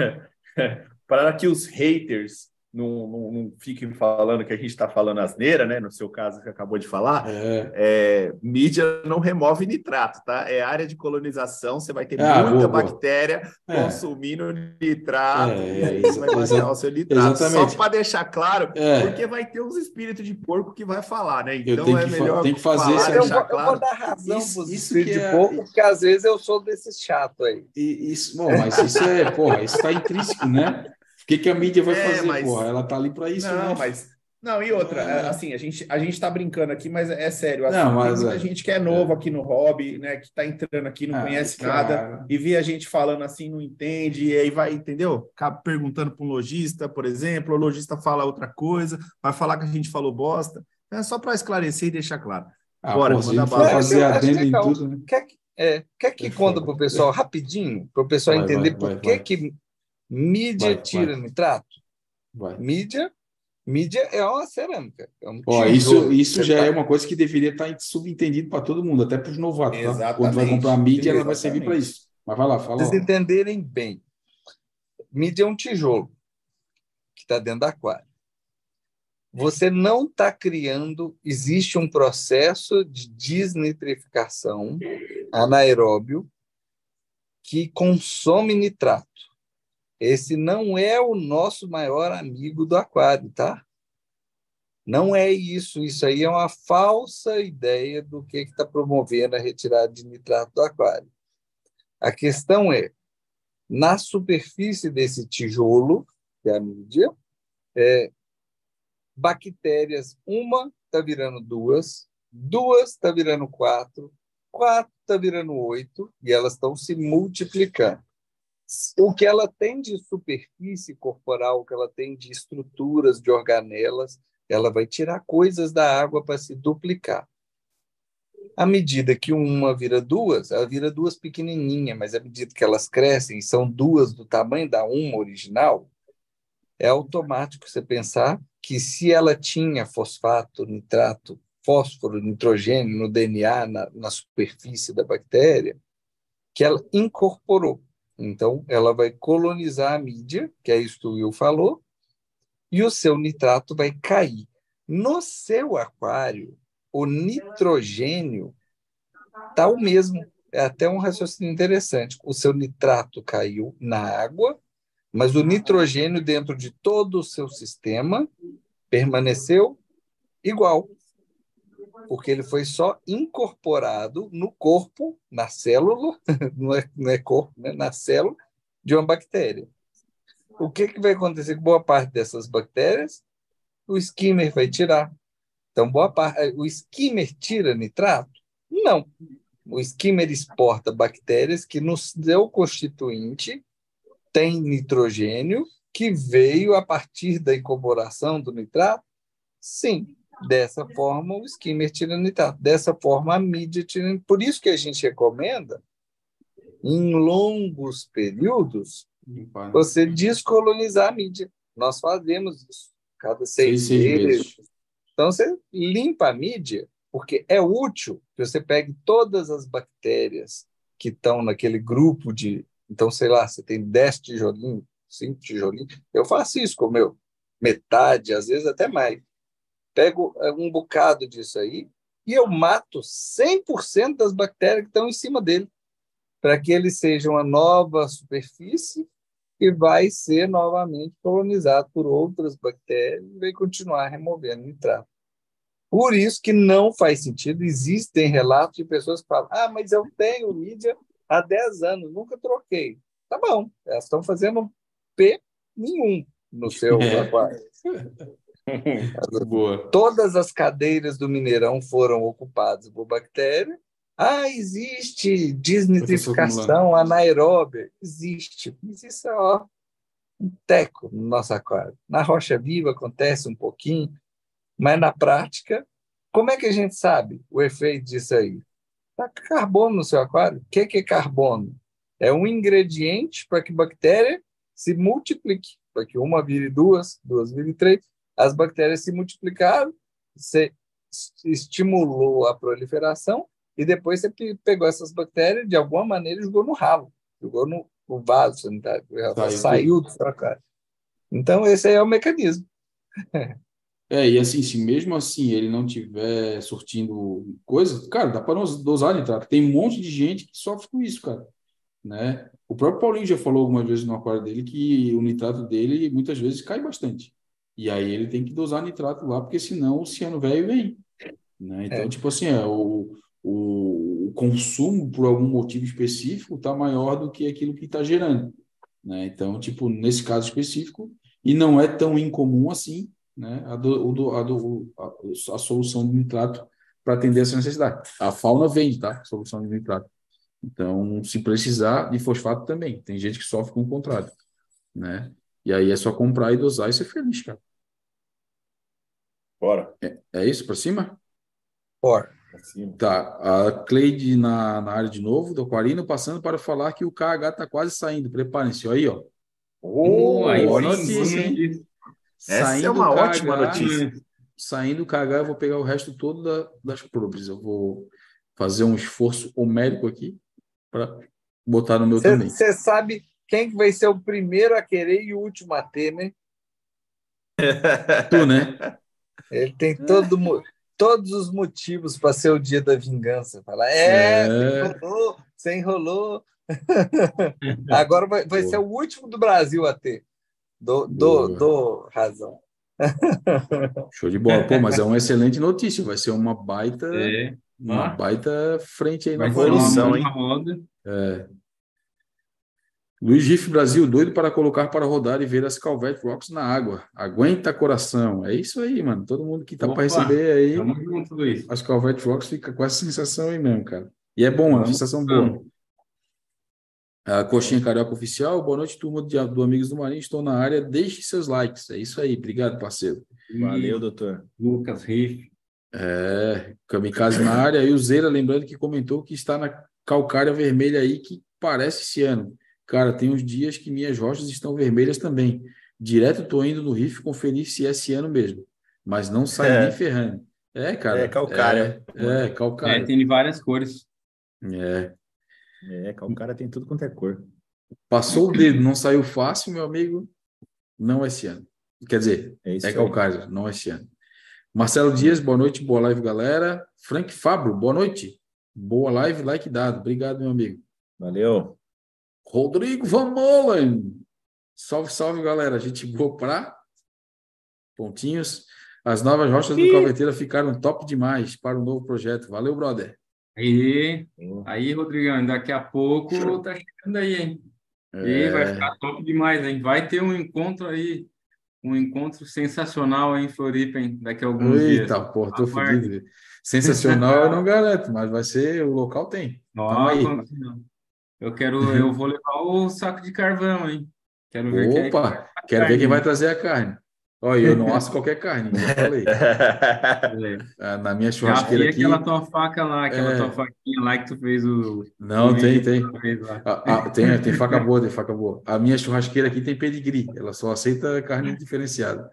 para que os haters não, não, não fiquem falando que a gente está falando asneira, né? No seu caso, que acabou de falar, É, é, mídia não remove nitrato, tá? É área de colonização, você vai ter ah, muita boa, boa. bactéria É, consumindo nitrato, e é, aí você exa vai baixar exa o seu nitrato. Só exatamente. para deixar claro, porque É, vai ter uns espíritos de porco que vai falar, né? eu Então tenho é que, fa melhor tenho que fazer falar, esse Eu deixar vou, argumento. eu vou claro. dar razão para Isso, os isso que espíritos de é. porco, porque às vezes eu sou desses chato aí. E, isso, bom, mas isso é, porra, isso está intrínseco, né? O que que a mídia vai É, fazer, porra? mas Ela tá ali para isso, não, né? mas. Não, e outra, é, É, assim, a gente, a gente tá brincando aqui, mas é sério, não, assim, tem mas muita é, gente que é novo é. aqui no hobby, né, que tá entrando aqui, não Ai, conhece nada, cara. e vê a gente falando assim, não entende, e aí vai, entendeu? Acaba perguntando para um lojista, por exemplo, o lojista fala outra coisa, vai falar que a gente falou bosta. É só para esclarecer e deixar claro. Ah, Bora, porra, se a manda gente for bala É, aí. eu fazer tenho- acho adendo em legal. tudo, né? Quer que, é, quer É que conta foda. para o pessoal rapidinho, para o pessoal Vai, vai, entender vai, por que, vai, que mídia vai, tira vai, nitrato? vai. Mídia, mídia é uma cerâmica, é um Ó, isso, tijolo. isso Você já é tá... uma coisa que deveria estar subentendido para todo mundo, até para os novatos, tá? Quando vai comprar a Exatamente, mídia, ela vai servir para exatamente. isso. Mas vai lá, fala Vocês lá. entenderem bem. Mídia é um tijolo que está dentro do aquário. Você não está criando, existe um processo de desnitrificação anaeróbio que consome nitrato. Esse não é o nosso maior amigo do aquário, tá? Não é isso. Isso aí é uma falsa ideia do que está promovendo a retirada de nitrato do aquário. A questão é, na superfície desse tijolo, que é a mídia, é, bactérias, uma está virando duas, duas está virando quatro, quatro está virando oito, e elas estão se multiplicando. O que ela tem de superfície corporal, o que ela tem de estruturas, de organelas, ela vai tirar coisas da água para se duplicar. À medida que uma vira duas, ela vira duas pequenininhas, mas à medida que elas crescem, são duas do tamanho da uma original, é automático você pensar que se ela tinha fosfato, nitrato, fósforo, nitrogênio no D N A, na, na superfície da bactéria, que ela incorporou. Então, ela vai colonizar a mídia, que é isso que o Will falou, e o seu nitrato vai cair. No seu aquário, o nitrogênio está o mesmo. É até um raciocínio interessante. O seu nitrato caiu na água, mas o nitrogênio dentro de todo o seu sistema permaneceu igual, porque ele foi só incorporado no corpo, na célula, não é, não é corpo, né? Na célula de uma bactéria. O que, que vai acontecer com boa parte dessas bactérias? O skimmer vai tirar. Então, boa parte, o skimmer tira nitrato? Não. O skimmer exporta bactérias que no seu constituinte tem nitrogênio que veio a partir da incorporação do nitrato? Sim. Dessa forma, o skimmer tira nitrato. Dessa forma, a mídia tira nitrato. Por isso que a gente recomenda, em longos períodos, Limpar, né? você descolonizar a mídia. Nós fazemos isso cada seis, Seis, seis meses. meses. Então, você limpa a mídia, porque é útil que você pegue todas as bactérias que estão naquele grupo de... Então, sei lá, você tem dez tijolinhos, cinco tijolinhos. Eu faço isso com o meu. Metade, às vezes até mais. Pego um bocado disso aí e eu mato cem por cento das bactérias que estão em cima dele, para que ele seja uma nova superfície que vai ser novamente colonizado por outras bactérias e vai continuar removendo nitrato. Por isso que não faz sentido. Existem relatos de pessoas que falam: ah, mas eu tenho mídia há dez anos, nunca troquei. Tá bom, elas estão fazendo P nenhum no seu aquário. Boa. Todas as cadeiras do Mineirão foram ocupadas por bactéria. Ah, existe desnitrificação anaeróbia. Existe. Mas isso é ó, um teco no nosso aquário. Na rocha viva acontece um pouquinho, mas na prática, como é que a gente sabe o efeito disso aí? Está carbono no seu aquário. O que é carbono? É um ingrediente para que a bactéria se multiplique, para que uma vire duas, duas vire três. As bactérias se multiplicaram, você estimulou a proliferação e depois você pegou essas bactérias, de alguma maneira, e jogou no ralo, jogou no, no vaso sanitário, ela saiu do trocado. Então, esse aí é o mecanismo. É, e assim, se mesmo assim ele não tiver surtindo coisa, cara, dá para dosar nitrato. Tem um monte de gente que sofre com isso, cara, né? O próprio Paulinho já falou algumas vezes no aquário dele que o nitrato dele muitas vezes cai bastante. E aí ele tem que dosar nitrato lá, porque senão o ciano velho vem, né? Então, É. tipo assim, é, o, o, o consumo por algum motivo específico está maior do que aquilo que está gerando, né? Então, tipo, nesse caso específico, e não é tão incomum assim, né? A, do, o do, a, do, a, a solução de nitrato para atender essa necessidade. A fauna vende, tá? Solução de nitrato. Então, se precisar de fosfato também. Tem gente que sofre com o contrário, né? E aí é só comprar e dosar e ser feliz, cara. Bora. É, é isso, para cima? Por. Pra cima. Tá. A Cleide na, na área de novo, do Aquarino, passando para falar que o K H está quase saindo. Preparem-se, aí, ó. Oh, aí boa sim, notícia, boa hein? notícia. Essa Saindo é uma o K H, ótima notícia. Saindo o K H, eu vou pegar o resto todo da, das probes. Eu vou fazer um esforço homérico aqui para botar no meu também. Você sabe quem que vai ser o primeiro a querer e o último a ter, né? Tu, né? Ele tem todo, mo- todos os motivos para ser o dia da vingança. Falar, é, você É. enrolou, você enrolou. Agora vai, vai ser o último do Brasil a ter. Do, do, Boa. do razão. Show de bola. Pô, mas é uma excelente notícia. Vai ser uma baita, É. uma Ó, baita frente aí na vai ser uma evolução, família. mão hein? na roda. É. Luiz Gif Brasil, doido para colocar para rodar e ver as Calvet Rocks na água. Aguenta coração. É isso aí, mano. Todo mundo que tá para Opa, receber aí tamo junto, Luiz. as Calvet Rocks fica com essa sensação aí mesmo, cara. E é bom, é uma Vamos, sensação boa. vamos. A Coxinha Carioca Oficial, boa noite, turma do, do Amigos do Marinho. Estou na área, deixe seus likes. É isso aí, obrigado, parceiro. Valeu, E doutor. Lucas Riff. É, Kamikaze na área. E o Zeira, lembrando que comentou que está na calcária vermelha aí, que parece esse ano. Cara, tem uns dias que minhas rochas estão vermelhas também. Direto estou indo no Riff conferir se é esse ano mesmo. Mas não sai É. nem ferrando. É, cara. É, calcária. É, é É, calcária. tem de várias cores. É. É, calcária tem tudo quanto é cor. Passou o dedo, não saiu fácil, meu amigo. Não é esse ano. Quer dizer, É isso é aí. calcária, não é esse ano. Marcelo Dias, boa noite, boa live, galera. Frank Fabro, boa noite. Boa live, like dado. Obrigado, meu amigo. Valeu. Rodrigo Van Molen. Salve, salve, galera. A gente boa pra pontinhos. As novas rochas do Calveteira ficaram top demais para o novo projeto. Valeu, brother. Aí, aí, Rodrigão, daqui a pouco tá chegando aí, hein? E vai É, ficar top demais, hein? Vai ter um encontro aí, um encontro sensacional aí em Floripa, hein? Daqui a alguns dias. eita, porra, tô Aguarde. fodido. Sensacional, eu não garanto, mas vai ser, o local tem. Tamo aí. Nossa, eu quero, eu vou levar o saco de carvão, hein? Quero ver quem é que vai Opa, quero ver quem vai trazer a carne. Olha, eu não asso qualquer carne, já falei. Ah, na minha Já churrasqueira afia aqui. aquela tua faca lá, aquela É. tua faquinha lá que tu fez o, Não, o tem, vídeo tem. uma vez lá. Ah, ah, tem. Tem faca boa, tem faca boa. A minha churrasqueira aqui tem pedigree, ela só aceita carne diferenciada.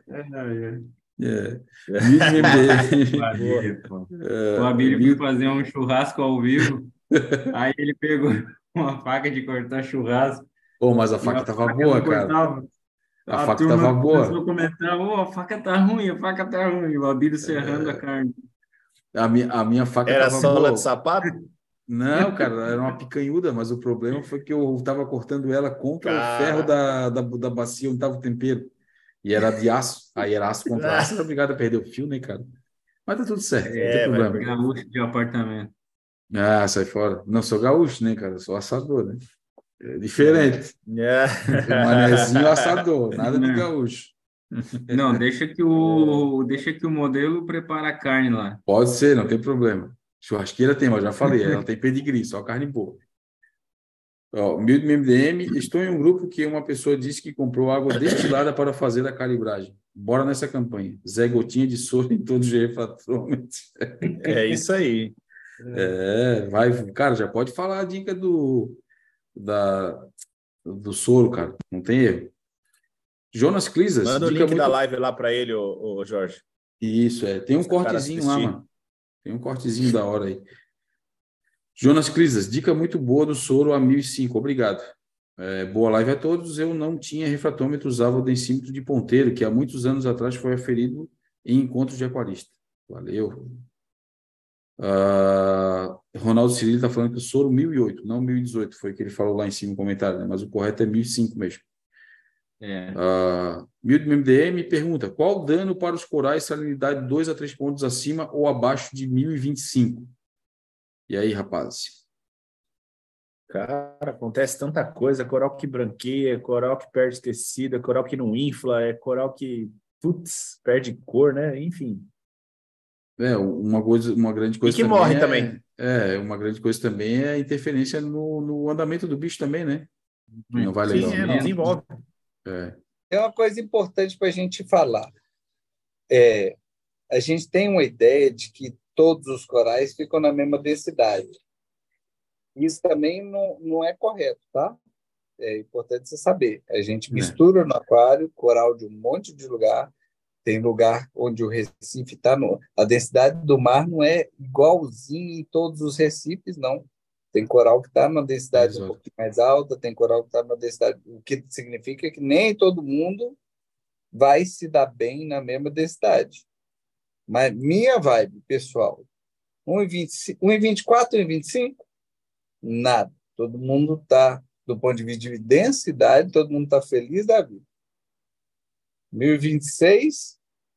É. Vídeo M D. Valeu, pô. É, O Abílio foi vídeo- fazer um churrasco ao vivo, aí ele pegou uma faca de cortar churrasco. Pô, mas a e faca tava faca boa, não cara. cortava. A A faca turma tava começou boa. a comentar, ô, a faca tá ruim, a faca tá ruim. O Abílio serrando a carne. A minha, a minha faca Era tava sola boa. de sapato? Não, cara, era uma picanhuda, mas o problema foi que eu tava cortando ela contra o Cara. ferro da, da, da bacia onde tava o tempero. E era de aço. Aí era aço contra aço, era obrigado a perder o fio, né, cara? Mas tá tudo certo, não É, tem vai problema. perder. Gaúcho de apartamento. Ah, sai fora. Não sou gaúcho, né, cara? Eu sou assador, né? É diferente. É. Manezinho assador, nada de gaúcho. Não, deixa que o, deixa que o modelo prepara a carne lá. Pode ser, não tem problema. Churrasqueira tem, mas já falei, ela tem pedigree, só carne boa. Ó, Milton M D M, estou em um grupo que uma pessoa disse que comprou água destilada para fazer a calibragem. Bora nessa campanha. Zé Gotinha de soro em todos os refratômetros. É isso aí. É, vai, cara, já pode falar a dica do, da, do soro, cara. Não tem erro. Jonas Clisas, Manda o dica link muito... da live lá para ele, ô, ô, Jorge. Isso, é. Tem um Os caras cortezinho lá, assistir. mano. Tem um cortezinho da hora aí. Jonas Crisas, dica muito boa do soro a mil e cinco, obrigado. É, boa live a todos. Eu não tinha refratômetro, usava o densímetro de ponteiro, que há muitos anos atrás foi aferido em encontros de aquarista. Valeu. Uh, Ronaldo Cirilo está falando que o soro mil e oito, não mil e dezoito, foi o que ele falou lá em cima no comentário, né? Mas o correto é mil e cinco mesmo. É. Uh, Mildo M D M pergunta: qual o dano para os corais salinidade dois a três pontos acima ou abaixo de mil e vinte e cinco? E aí, rapaz? Cara, acontece tanta coisa, coral que branqueia, coral que perde tecido, coral que não infla, é coral que, putz, perde cor, né? Enfim. É, uma coisa, uma grande coisa E que também morre é, também. é, uma grande coisa também é a interferência no, no andamento do bicho também, né? Que não vai Sim, legal. é, não desenvolve. É. É uma coisa importante para a gente falar. É, a gente tem uma ideia de que todos os corais ficam na mesma densidade. Isso também não, não é correto, tá? É importante você saber. A gente É. mistura no aquário coral de um monte de lugar. Tem lugar onde o Recife está... A densidade do mar não é igualzinho em todos os recifes, não. Tem coral que está numa densidade Exato. um pouquinho mais alta, tem coral que está numa densidade... O que significa que nem todo mundo vai se dar bem na mesma densidade. Mas minha vibe, pessoal, um e vinte e quatro, um e vinte e cinco, nada. Todo mundo está, do ponto de vista de densidade, todo mundo está feliz da vida. mil e vinte e seis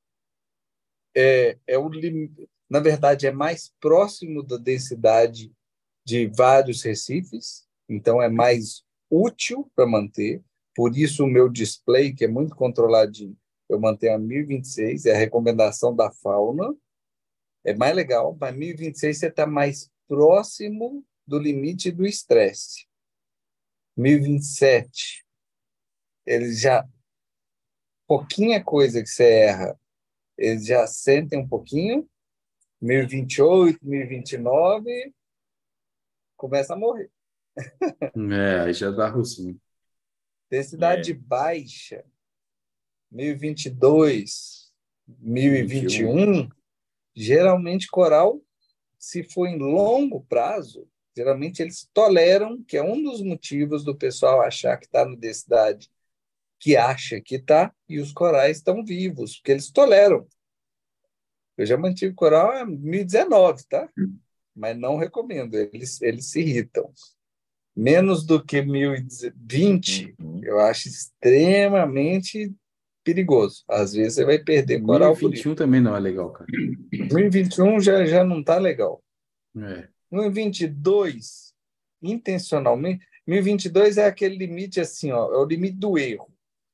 é, é o limite, na verdade, é mais próximo da densidade de vários recifes, então é mais útil para manter. Por isso, o meu display, que é muito controladinho, eu mantenho a mil e vinte e seis, é a recomendação da fauna. É mais legal, mas mil e vinte e seis você está mais próximo do limite do estresse. mil e vinte e sete, eles já... Pouquinha coisa que você erra, eles já sentem um pouquinho. mil e vinte e oito, mil e vinte e nove, começa a morrer. É, aí já dá ruim. Densidade É. baixa, mil e vinte e dois, mil e vinte e um, geralmente coral, se for em longo prazo, geralmente eles toleram, que é um dos motivos do pessoal achar que está na densidade que acha que está, e os corais estão vivos, porque eles toleram. Eu já mantive coral há mil e dezenove, tá? Mas não recomendo, eles, eles se irritam. Menos do que mil e vinte, uhum. Eu acho extremamente perigoso. Às vezes você vai perder coral por isso. mil e vinte e um também não é legal, cara. mil e vinte e um já, já não está legal. É. mil e vinte e dois, intencionalmente, mil e vinte e dois é aquele limite assim, ó, é o limite do erro.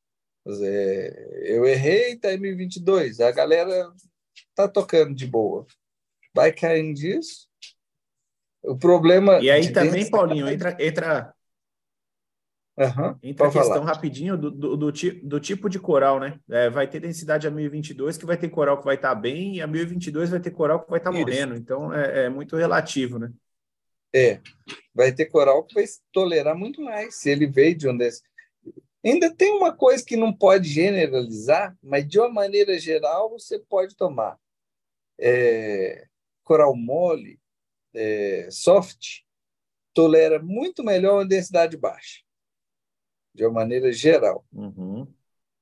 Eu errei, tá em mil e vinte e dois, a galera tá tocando de boa. Vai caindo disso. O problema... E aí também, Paulinho, entra, entra, uhum, entra a questão falar. rapidinho do, do, do, do tipo de coral, né? É, vai ter densidade a mil e vinte e dois, que vai ter coral que vai estar bem, e a mil e vinte e dois vai ter coral que vai estar morrendo. Então, é, é muito relativo, né? É, vai ter coral que vai tolerar muito mais, se ele veio de onde... Ainda tem uma coisa que não pode generalizar, mas de uma maneira geral você pode tomar. É, coral mole, é, soft, tolera muito melhor uma densidade baixa, de uma maneira geral. Uhum.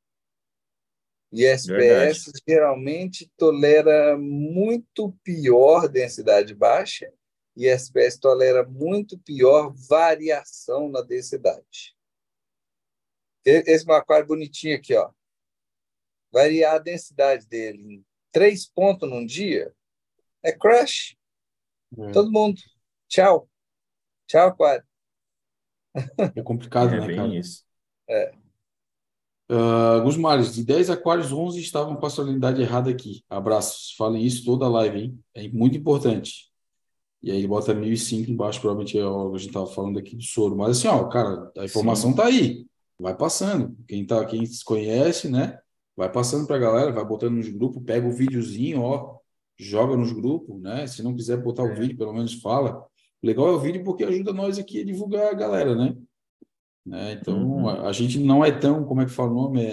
E S P S Verdade. Geralmente tolera muito pior densidade baixa, e S P S tolera muito pior variação na densidade. Esse meu aquário bonitinho aqui, ó. Variar a densidade dele em três pontos num dia é crash. É. Todo mundo. Tchau. Tchau, aquário. É complicado, é né, bem cara? Isso. É. Uh, Gusmares, de dez aquários, onze estavam com a salinidade errada aqui. Abraços. Falem isso toda a live, hein? É muito importante. E aí ele bota mil e cinco embaixo, provavelmente é o que a gente estava falando aqui do soro. Mas assim, ó, cara, a informação Sim. tá aí. Vai passando. Quem, tá, quem se conhece, né? Vai passando para a galera, vai botando nos grupos, pega o videozinho, ó, joga nos grupos, né? Se não quiser botar é. o vídeo, pelo menos fala. O legal é o vídeo porque ajuda nós aqui a divulgar a galera, né? né? Então, uhum. a, a gente não é tão, como é que fala o nome? É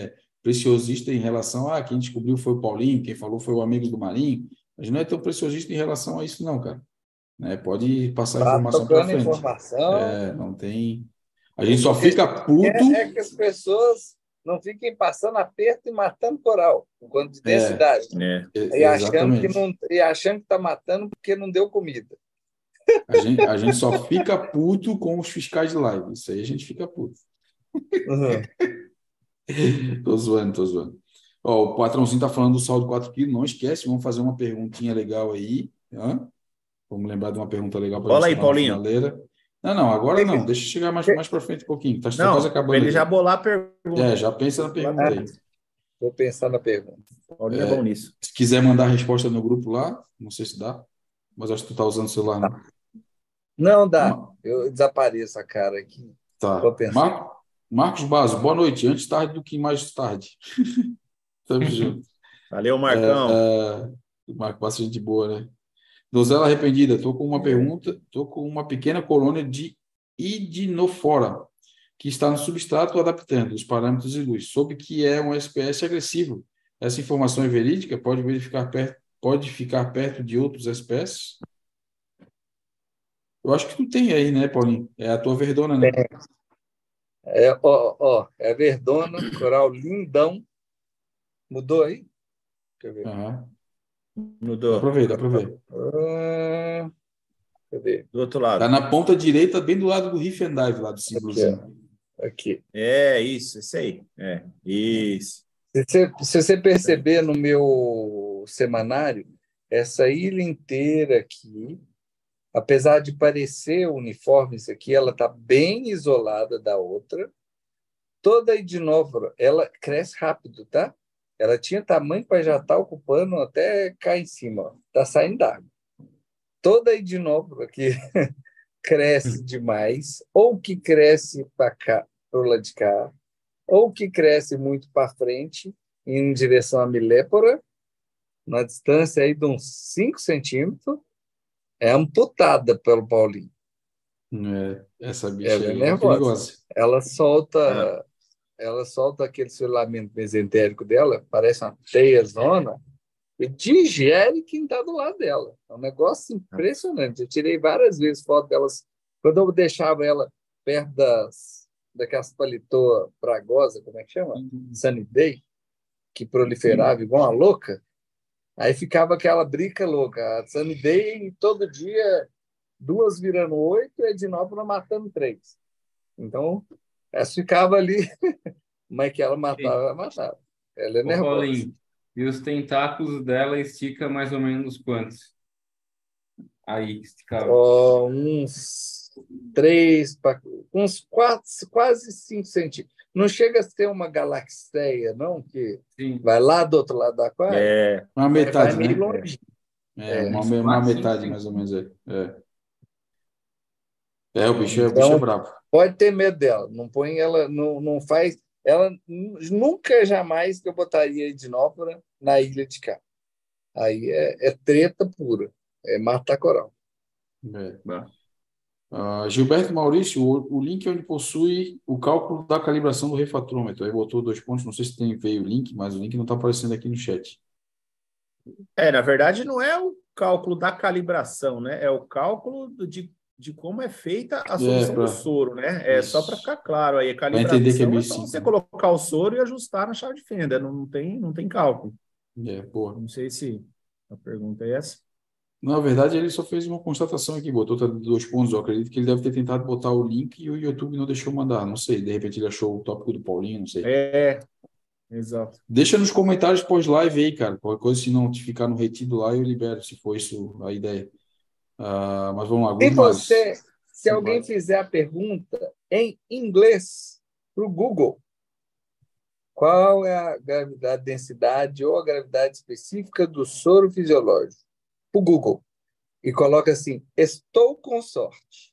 preciosista em relação a ah, quem descobriu foi o Paulinho, quem falou foi o amigo do Marinho. A gente não é tão preciosista em relação a isso, não, cara. Né? Pode passar a Tá informação para tocando frente. informação. É, não tem. A gente só fica puto. É, é que as pessoas não fiquem passando aperto e matando coral, enquanto de É, densidade. É. E achando que exatamente. não, e achando que está matando porque não deu comida. A gente, a gente só fica puto com os fiscais de live. Isso aí a gente fica puto. Uhum. Tô zoando, tô zoando. Ó, o patrãozinho tá falando do saldo quatro quilos. Não esquece, vamos fazer uma perguntinha legal aí. Hã? Vamos lembrar de uma pergunta legal para Bola gente aí, chegar na Paulinho. finaleira. Não, não, agora não. Deixa eu chegar mais, mais para frente um pouquinho. Tá, tá Não, quase pra acabando ele aqui. já bolar a pergunta. É, já pensa na pergunta aí. Vou pensar na pergunta. Paulinho é bom nisso. Se quiser mandar a resposta no grupo lá, não sei se dá, mas acho que tu tá usando o celular, não. Não dá. Ma- Eu desapareço a cara aqui. Tá. Vou pensar. Mar... Marcos Basso, boa noite. Antes tarde do que mais tarde. Tamo junto. Valeu, Marcão. É, Marcos Basso, gente boa, né? Donzela arrependida, tô com uma pergunta, tô com uma pequena colônia de idinofora, que está no substrato adaptando os parâmetros de luz. Soube que é uma espécie agressiva. Essa informação é verídica? Pode verificar perto, pode ficar perto de outras espécies? Eu acho que tu tem aí, né, Paulinho? É a tua verdona, né? É, ó, ó, é verdona, coral lindão. Mudou aí? Deixa eu ver. Aham. Dá Mudou. para ver, dá para ver. Ah, cadê? Do outro Tá lado. na ponta direita, bem do lado do Riff and Dive, lá do Aqui, símbolozinho. ó. Aqui. É, isso, isso aí. É, isso. Se você, se você perceber no meu semanário, essa ilha inteira aqui, apesar de parecer uniforme isso aqui, ela está bem isolada da outra. Toda a idinófora, ela cresce rápido, tá? Ela tinha tamanho para já estar ocupando até cá em cima. Está saindo d'água. Toda a idinófora que cresce demais, ou que cresce para cá, para o lado de cá, ou que cresce muito para frente, em direção à milépora, na distância aí de uns cinco centímetros, é amputada pelo Paulinho. É, essa bicha Ela é aí é nervosa. perigosa. Ela solta, ela solta aquele filamento mesentérico dela, parece uma teiazona, e digere quem está do lado dela. É um negócio impressionante. Eu tirei várias vezes foto delas. Quando eu deixava ela perto das, daquelas paletô pragosa, como é que chama? Sunny Day, que proliferava igual uma louca, aí ficava aquela brica louca. A Sunny Day, todo dia, duas virando oito e a Edinópolis matando três. Então, essa ficava ali, mas que ela matava, ela matava. Ela é Ô, nervosa. Paulinho, e os tentáculos dela estica mais ou menos quantos? Aí, esticava. Ó, uns três, pra- uns quatro, quase cinco centímetros. Não chega a ser uma galaxéia, não, que Sim. vai lá do outro lado do aquário, É, Uma mas metade, vai meio né? longe. É, É. uma, Uns uma quatro, cinco metade, mais ou menos. É, é. É, o bicho, é- o bicho é Então, brabo. pode ter medo dela. Não põe ela, não, não faz. Ela nu- nunca, jamais que eu botaria Edinópora na ilha de cá. Aí é, é treta pura. É matar coral. É. Bah. Ah, Gilberto Maurício, o, o link é onde possui o cálculo da calibração do refatrômetro. Aí botou dois pontos, não sei se tem, veio o link, mas o link não está aparecendo aqui no chat. é, na verdade, não é o cálculo da calibração, né? É o cálculo do- de, de como é feita a solução pra- do soro, né? É Isso. só para ficar claro aí. A Vai entender que é calibração é meio só simples. você colocar o soro e ajustar na chave de fenda. Não, não tem, não tem cálculo. É, porra. Não sei se a pergunta é essa. Na verdade, ele só fez uma constatação aqui, botou tá, dois pontos. Eu acredito que ele deve ter tentado botar o link e o YouTube não deixou mandar. Não sei, de repente ele achou o tópico do Paulinho, não sei. É, exato. Deixa nos comentários pós-live aí, cara. Qualquer coisa, se não te ficar no retido lá, eu libero, se for isso a ideia. Ah, mas vamos lá, Se Good Mares. você, se Sim, alguém vai. fizer a pergunta em inglês para o Google, qual é a gravidade, densidade ou a gravidade específica do soro fisiológico? Para o Google. E coloca assim, estou com sorte.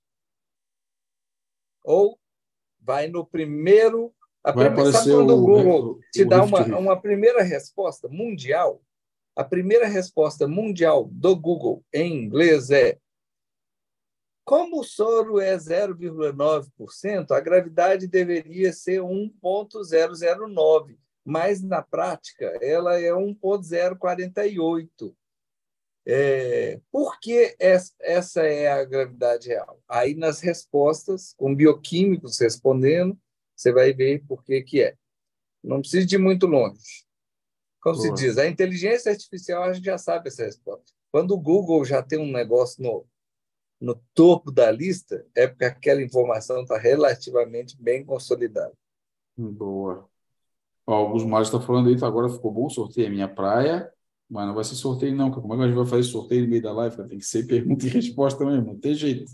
Ou vai no primeiro... A Vai prime- Sabe aparecer quando o o, Google o, te o dá Rift uma, Riff. uma primeira resposta mundial? A primeira resposta mundial do Google em inglês é: como o soro é zero vírgula nove por cento, a gravidade deveria ser um ponto zero zero nove. mas na prática ela é um ponto zero quarenta e oito. É, por que essa é a gravidade real? Aí nas respostas, com bioquímicos respondendo, você vai ver por que que é. Não precisa de ir muito longe. Como se Boa. diz, a inteligência artificial a gente já sabe essa resposta. Quando o Google já tem um negócio no, no topo da lista, é porque aquela informação está relativamente bem consolidada. Boa. Ó, Augusto Mário está falando aí, tá, agora ficou bom, sorteio é minha praia, mas não vai ser sorteio não, cara. Como é que a gente vai fazer sorteio no meio da live, cara? Tem que ser pergunta e resposta mesmo, não tem jeito.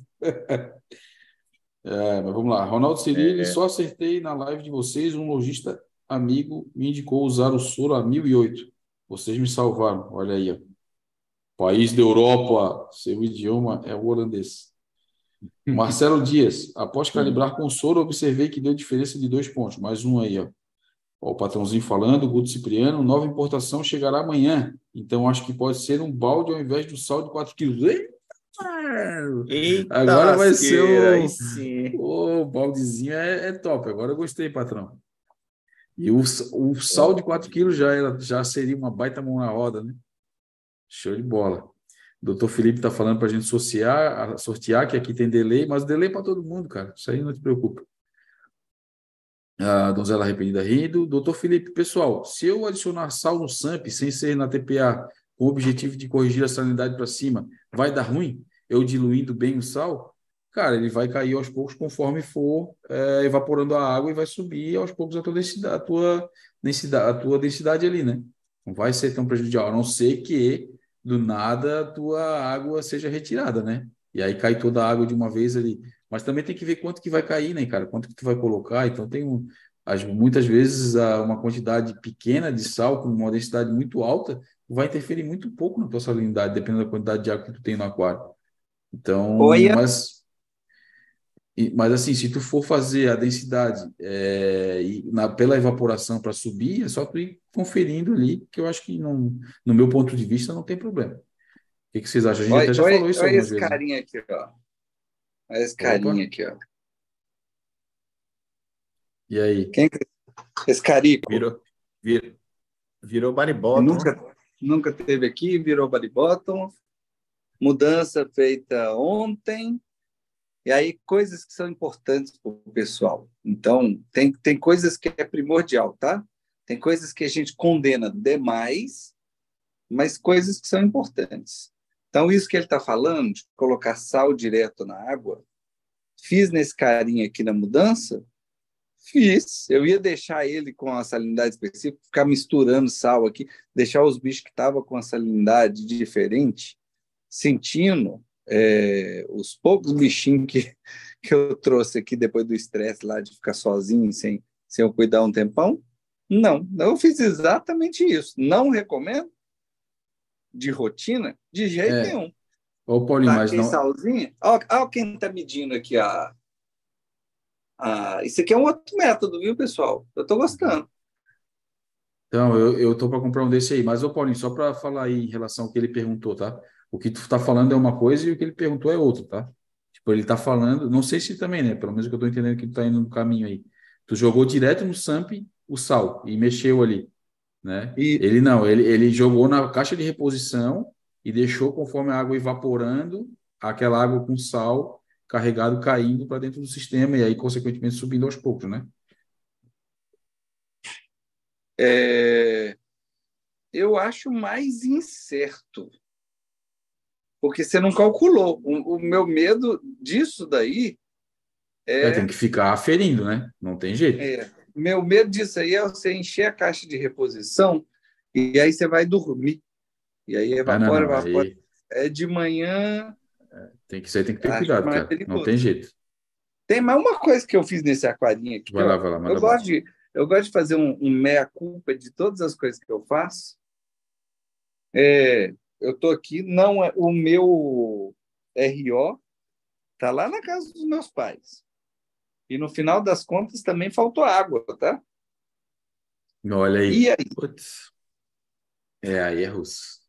É, mas vamos lá. Ronaldo Cirilli, É, só acertei na live de vocês, um lojista amigo me indicou usar o soro a mil e oito. Vocês me salvaram, olha aí, ó. País da Europa, seu idioma é o holandês. Marcelo Dias, após calibrar com soro, observei que deu diferença de dois pontos, mais um aí, ó. Ó, o patrãozinho falando, Guto Cipriano, nova importação chegará amanhã. Então, acho que pode ser um balde ao invés do sal de quatro quilos. Eita! Eita Agora vai ser lasqueira, aí o, sim. o baldezinho é, é top. Agora eu gostei, patrão. E o, o sal de quatro quilos já, era, já seria uma baita mão na roda, né? Show de bola. Doutor Felipe está falando para a gente sortear, sortear, que aqui tem delay, mas delay para todo mundo, cara. Isso aí não te preocupa. A donzela arrependida rindo. Doutor Felipe, pessoal, se eu adicionar sal no S A M P sem ser na T P A, com o objetivo de corrigir a salinidade para cima, vai dar ruim? Eu diluindo bem o sal? Cara, ele vai cair aos poucos conforme for é, evaporando a água e vai subir aos poucos a tua densidade, a tua densidade, a tua densidade ali, né? Não vai ser tão prejudicial, a não ser que do nada a tua água seja retirada, né? E aí cai toda a água de uma vez ali. Mas também tem que ver quanto que vai cair, né, cara? Quanto que tu vai colocar. Então tem um, as, muitas vezes a, uma quantidade pequena de sal com uma densidade muito alta vai interferir muito pouco na tua salinidade, dependendo da quantidade de água que tu tem no aquário. Então, Oi, mas, e- mas assim, se tu for fazer a densidade é, e na, pela evaporação para subir, é só tu ir conferindo ali, que eu acho que não, no meu ponto de vista não tem problema. O que que vocês acham? A gente oi, até já oi, falou isso oi algumas esse vezes, né? carinha aqui, ó. Olha esse Opa, carinha aqui, ó. e aí? Quem que é esse carico? Virou, vir, virou body Que bottom. nunca, nunca teve aqui, virou body bottom. Mudança feita ontem. E aí, coisas que são importantes para o pessoal. Então, tem, tem coisas que é primordial, tá? Tem coisas que a gente condena demais, mas coisas que são importantes. Então, isso que ele está falando, de colocar sal direto na água, fiz nesse carinha aqui na mudança, fiz. Eu ia deixar ele com a salinidade específica, ficar misturando sal aqui, deixar os bichos que estavam com a salinidade diferente, sentindo é, os poucos bichinhos que, que eu trouxe aqui depois do estresse lá de ficar sozinho, sem, sem eu cuidar um tempão. Não, eu fiz exatamente isso. Não recomendo de rotina, de jeito É, nenhum. ô Paulinho, mas Taquei não, salzinho. Olha, olha quem está medindo aqui. A, a, isso aqui é um outro método, viu, pessoal? Eu estou gostando. então, eu, eu tô para comprar um desse aí, mas, ô Paulinho, só para falar aí em relação ao que ele perguntou, tá? O que tu tá falando é uma coisa e o que ele perguntou é outra, tá? Tipo, ele tá falando, não sei se também, né? Pelo menos o que eu tô entendendo que tu tá indo no caminho aí. Tu jogou direto no S A M P o sal e mexeu ali, né? E Ele não, ele, ele jogou na caixa de reposição e deixou conforme a água evaporando, aquela água com sal carregado caindo para dentro do sistema e aí, consequentemente, subindo aos poucos, né? é, eu acho mais incerto, porque você não calculou. O, o meu medo disso daí É, tem é, que ficar aferindo, né? Não tem jeito. é. Meu medo disso aí é você encher a caixa de reposição e aí você vai dormir. E aí Ah, não, evapora, não. evapora. Aí É de manhã, tem que, isso aí tem que ter acho cuidado, mais cara. Não tem perigoso. jeito. Tem mais uma coisa que eu fiz nesse aquarinho aqui, Vai lá, ó. vai lá, Eu manda gosto bala. de, eu gosto de fazer um, um meia-culpa de todas as coisas que eu faço. É, eu estou aqui, não é o meu R O está lá na casa dos meus pais. E no final das contas também faltou água, tá? Olha E aí. aí, Putz. É, aí é russo.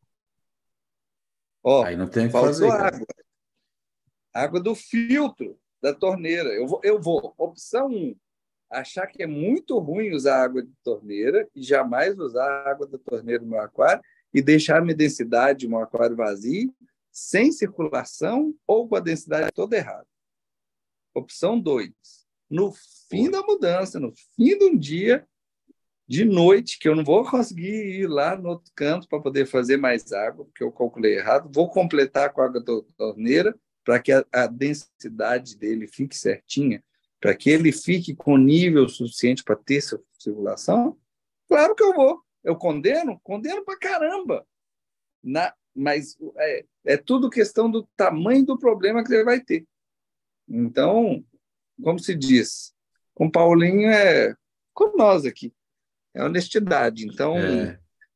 ó, Aí não tem o que faltou fazer, cara. água. Água do filtro da torneira. Eu vou, eu vou. Opção um, achar que é muito ruim usar água de torneira e jamais usar a água da torneira no meu aquário e deixar a minha densidade no aquário vazio, sem circulação ou com a densidade toda errada. Opção dois. No fim da mudança, no fim de um dia, de noite, que eu não vou conseguir ir lá no outro canto para poder fazer mais água, porque eu calculei errado, vou completar com a água da torneira para que a, a densidade dele fique certinha, para que ele fique com nível suficiente para ter circulação. Claro que eu vou. Eu condeno? Condeno para caramba. Na, mas é, é tudo questão do tamanho do problema que você vai ter. Então, como se diz, com o Paulinho é com nós aqui. É honestidade. Então, É,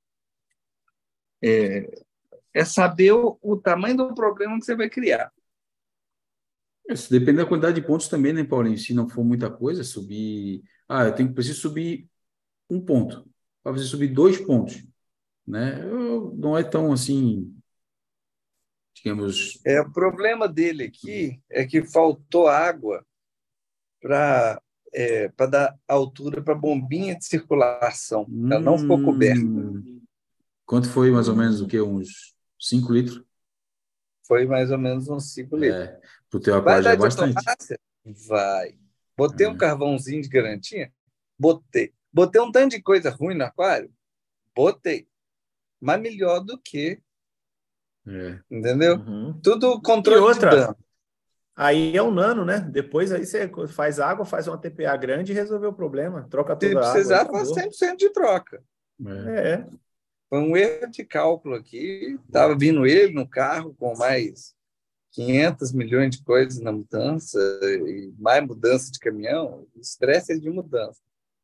é, é saber o, o tamanho do problema que você vai criar. isso depende da quantidade de pontos também, né, Paulinho? Se não for muita coisa, subir. Ah, eu tenho, preciso subir um ponto. Para você subir dois pontos, né? Eu- não é tão assim, digamos. É, o problema dele aqui é que faltou água para é, para dar altura para a bombinha de circulação. Ela não ficou coberta. Hum, quanto foi mais ou menos o quê? Uns cinco litros? Foi mais ou menos uns cinco litros. É, pro teu Vai aquário já é dar de bastante. automácia? Vai. Botei um É, carvãozinho de garantia? Botei. Botei um tanto de coisa ruim no aquário? Botei. Mas melhor do que, é. entendeu? Uhum. Tudo E controle de outra, dano. aí é o nano, né? Depois aí você faz água, faz uma T P A grande e resolveu o problema. Troca Se toda a água e precisar, faz acabou. cem por cento de troca. É. É. Foi um erro de cálculo aqui. Estava vindo ele no carro com mais quinhentos milhões de coisas na mudança, e mais mudança de caminhão, estresse é de mudança.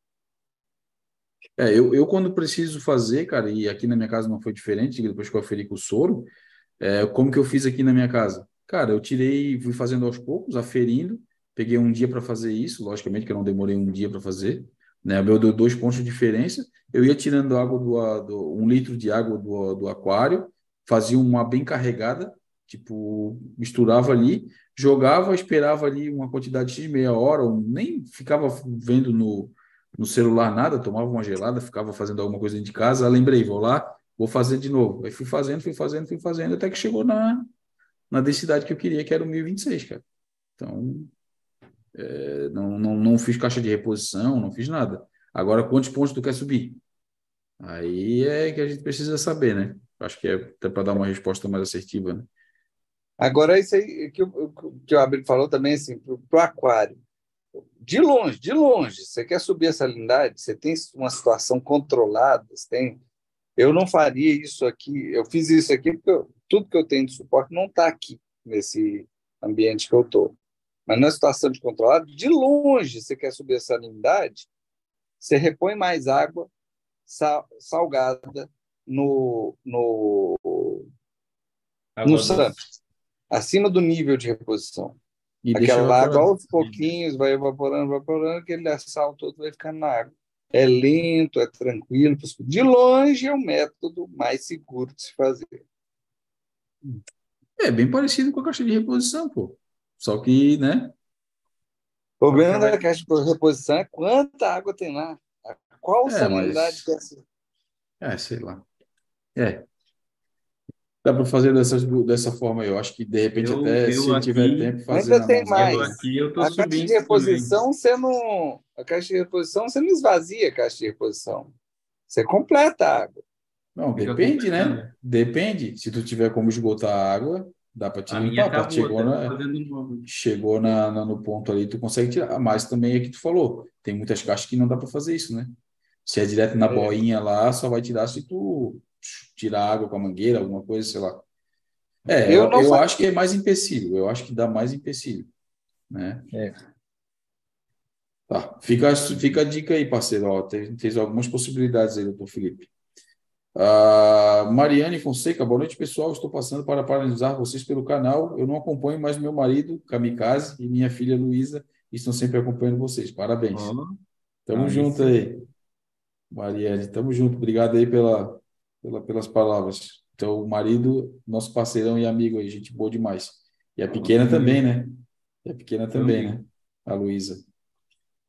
É, eu, eu quando preciso fazer, cara, e aqui na minha casa não foi diferente, depois que eu aferi com o soro, é, como que eu fiz aqui na minha casa? Cara, eu tirei, fui fazendo aos poucos, aferindo, peguei um dia para fazer isso, logicamente que eu não demorei um dia para fazer, né? O meu deu dois pontos de diferença, eu ia tirando água do, a- do um litro de água do, do aquário, fazia uma bem carregada, tipo, misturava ali, jogava, esperava ali uma quantidade de meia hora, ou nem ficava vendo no, no celular nada, tomava uma gelada, ficava fazendo alguma coisa dentro de casa, lembrei, vou lá, vou fazer de novo. Aí fui fazendo, fui fazendo, fui fazendo, até que chegou na, na densidade que eu queria, que era o mil e vinte e seis, cara. Então, é, não, não, não fiz caixa de reposição, não fiz nada. Agora, quantos pontos tu quer subir? Aí é que a gente precisa saber, né? Acho que é até para dar uma resposta mais assertiva, né? Agora, isso aí que o, que o Abel falou também, assim, para o aquário. De longe, de longe, você quer subir a salinidade, você tem uma situação controlada, você tem... Eu não faria isso aqui, eu fiz isso aqui porque eu, tudo que eu tenho de suporte não está aqui, nesse ambiente que eu estou. Mas na situação de controlado, de longe, você quer subir a salinidade, você repõe mais água sal, salgada no, no, no S A M P, acima do nível de reposição. E deixa Aquela água, evaporando. aos pouquinhos, vai evaporando, evaporando, aquele sal todo vai ficando na água. É lento, é tranquilo. De longe é o método mais seguro de se fazer. É bem parecido com a caixa de reposição, pô. Só que, né? O problema vai- da caixa de reposição é quanta água tem lá. Qual É, salinidade mas... que é essa? É, sei lá. É, dá para fazer dessas, dessa forma aí. Eu acho que, de repente, Eu, até se eu ele tiver aqui, tempo, fazer Ainda na tem nas eu águas, né? mais. aqui, eu tô A caixa de subindo também. reposição, você não. A caixa de reposição, você não esvazia a caixa de reposição. Você completa a água. Não, Fica depende, completando. né? Depende. Se tu tiver como esgotar a água, dá para te A minha limpar. Pra- acabou, Chegou, até tô na, fazendo um novo. chegou na, na- no ponto ali, tu consegue tirar. Mas também é que tu falou, tem muitas caixas que não dá para fazer isso, né? Se é direto na É. boinha lá, só vai tirar se tu tirar água com a mangueira, alguma coisa, sei lá. É, Eu eu, não eu faço. acho que é mais empecilho. Eu acho que dá mais empecilho, né? É. Tá. Fica, fica a dica aí, parceiro. Ó, tem, tem algumas possibilidades aí, doutor Felipe. Ah, Mariane Fonseca, boa noite, pessoal. Estou passando para parabenizar vocês pelo canal. Eu não acompanho, mas meu marido, Kamikaze, e minha filha Luísa estão sempre acompanhando vocês. Parabéns. Ó, Tamo aí junto sim. aí, Mariane. Tamo junto. Obrigado aí pela, pela, pelas palavras. Então, o marido, nosso parceirão e amigo aí, gente boa demais. E a pequena Tamo também, junto né? E a pequena também, também. né? A Luísa.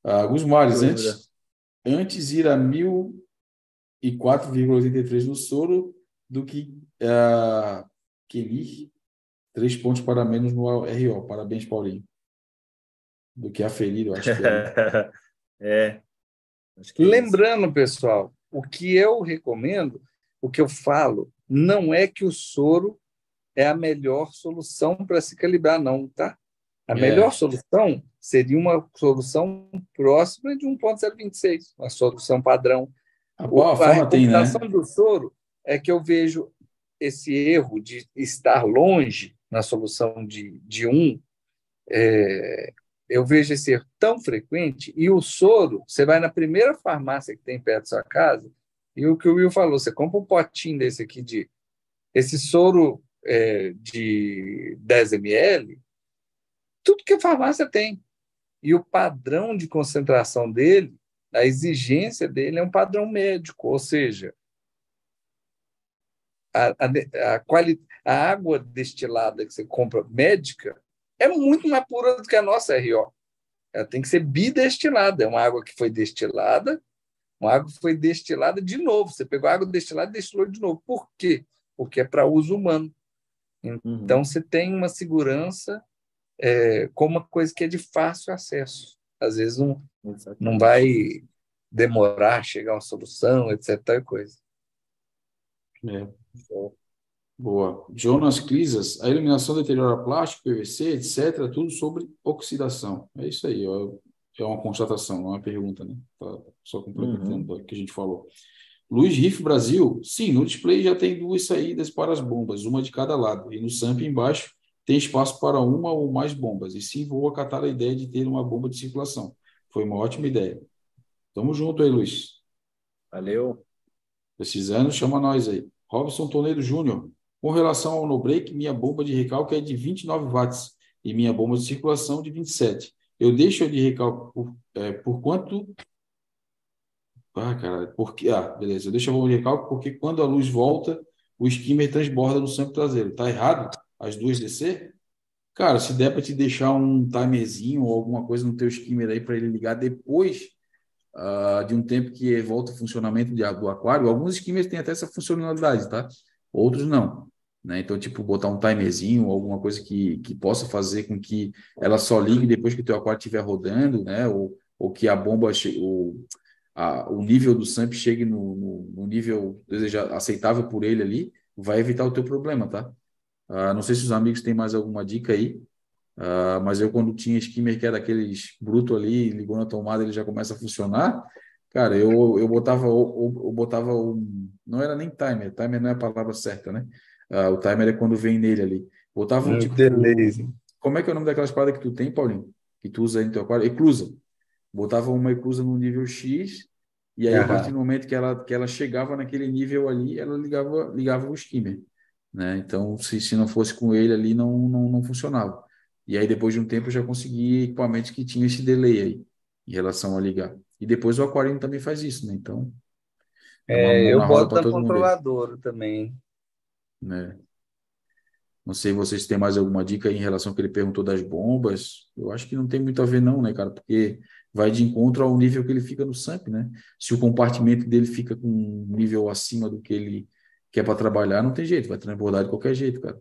Ah, Gus Mares, Dúvida. antes, antes ir a mil e quatro vírgula oitenta e três no soro do que uh, Kenir, três pontos para menos no R O. Parabéns, Paulinho. Do que aferir, eu acho que é. É. Acho que é Lembrando, pessoal, o que eu recomendo, o que eu falo, não é que o soro é a melhor solução para se calibrar, não, tá? A É. melhor solução seria uma solução próxima de um ponto zero vinte e seis, uma solução padrão. A qual a A forma tem, né? recomendação do soro é que eu vejo esse erro de estar longe na solução de, de um, é, eu vejo esse erro tão frequente, e o soro, você vai na primeira farmácia que tem perto da sua casa, e o que o Will falou, você compra um potinho desse aqui, de esse soro é, de dez mililitros, tudo que a farmácia tem. E o padrão de concentração dele, a exigência dele é um padrão médico, ou seja, a, a, a, quali, a água destilada que você compra médica é muito mais pura do que a nossa R O. Ela tem que ser bidestilada, é uma água que foi destilada, uma água que foi destilada de novo. Você pegou a água destilada e destilou de novo. Por quê? Porque é para uso humano. Então, uhum. Você tem uma segurança é, como uma coisa que é de fácil acesso. Às vezes não, não vai demorar a chegar a uma solução, etc. Tal coisa. É. Boa. Jonas Clisas, a iluminação deteriora plástico, P V C, etcétera. Tudo sobre oxidação. É isso aí, ó. É uma constatação, não é uma pergunta, né? Tá só complementando uhum. o que a gente falou. Luiz Riff Brasil, sim, no display já tem duas saídas para as bombas, uma de cada lado, e no S A M P embaixo tem espaço para uma ou mais bombas, e sim, vou acatar a ideia de ter uma bomba de circulação. Foi uma ótima ideia. Tamo junto aí, Luiz. Valeu. Precisando, chama nós aí. Robson Toledo Júnior, com relação ao no-break, minha bomba de recalque é de vinte e nove watts e minha bomba de circulação de vinte e sete. Eu deixo a de recalque por, é, por quanto... Ah, cara, porque... Ah, beleza. Eu deixo a bomba de recalque porque quando a luz volta, o skimmer transborda no S A M P traseiro. Tá errado? As duas descer? Cara, se der para te deixar um timerzinho ou alguma coisa no teu skimmer aí para ele ligar depois uh, de um tempo que volta o funcionamento de, do aquário, alguns skimmers têm até essa funcionalidade, tá? Outros não. Né? Então, tipo, botar um timerzinho, alguma coisa que, que possa fazer com que ela só ligue depois que o teu aquário estiver rodando, né? Ou, ou que a bomba, o, a, o nível do S A M P chegue no, no, no nível desejado, aceitável por ele ali, vai evitar o teu problema, tá? Uh, não sei se os amigos têm mais alguma dica aí, uh, mas eu quando tinha skimmer que era aqueles bruto ali, ligou na tomada, ele já começa a funcionar. Cara, eu, eu botava, eu, eu botava um, não era nem timer, timer não é a palavra certa, né? Uh, o timer é quando vem nele ali. Botava um, um tipo... delay. Como é que é o nome daquela espada que tu tem, Paulinho? Que tu usa aí no teu aquário? Eclusa. Botava uma eclusa no nível X, e aí, uhum. a partir do momento que ela, que ela chegava naquele nível ali, ela ligava, ligava o skimmer. Né? Então, se, se não fosse com ele ali, não, não, não funcionava. E aí, depois de um tempo, eu já consegui equipamentos que tinham esse delay aí, em relação a ligar. E depois o aquário também faz isso, né? Então, é uma é, mão na roda para todo mundo. Eu boto na controladora também. Né? Não sei se vocês têm mais alguma dica aí em relação ao que ele perguntou das bombas. Eu acho que não tem muito a ver não, né, cara? Porque vai de encontro ao nível que ele fica no S A M P, né? Se o compartimento dele fica com um nível acima do que ele quer para trabalhar, não tem jeito, vai transbordar de qualquer jeito, cara.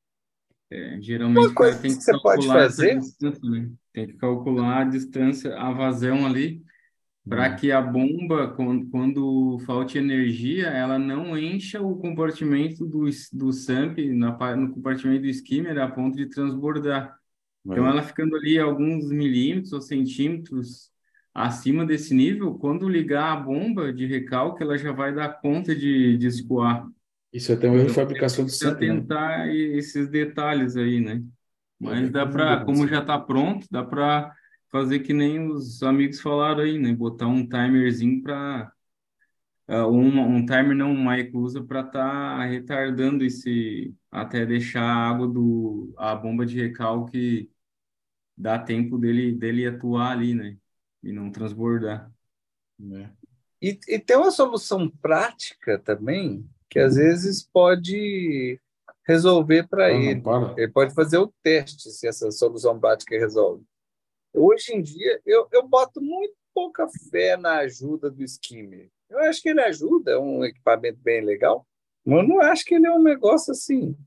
É, geralmente uma coisa tem que, que você pode fazer, né? Tem que calcular a distância, a vazão ali, para hum. que a bomba, quando, quando falte energia, ela não encha o compartimento do, do S A M P, na, no compartimento do skimmer, a ponto de transbordar. É. Então, ela ficando ali alguns milímetros ou centímetros acima desse nível, quando ligar a bomba de recalque, ela já vai dar conta de, de escoar. Isso é até uma então, fabricação do S A M P, tentar, né? Esses detalhes aí, né? Mas dá para, como já está pronto, dá para fazer que nem os amigos falaram aí, né? Botar um timerzinho para uh, um, um timer não, uma eclusa para estar tá retardando esse até deixar a água do a bomba de recalque dá tempo dele dele atuar ali, né? E não transbordar. É. E, e tem uma solução prática também que às vezes pode resolver para ele. Ele pode fazer o teste se essa solução prática resolve. hoje em dia, eu, eu boto muito pouca fé na ajuda do skimmer. Eu acho que ele ajuda, é um equipamento bem legal, mas eu não acho que ele é um negócio assim,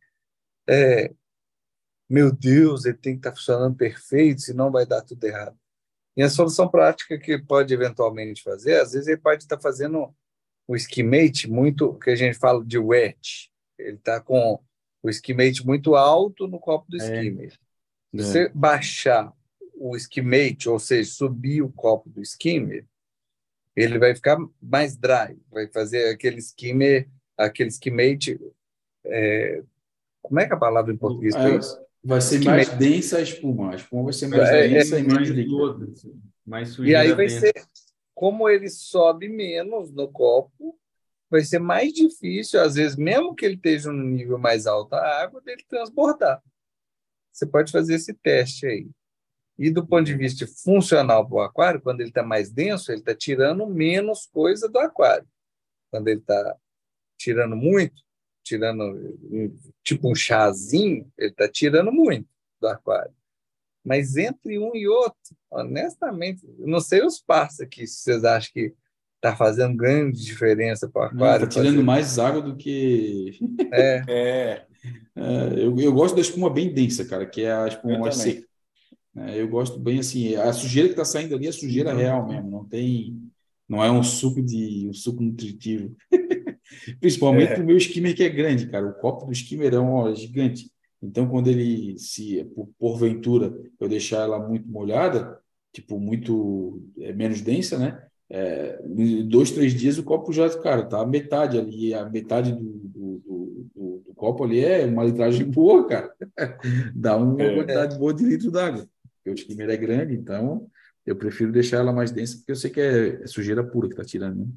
é, meu Deus, ele tem que estar funcionando perfeito, senão vai dar tudo errado. E a solução prática que pode eventualmente fazer, às vezes ele pode estar fazendo o skimmate muito, que a gente fala de wet. Ele está com o skimmate muito alto no copo do É, skimmer. Se é. você baixar o skimmate, ou seja, subir o copo do skimmer, ele vai ficar mais dry, vai fazer aquele skimmer, aquele skimmate, como é que é a palavra em português para É, isso? vai ser mais Skimmate. densa a espuma. A espuma vai ser mais Vai É, é, densa e ter menos mais líquida. lodo, assim, mais e aí sujeira vai dentro. ser, como ele sobe menos no copo, vai ser mais difícil, às vezes, mesmo que ele esteja no nível mais alto da água, dele transbordar. Você pode fazer esse teste aí. E do ponto de vista funcional para o aquário, quando ele está mais denso, ele está tirando menos coisa do aquário. Quando ele está tirando muito, tirando tipo um chazinho, ele está tirando muito do aquário. Mas entre um e outro, honestamente, não sei os passos aqui, se vocês acham que está fazendo grande diferença para o Não, tá aquário tirando fazer. mais água do que. É, É, é, eu, eu gosto da espuma bem densa, cara, que é a espuma Eu mais também. seca. É, eu gosto bem assim, a sujeira que está saindo ali é sujeira real mesmo, não tem, não é um suco de um suco nutritivo. Principalmente para o É, meu skimmer que é grande, cara. O copo do skimmer é um gigante. Então, quando ele, se por, porventura eu deixar ela muito molhada, tipo muito é, menos densa, né? É, em dois, três dias o copo já, cara, tá a metade ali, a metade do, do, do, do- do copo ali é uma litragem boa, cara. Dá uma é. é. quantidade boa de litro d'água. Porque o skimmer é grande, então eu prefiro deixar ela mais densa, porque eu sei que é, é sujeira pura que tá tirando, né?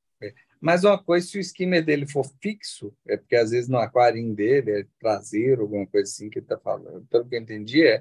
Mas uma coisa, se o skimmer dele for fixo, é porque às vezes no aquarinho dele é traseiro, alguma coisa assim que ele está falando. Pelo que eu entendi, é,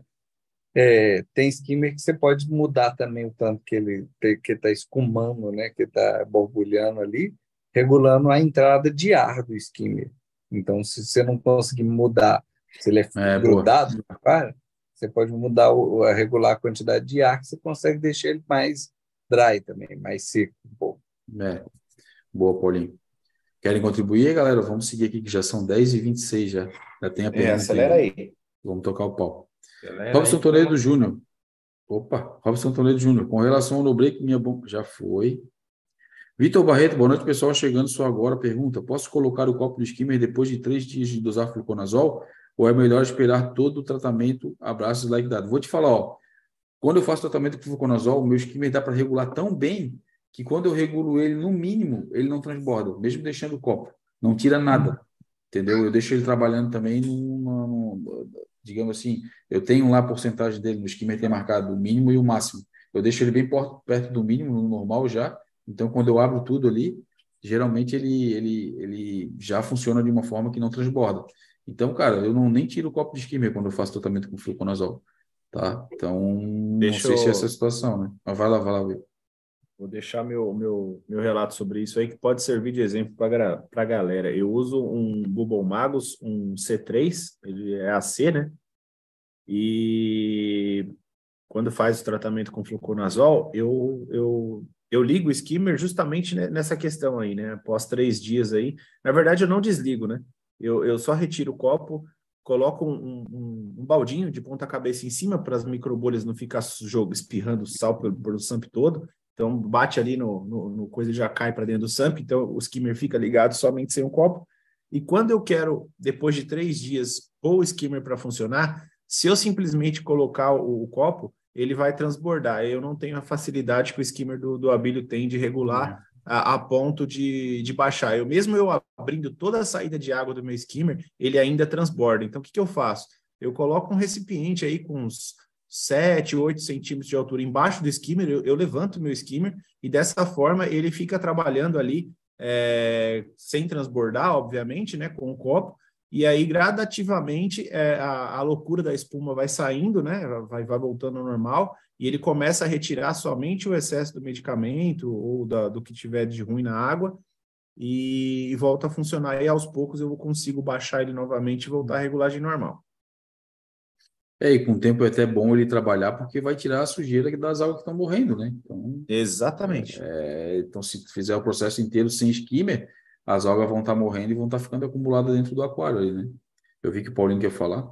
é, tem skimmer que você pode mudar também o tanto que ele que está escumando, né, que está borbulhando ali, regulando a entrada de ar do skimmer. Então, se você não conseguir mudar, se ele é É, boa. grudado no aquário, você pode mudar, o, a regular a quantidade de ar, que você consegue deixar ele mais dry também, mais seco um pouco. É, boa, Paulinho. Querem contribuir, galera? Vamos seguir aqui, que já são dez e vinte e seis já. Já tem a É, pergunta acelera ainda. aí. Vamos tocar o pau. Galera, Robson aí Toledo toma. Júnior. Opa, Robson Toledo Júnior. Com relação ao no break, minha bom... Já foi. Vitor Barreto, boa noite, pessoal. Chegando só agora. Pergunta: posso colocar o copo do skimmer depois de três dias de dosar fluconazol? Ou é melhor esperar todo o tratamento? Abraços, like dado. Vou te falar, ó. Quando eu faço tratamento com fluconazol, o meu skimmer dá para regular tão bem que quando eu regulo ele no mínimo, ele não transborda, mesmo deixando o copo. Não tira nada, entendeu? Eu deixo ele trabalhando também, numa, numa, digamos assim, eu tenho lá a porcentagem dele no skimmer, tem marcado o mínimo e o máximo. Eu deixo ele bem por- perto do mínimo, no normal já. Então, quando eu abro tudo ali, geralmente ele, ele, ele já funciona de uma forma que não transborda. Então, cara, eu não nem tiro o copo de skimmer quando eu faço tratamento com fluconazol. Tá? Então, não Deixa sei se é essa a eu, situação, né? Mas vai lá, vai lá, ver. vou deixar meu, meu, meu relato sobre isso aí, que pode servir de exemplo para a galera. Eu uso um Bubble Magus, um C três, ele é A C, né? E quando faz o tratamento com fluconazol, eu, eu, eu ligo o skimmer justamente ne- nessa questão aí, né? Após três dias aí. Na verdade, eu não desligo, né? Eu, eu só retiro o copo, coloco um, um, um baldinho de ponta cabeça em cima para as microbolhas não ficar jogo espirrando sal pelo, pelo samp todo. Então, bate ali no, no, no coisa e já cai para dentro do samp. Então, o skimmer fica ligado somente sem o copo. E quando eu quero, depois de três dias, pôr o skimmer para funcionar, se eu simplesmente colocar o, o copo, ele vai transbordar. Eu não tenho a facilidade que o skimmer do, do Abílio tem de regular a, a ponto de, de baixar. Eu mesmo eu abrindo toda a saída de água do meu skimmer, ele ainda transborda. Então, o que, que eu faço? Eu coloco um recipiente aí com uns sete, oito centímetros de altura embaixo do skimmer, eu, eu levanto o meu skimmer e dessa forma ele fica trabalhando ali é, sem transbordar, obviamente, né, com o copo. E aí, gradativamente, é, a, a loucura da espuma vai saindo, né? Vai, vai voltando ao normal, e ele começa a retirar somente o excesso do medicamento ou da, do que tiver de ruim na água, e, e volta a funcionar. E aos poucos eu consigo baixar ele novamente e voltar à regulagem normal. É, e com o tempo é até bom ele trabalhar, porque vai tirar a sujeira das algas que estão morrendo, né? Então, Exatamente. é, então, se fizer o processo inteiro sem skimmer, as algas vão estar morrendo e vão estar ficando acumuladas dentro do aquário aí, né? Eu vi que o Paulinho quer falar.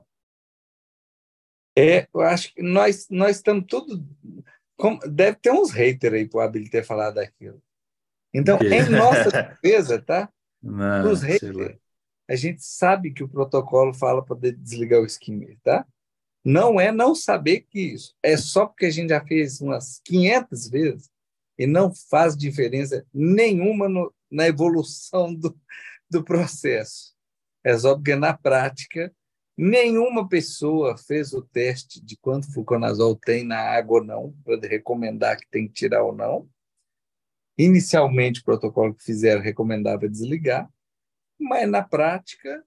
É, eu acho que nós, nós estamos tudo... como- deve ter uns haters aí para o Abel ter falado aquilo. Então, Que- em nossa defesa, tá? Os Não, sei lá. haters, a gente sabe que o protocolo fala para desligar o skimmer, tá? Não é não saber que isso. É só porque a gente já fez umas quinhentas vezes e não faz diferença nenhuma no, na evolução do, do processo. É só porque, na prática, nenhuma pessoa fez o teste de quanto fluconazol tem na água ou não, para recomendar que tem que tirar ou não. Inicialmente, o protocolo que fizeram recomendava desligar, mas, na prática,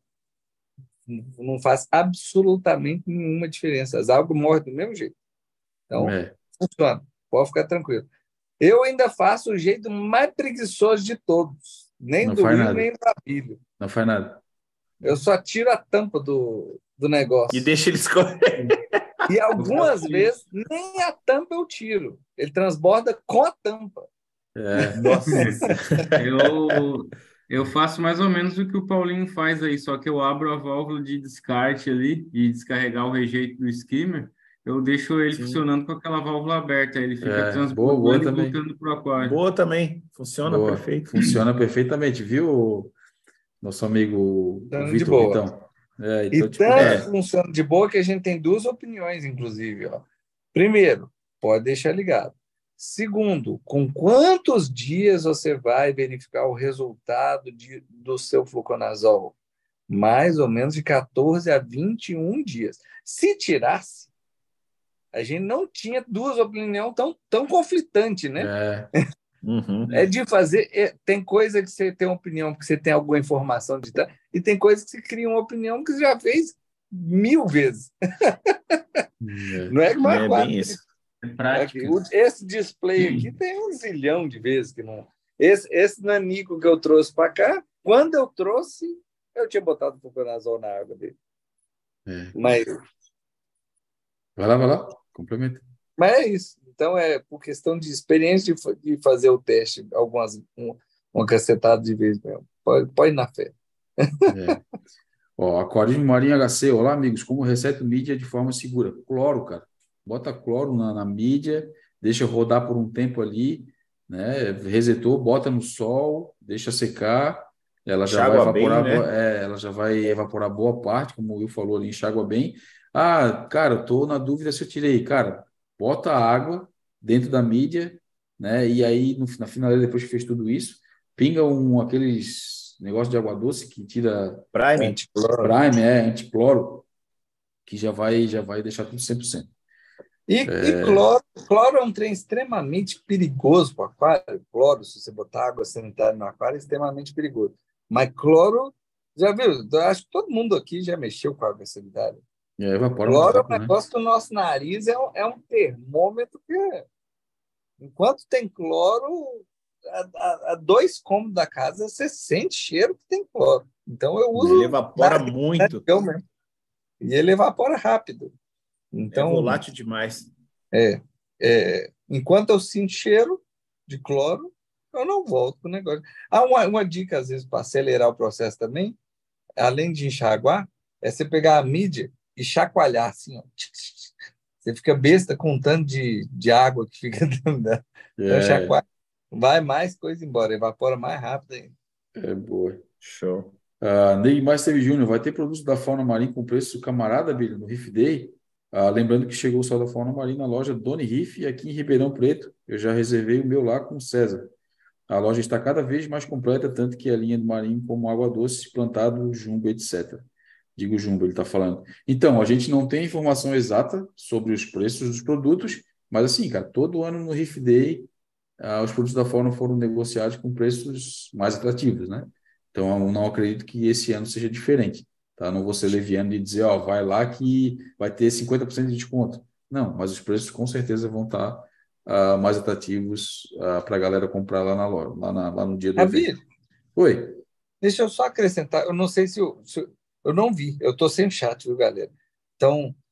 não faz absolutamente nenhuma diferença. As algas morrem do mesmo jeito. Então, É, funciona. Pode ficar tranquilo. Eu ainda faço o jeito mais preguiçoso de todos. Nem não do faz Will, nada. nem do Abílio. Não faz nada. Eu só tiro a tampa do, do negócio. E deixa ele escorrer. E algumas vezes, nem a tampa eu tiro. Ele transborda com a tampa. É, Nossa. Eu, eu faço mais ou menos o que o Paulinho faz aí, só que eu abro a válvula de descarte ali e descarregar o rejeito do skimmer, eu deixo ele Sim. funcionando com aquela válvula aberta, ele fica É, boa, boa transbordando e também. voltando para o aquário. Boa também. Funciona Boa. perfeito. Funciona perfeitamente, viu, nosso amigo o Funciona de Vitor boa. Vitão? É, E então, tipo, tanto É. funciona de boa que a gente tem duas opiniões, inclusive. Ó. Primeiro, pode deixar ligado. Segundo, com quantos dias você vai verificar o resultado de, do seu fluconazol? Mais ou menos de quatorze a vinte e um dias. Se tirasse, a gente não tinha duas opiniões tão, tão conflitantes, né? é, Uhum. É de fazer. é- tem coisa que você tem uma opinião porque você tem alguma informação de tal, e tem coisa que você cria uma opinião que você já fez mil vezes. é. Não é que mais É quatro. bem isso. É Aqui, prática. o- esse display aqui tem um zilhão de vezes que não. Esse, esse nanico que eu trouxe para cá, quando eu trouxe, eu tinha botado fluconazol na água dele. É. Mas, Vai lá, vai lá, complementa. mas é isso. Então, é por questão de experiência de, fa- de fazer o teste, algumas, um, uma cacetada de vez mesmo. Pode, pode ir na fé. É. Ó, Aquarismo Marinho H C, olá amigos, como reseto mídia de forma segura? Cloro, cara. Bota cloro na, na mídia, deixa rodar por um tempo ali, né? Resetou, bota no sol, deixa secar, ela já vai Enxágua bem, evaporar, né? bo- é, ela já vai evaporar boa parte, como o Will falou ali, enxágua bem. Ah, cara, eu tô na dúvida se eu tirei. Cara, bota a água dentro da mídia, né? E aí, no, na finaleira, depois que fez tudo isso, pinga um, aqueles negócios de água doce que tira Prime. Anticloro. Prime, é, anticloro, que já vai, já vai deixar tudo cem por cento. E, e cloro, cloro é um trem extremamente perigoso para o aquário. Cloro, se você botar água sanitária no aquário, é extremamente perigoso. Mas cloro, já viu? Eu acho que todo mundo aqui já mexeu com água sanitária. E aí evapora muito Cloro é um rápido, né? negócio do nosso nariz, é um, é um termômetro que, enquanto tem cloro, a, a, a dois cômodos da casa, você sente cheiro que tem cloro. Então, eu uso... Ele evapora nariz, muito. eu mesmo. E ele evapora rápido. É Então, volátil demais. É, é, enquanto eu sinto cheiro de cloro, eu não volto para o negócio. Há uma, uma dica, às vezes, para acelerar o processo também, além de enxaguar, é você pegar a mídia e chacoalhar assim, ó. Você fica besta com um tanto de, de água que fica dentro dela. Então, É, chacoalha. Vai mais coisa embora, evapora mais rápido ainda. é boa. Show. Ah, Neymar Steve Júnior, vai ter produtos da Fauna Marinha com preço camarada, Billy, no Reef Day? Ah, lembrando que chegou o sal da Fauna Marinha na loja Doni Reef aqui em Ribeirão Preto. Eu já reservei o meu lá com o César. A loja está cada vez mais completa, tanto que a linha do Marinho como água doce, plantado, jumbo, etcétera. Digo jumbo, ele está falando. Então, a gente não tem informação exata sobre os preços dos produtos, mas assim, cara, todo ano no Reef Day, ah, os produtos da Fauna foram negociados com preços mais atrativos, né? Então, eu não acredito que esse ano seja diferente, tá? Não vou ser leviano e dizer, ó, vai lá que vai ter cinquenta por cento de desconto. Não, mas os preços com certeza vão estar ah, mais atrativos para a galera comprar lá na loja, lá, na- lá no dia do evento. Abílio, Oi. deixa eu só acrescentar, eu não sei se eu, se eu, eu não vi, eu estou sem chat, viu, galera? Então,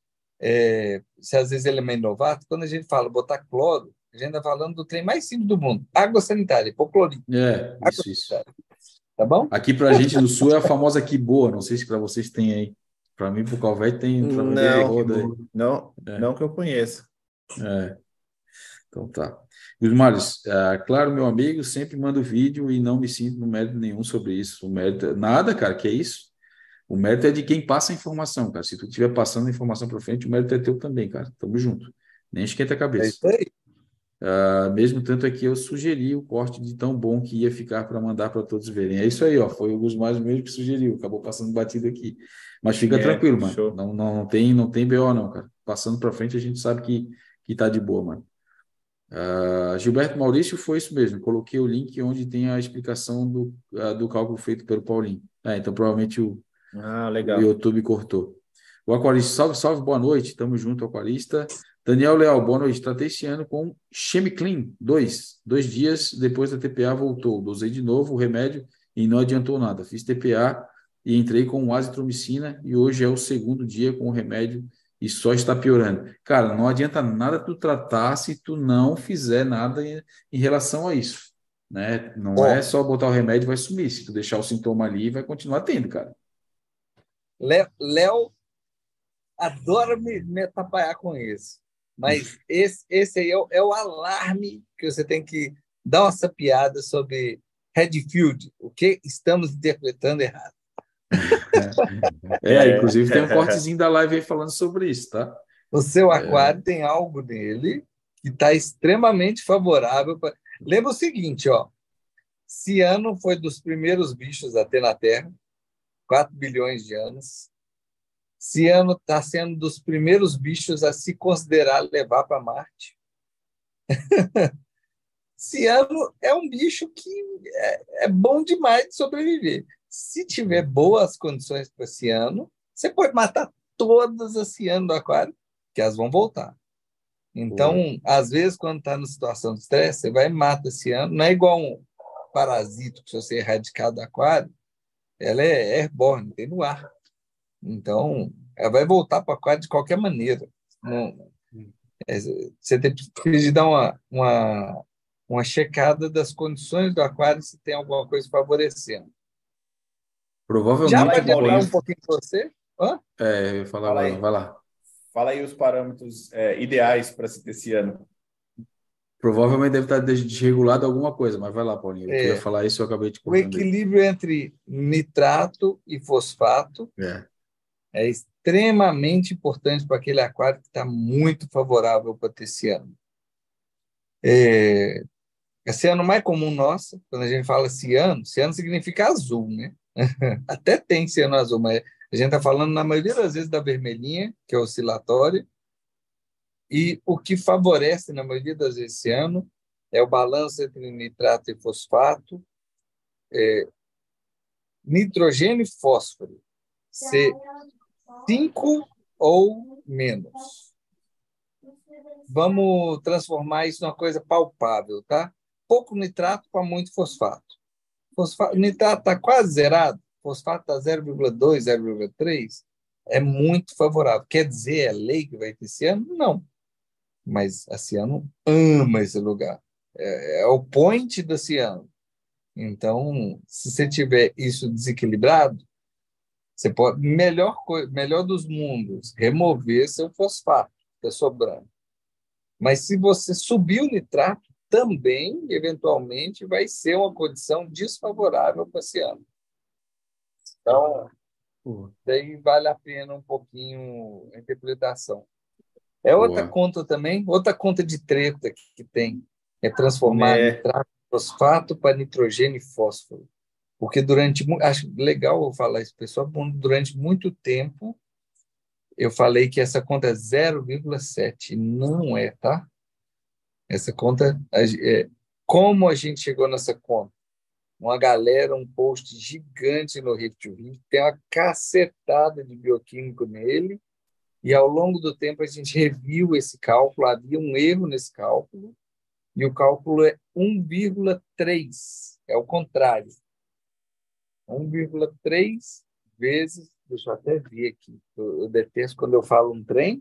é, se às vezes ele é meio novato, quando a gente fala botar cloro, a gente está falando do trem mais simples do mundo, água sanitária, hipoclorito. É, Água isso, isso. sanitária, tá bom? Aqui pra gente no sul é a famosa que boa, não sei se para vocês tem aí. Para mim, pro Calvete tem travesseiro de Não, roda aí. não, É. não que eu conheça. É, então tá. E os Mares, é, claro, meu amigo, sempre mando vídeo e não me sinto no mérito nenhum sobre isso. O mérito, nada, cara, que é isso? O mérito é de quem passa a informação, cara. Se tu estiver passando a informação para frente, o mérito é teu também, cara. Tamo junto. Nem esquenta a É cabeça. isso aí. Ah, mesmo tanto é que eu sugeri o corte de tão bom que ia ficar para mandar para todos verem. É isso aí, ó. Foi o Gusmar mesmo que sugeriu. Acabou passando batido aqui. Mas fica É, tranquilo, mano. show. Não, não, não tem, não tem B O não, cara. Passando para frente a gente sabe que, que tá de boa, mano. Ah, Gilberto Maurício foi isso mesmo. Coloquei o link onde tem a explicação do, ah, do cálculo feito pelo Paulinho. É, então provavelmente o, Ah, o legal. YouTube cortou. O Aquarista, salve, salve, boa noite. Tamo junto, Aquarista. Daniel Leal, boa noite. Tratei esse ano com Chemiclean dois. Dois dias depois da T P A voltou. Dosei de novo o remédio e não adiantou nada. Fiz T P A e entrei com azitromicina e hoje é o segundo dia com o remédio e só está piorando. Cara, não adianta nada tu tratar se tu não fizer nada em, em relação a isso, né? Não Ó, é só botar o remédio e vai sumir. Se tu deixar o sintoma ali, vai continuar tendo, cara. Lé- Léo adora me, me atrapalhar com isso. Mas esse, esse aí é o, é o alarme que você tem que dar uma sapiada sobre Redfield, o que estamos interpretando errado. É, É. inclusive tem um cortezinho da live aí falando sobre isso, tá? O seu aquário tem algo nele que está extremamente favorável. Pra... Lembra o seguinte, ó, Ciano foi dos primeiros bichos a ter na Terra, quatro bilhões de anos. Ciano está sendo dos primeiros bichos a se considerar levar para Marte. Ciano é um bicho que é, é bom demais de sobreviver. Se tiver boas condições para ciano, você pode matar todas as cianos do aquário, que elas vão voltar. Então, Boa. às vezes, quando está na situação de estresse, você vai e mata ciano. Não é igual um parasito que, se você erradicar do aquário, ela é airborne, tem no ar. Então, ela vai voltar para o aquário de qualquer maneira. Não, é, você tem que dar uma, uma, uma checada das condições do aquário, se tem alguma coisa favorecendo. Já Provavelmente para o Fala aí, adiantar um Paulinho. pouquinho para você, hã? É, eu ia falar Fala agora, aí. vai lá. Fala aí os parâmetros é, ideais para se ter esse ano. Provavelmente deve estar desregulado alguma coisa, mas vai lá, Paulinho. Tu ia É, falar isso, eu acabei te o cortando aí. equilíbrio entre nitrato e fosfato É. é extremamente importante para aquele aquário que está muito favorável para ter ciano. É, é ciano mais comum nossa, quando a gente fala ciano, ciano significa azul, né? Até tem ciano azul, mas a gente está falando, na maioria das vezes, da vermelhinha, que é oscilatória, e o que favorece, na maioria das vezes, ciano é o balanço entre nitrato e fosfato, é, nitrogênio e fósforo, ser cinco ou menos. Vamos transformar isso numa coisa palpável, tá? Pouco nitrato para muito fosfato. Fosfato nitrato está quase zerado, fosfato está zero vírgula dois, zero vírgula três, é muito favorável. Quer dizer, é lei que vai ter ciano? Não. Mas a ciano ama esse lugar. É, é o point da ciano. Então, se você tiver isso desequilibrado, você pode, melhor, melhor dos mundos, remover seu fosfato, que está sobrando. Mas se você subir o nitrato, também, eventualmente, vai ser uma condição desfavorável para esse ano. Então, daí vale a pena um pouquinho a interpretação. É outra Boa. conta também, outra conta de treta que, que tem, é transformar É. nitrato em fosfato para nitrogênio e fósforo. Porque durante, acho legal eu falar isso, pessoal, durante muito tempo eu falei que essa conta é zero vírgula sete, não é, tá? Essa conta, é, como a gente chegou nessa conta? Uma galera, um post gigante no Rift Rift, tem uma cacetada de bioquímico nele, e ao longo do tempo a gente reviu esse cálculo, havia um erro nesse cálculo, e o cálculo é um vírgula três, é o contrário. um vírgula três vezes, deixa eu até ver aqui, eu, eu detesto quando eu falo um trem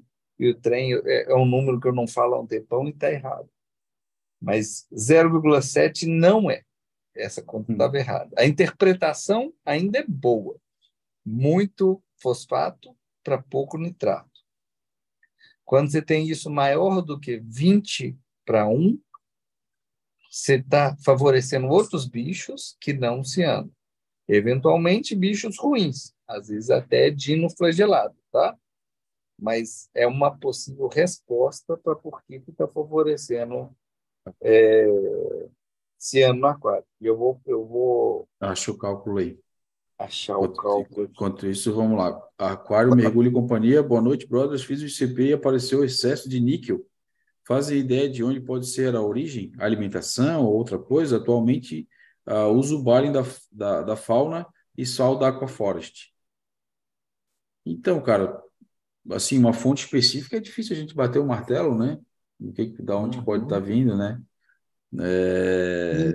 e o trem é, é um número que eu não falo há um tempão e está errado. Mas zero vírgula sete não é. Essa conta estava errada. A interpretação ainda é boa. Muito fosfato para pouco nitrato. Quando você tem isso maior do que vinte para um, você está favorecendo outros bichos que não se andam. Eventualmente, bichos ruins, às vezes até dinoflagelado, tá? Mas é uma possível resposta para por que está favorecendo é, ciano no aquário. E eu vou, eu vou Acho o cálculo aí. achar o Enquanto, cálculo. enquanto isso, vamos lá. Aquário, Mergulho e Companhia. Boa noite, brothers. Fiz o I C P e apareceu excesso de níquel. Fazem ideia de onde pode ser a origem? Alimentação ou outra coisa? Atualmente, uh, uso o Balen da, da, da fauna e sal da Aquaforest. Então, cara, assim, uma fonte específica é difícil a gente bater o martelo, né? O que, da onde Uhum. pode estar vindo, né? É...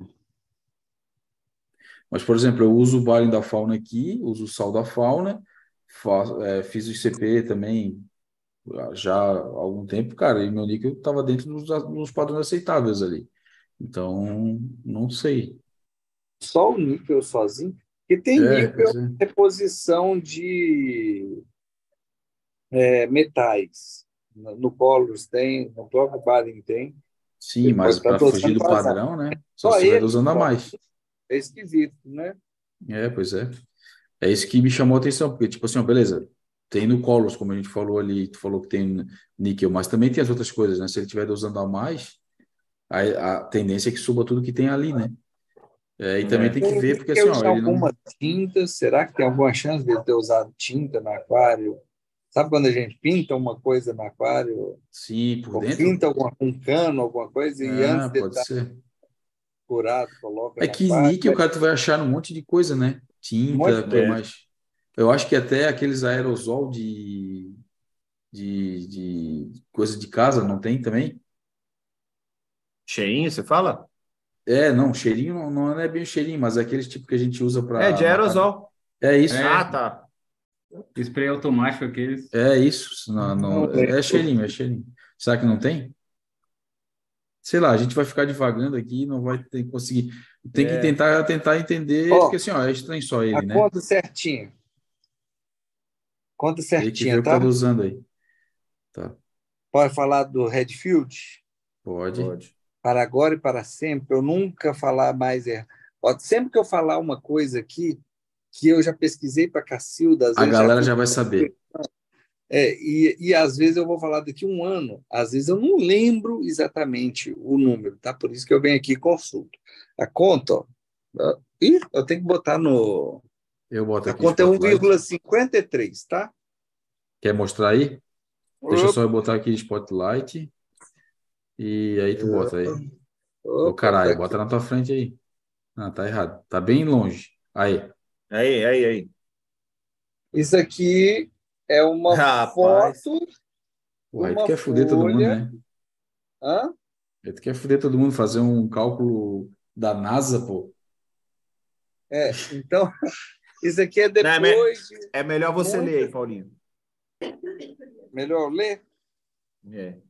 Mas, por exemplo, eu uso o Balen da fauna aqui, uso o sal da fauna, faço, é, fiz o I C P também já há algum tempo, cara, e meu níquel estava dentro dos, dos padrões aceitáveis ali. Então, não sei. Só o níquel sozinho? Porque tem É, níquel pois é. reposição de é, metais. No, no Colors tem, no próprio Balen tem. Sim, Ele pode mas estar para fugir dosando do vazado. padrão, né? Só se Só estiver ele dosando a pode. mais. É esquisito, né? É, pois é. É isso que me chamou a atenção, porque, tipo assim, ó, beleza, tem no Colors, como a gente falou ali, tu falou que tem níquel, mas também tem as outras coisas, né? Se ele estiver dosando a mais, a, a tendência é que suba tudo que tem ali, né? É, e também É. tem que ver, porque assim, Eu ó, em ele não. alguma tinta, será que tem alguma chance de ele ter usado tinta no aquário? Sabe quando a gente pinta uma coisa no aquário, Sim, por ou dentro? pinta alguma, um cano, alguma coisa, e antes Ah, de pode estar ser. curado, coloca É no que aquário? níquel, cara, tu vai achar um monte de coisa, né? Um monte Tinta, de que coisa. É. mais? Eu acho que até aqueles aerosol de, de, de coisa de casa, não tem também? Cheinho, você fala? É, não, cheirinho não, não é bem o cheirinho, mas é aqueles tipo que a gente usa É, para de matar. aerosol. É isso, Ah, É, tá. spray automático aqueles. é isso. Não, Não não, é lembro. cheirinho, é cheirinho. Será que não tem? Sei lá, a gente vai ficar devagando aqui, não vai ter, conseguir. Tem que É. tentar tentar entender, porque Ó, assim, ó, é estranho só a ele, né? conta certinha. Conta Tem que ver certinha, o que tá tá? usando aí. Tá, Pode falar do Redfield? pode. Pode. Para agora e para sempre, eu nunca falar mais errado. Ó, sempre que eu falar uma coisa aqui, que eu já pesquisei para Cacilda, às A vezes já galera fui. já vai saber. É, e, e às vezes eu vou falar daqui a um ano, às vezes eu não lembro exatamente o número, tá? Por isso que eu venho aqui e consulto. A conta, ó, ó, ih, eu tenho que botar no. Eu boto A aqui conta é um Spotlight. vírgula cinquenta e três, tá? Quer mostrar aí? Deixa Opa, só eu botar aqui Spotlight. E aí tu bota aí. Ô, opa, tá caralho, aqui. bota na tua frente aí. Ah, tá errado. Tá bem longe. Aí. Aí, aí, aí. Isso aqui é uma Rapaz. foto de Pô, aí tu uma quer fuder todo mundo, folha. né? Hã? Aí tu quer fuder todo mundo, fazer um cálculo da NASA, pô. É, então, isso aqui é Não, é, me- depois de é melhor você ler aí, muito. Paulinho. Melhor ler? É.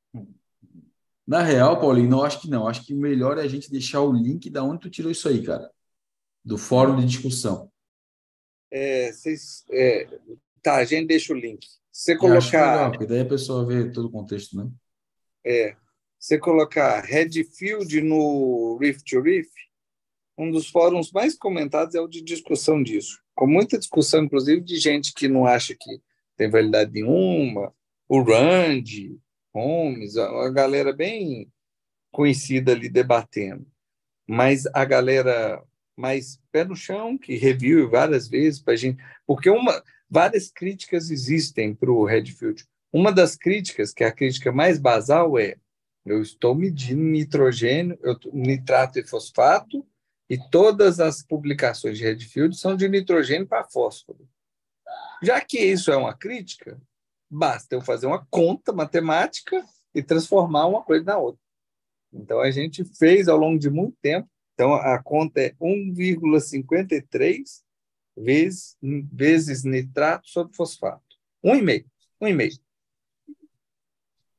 Na real, Paulinho, não acho que não. Acho que o melhor é a gente deixar o link da onde tu tirou isso aí, cara. Do fórum de discussão. É, vocês, é, tá, a gente deixa o link. Se você Eu acho colocar, legal, porque daí a pessoa vê todo o contexto, né? é, você colocar Redfield no Riff to Riff, um dos fóruns mais comentados é o de discussão disso. Com muita discussão, inclusive, de gente que não acha que tem validade nenhuma, o Randy, Holmes, uma galera bem conhecida ali debatendo. Mas a galera mais pé no chão, que review várias vezes para a gente. Porque uma, várias críticas existem para o Redfield. Uma das críticas, que é a crítica mais basal, é: eu estou medindo nitrogênio, eu, nitrato e fosfato, e todas as publicações de Redfield são de nitrogênio para fósforo. Já que isso é uma crítica, basta eu fazer uma conta matemática e transformar uma coisa na outra. Então, a gente fez ao longo de muito tempo. Então, a conta é um vírgula cinquenta e três vezes, vezes nitrato sobre fosfato. Um e meio. Um e meio.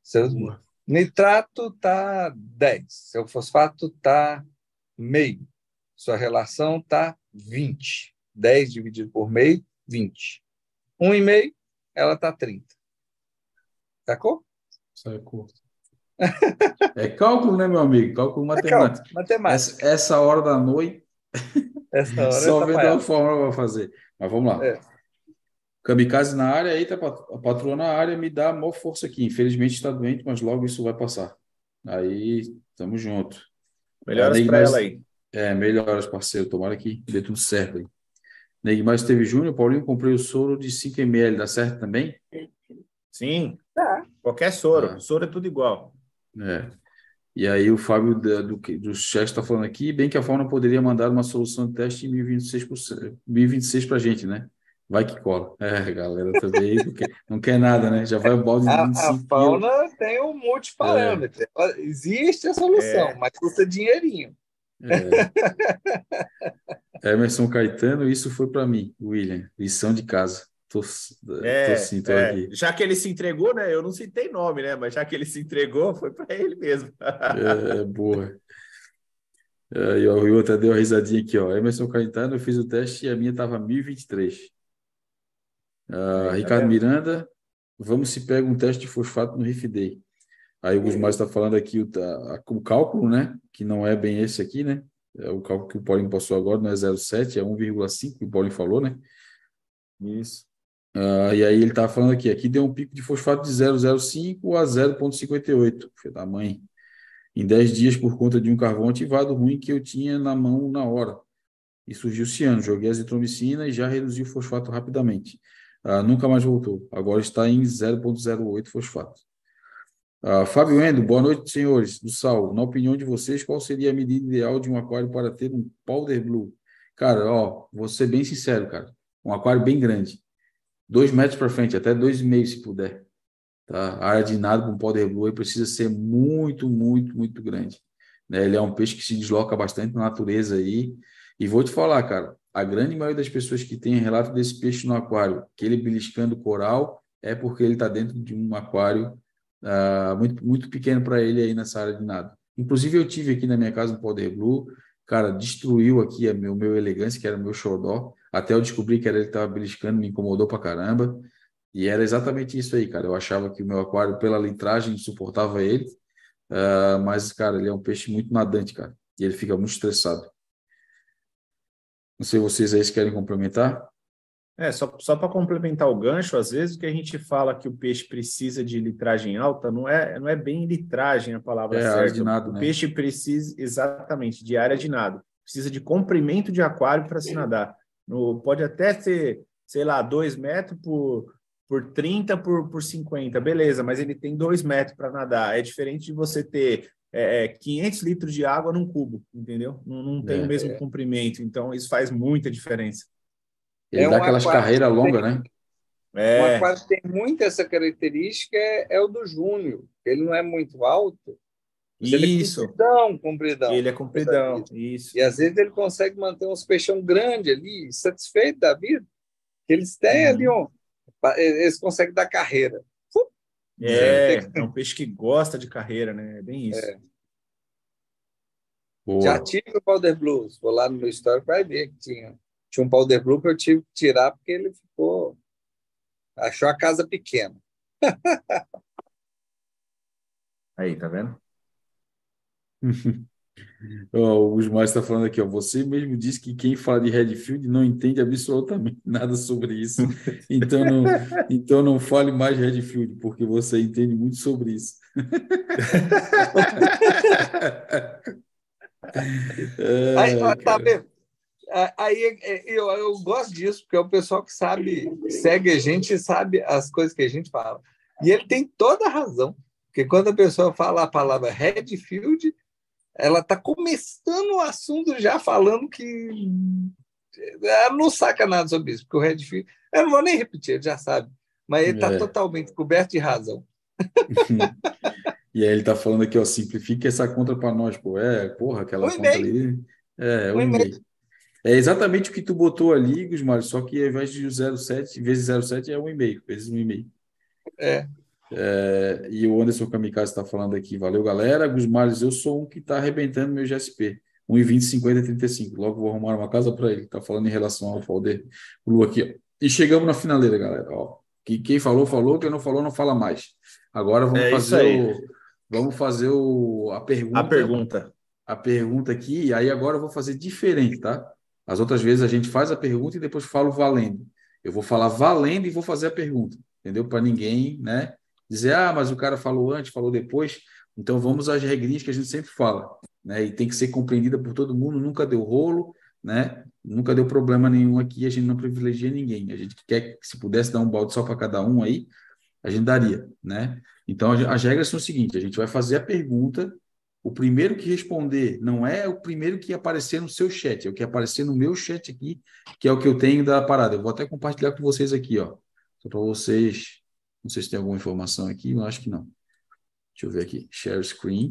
Seu Boa. nitrato está dez, seu fosfato está meio, sua relação está vinte. dez dividido por meio, vinte. um vírgula cinco, ela está trinta. Sacou? Sacou. É cálculo, né, meu amigo? Cálculo É cálculo, matemático. matemática. Essa, essa hora da noite, Essa hora só tá vendo a maior. fórmula para fazer. Mas vamos lá. É. Kamikaze na área, eita, a patroa na área me dá maior força aqui. Infelizmente está doente, mas logo isso vai passar. Aí, tamo junto. Melhoras Neguinho para mais- ela aí. É, melhoras, parceiro. Tomara que dê tudo certo aí. Neguinho mais teve Júnior, Paulinho, comprei o soro de cinco mililitros, dá certo também? Sim, Tá. qualquer soro. Tá. Soro é tudo igual. É. E aí o Fábio da- do, que- do chat está falando aqui, bem que a Fauna poderia mandar uma solução de teste em mil e vinte e seis por cento, mil e vinte e seis para a gente, né? Vai que cola. É, galera também não quer, não quer nada, né? Já vai o balde de vinte e A, a cinco quilos. fauna tem um multiparâmetro. Existe a solução, É. mas custa dinheirinho. É. Emerson Caetano, isso foi para mim, William. Lição de casa. Tô, tô É, sim, tô é. aqui. Já que ele se entregou, né? Eu não citei nome, né? Mas já que ele se entregou, foi para ele mesmo. É, boa. É, e o Rio até deu uma risadinha aqui, ó. Emerson Caetano, eu fiz o teste e a minha estava mil e vinte e três. Ah, Aí, tá Ricardo vendo? Miranda, vamos se pega um teste de fosfato no Riff Day. Aí o Gusmar está falando aqui o, tá, o cálculo, né? Que não é bem esse aqui, né? É o cálculo que o Paulinho passou agora, não é zero vírgula sete, é um vírgula cinco que o Paulinho falou, né? Isso. Ah, e aí ele está falando aqui, aqui deu um pico de fosfato de zero vírgula zero cinco a zero vírgula cinquenta e oito, filho da mãe, em dez dias por conta de um carvão ativado ruim que eu tinha na mão na hora. E surgiu ciano, joguei azitromicina e já reduziu o fosfato rapidamente. Ah, nunca mais voltou. Agora está em zero vírgula zero oito fosfato. Ah, Fábio Endo, boa noite, senhores do Sal. Na opinião de vocês, qual seria a medida ideal de um aquário para ter um powder blue? Cara, ó, vou ser bem sincero, cara. Um aquário bem grande. Dois metros para frente, até dois e meio se puder. Tá? A área de nado com powder blue aí precisa ser muito, muito, muito grande. Né? Ele é um peixe que se desloca bastante na natureza aí. E vou te falar, cara, a grande maioria das pessoas que tem relato desse peixe no aquário, que ele beliscando coral, é porque ele está dentro de um aquário uh, muito, muito pequeno para ele aí nessa área de nado. Inclusive, eu tive aqui na minha casa um powder blue, cara, destruiu aqui o meu, meu elegância, que era o meu xodó, até eu descobri que era ele que estava beliscando, me incomodou pra caramba. E era exatamente isso aí, cara. Eu achava que o meu aquário, pela litragem, suportava ele, uh, mas, cara, ele é um peixe muito nadante, cara, e ele fica muito estressado. Não sei vocês aí se querem complementar. É, só, só para complementar o gancho, às vezes o que a gente fala que o peixe precisa de litragem alta não é, não é bem litragem a palavra É, certa. área de nado, o né? peixe precisa, exatamente, de área de nado. Precisa de comprimento de aquário para se nadar. No, pode até ser, sei lá, dois metros por, por trinta por, por cinquenta, beleza, mas ele tem dois metros para nadar. É diferente de você ter é, quinhentos litros de água num cubo, entendeu? Não, não tem É. o mesmo comprimento, então isso faz muita diferença. Ele É dá um aquelas aquário carreiras que longas, tem- né? Um É, aquário que tem muito essa característica é, é o do Júnior. Ele não é muito alto, mas ele é isso. compridão, compridão. Ele é compridão, isso. E às vezes ele consegue manter uns peixão grande ali, satisfeito da vida. Eles têm Uhum. ali, um, eles conseguem dar carreira. É, é um peixe que gosta de carreira, né? É bem isso. É. Boa. Já tive o powder blue. Vou lá no meu histórico, vai ver que tinha. Tinha um powder blue que eu tive que tirar porque ele ficou... Achou a casa pequena. Aí, tá vendo? Ó, o Gusmar está falando aqui, ó. Você mesmo disse que quem fala de Redfield não entende absolutamente nada sobre isso. Então não, então não fale mais de Redfield, porque você entende muito sobre isso. Aí, É, ó, tá cara. vendo? Aí eu, eu gosto disso, porque é o pessoal que sabe, segue a gente e sabe as coisas que a gente fala. E ele tem toda a razão, porque quando a pessoa fala a palavra Redfield, ela está começando o assunto já falando que ela não saca nada sobre isso, porque o Redfield, eu não vou nem repetir, ele já sabe, mas ele está É. totalmente coberto de razão. E aí ele tá falando aqui, ó, simplifique essa conta para nós, pô. É, porra, aquela Um conta e-mail. ali. É, Um um e-mail. e-mail. É exatamente o que tu botou ali, Gusmar, só que ao invés de zero vírgula sete vezes zero vírgula sete é um e-mail, vezes um e-mail. É. É, e o Anderson Kamikaze está falando aqui. Valeu, galera. Gusmales, eu sou um que está arrebentando meu G S P. um e vinte, cinquenta, trinta e cinco. Logo vou arrumar uma casa para ele. Está falando em relação ao Falder Blue aqui. Ó. E chegamos na finaleira, galera. Ó, que quem falou, falou. Quem não falou, não fala mais. Agora vamos É isso fazer aí. o, vamos fazer o, a pergunta. A pergunta. A pergunta aqui. E aí agora eu vou fazer diferente, tá? As outras vezes a gente faz a pergunta e depois falo valendo. Eu vou falar valendo e vou fazer a pergunta. Entendeu? Para ninguém, né? Dizer, ah, mas o cara falou antes, falou depois. Então vamos às regrinhas que a gente sempre fala, né? E tem que ser compreendida por todo mundo, nunca deu rolo, né? Nunca deu problema nenhum aqui, a gente não privilegia ninguém. A gente quer que se pudesse dar um balde só para cada um aí, a gente daria, né? Então as regras são o seguinte, a gente vai fazer a pergunta, o primeiro que responder não é o primeiro que aparecer no seu chat, é o que aparecer no meu chat aqui, que é o que eu tenho da parada. Eu vou até compartilhar com vocês aqui, ó. Só para vocês. Não sei se tem alguma informação aqui, eu acho que não. Deixa eu ver aqui. Share screen.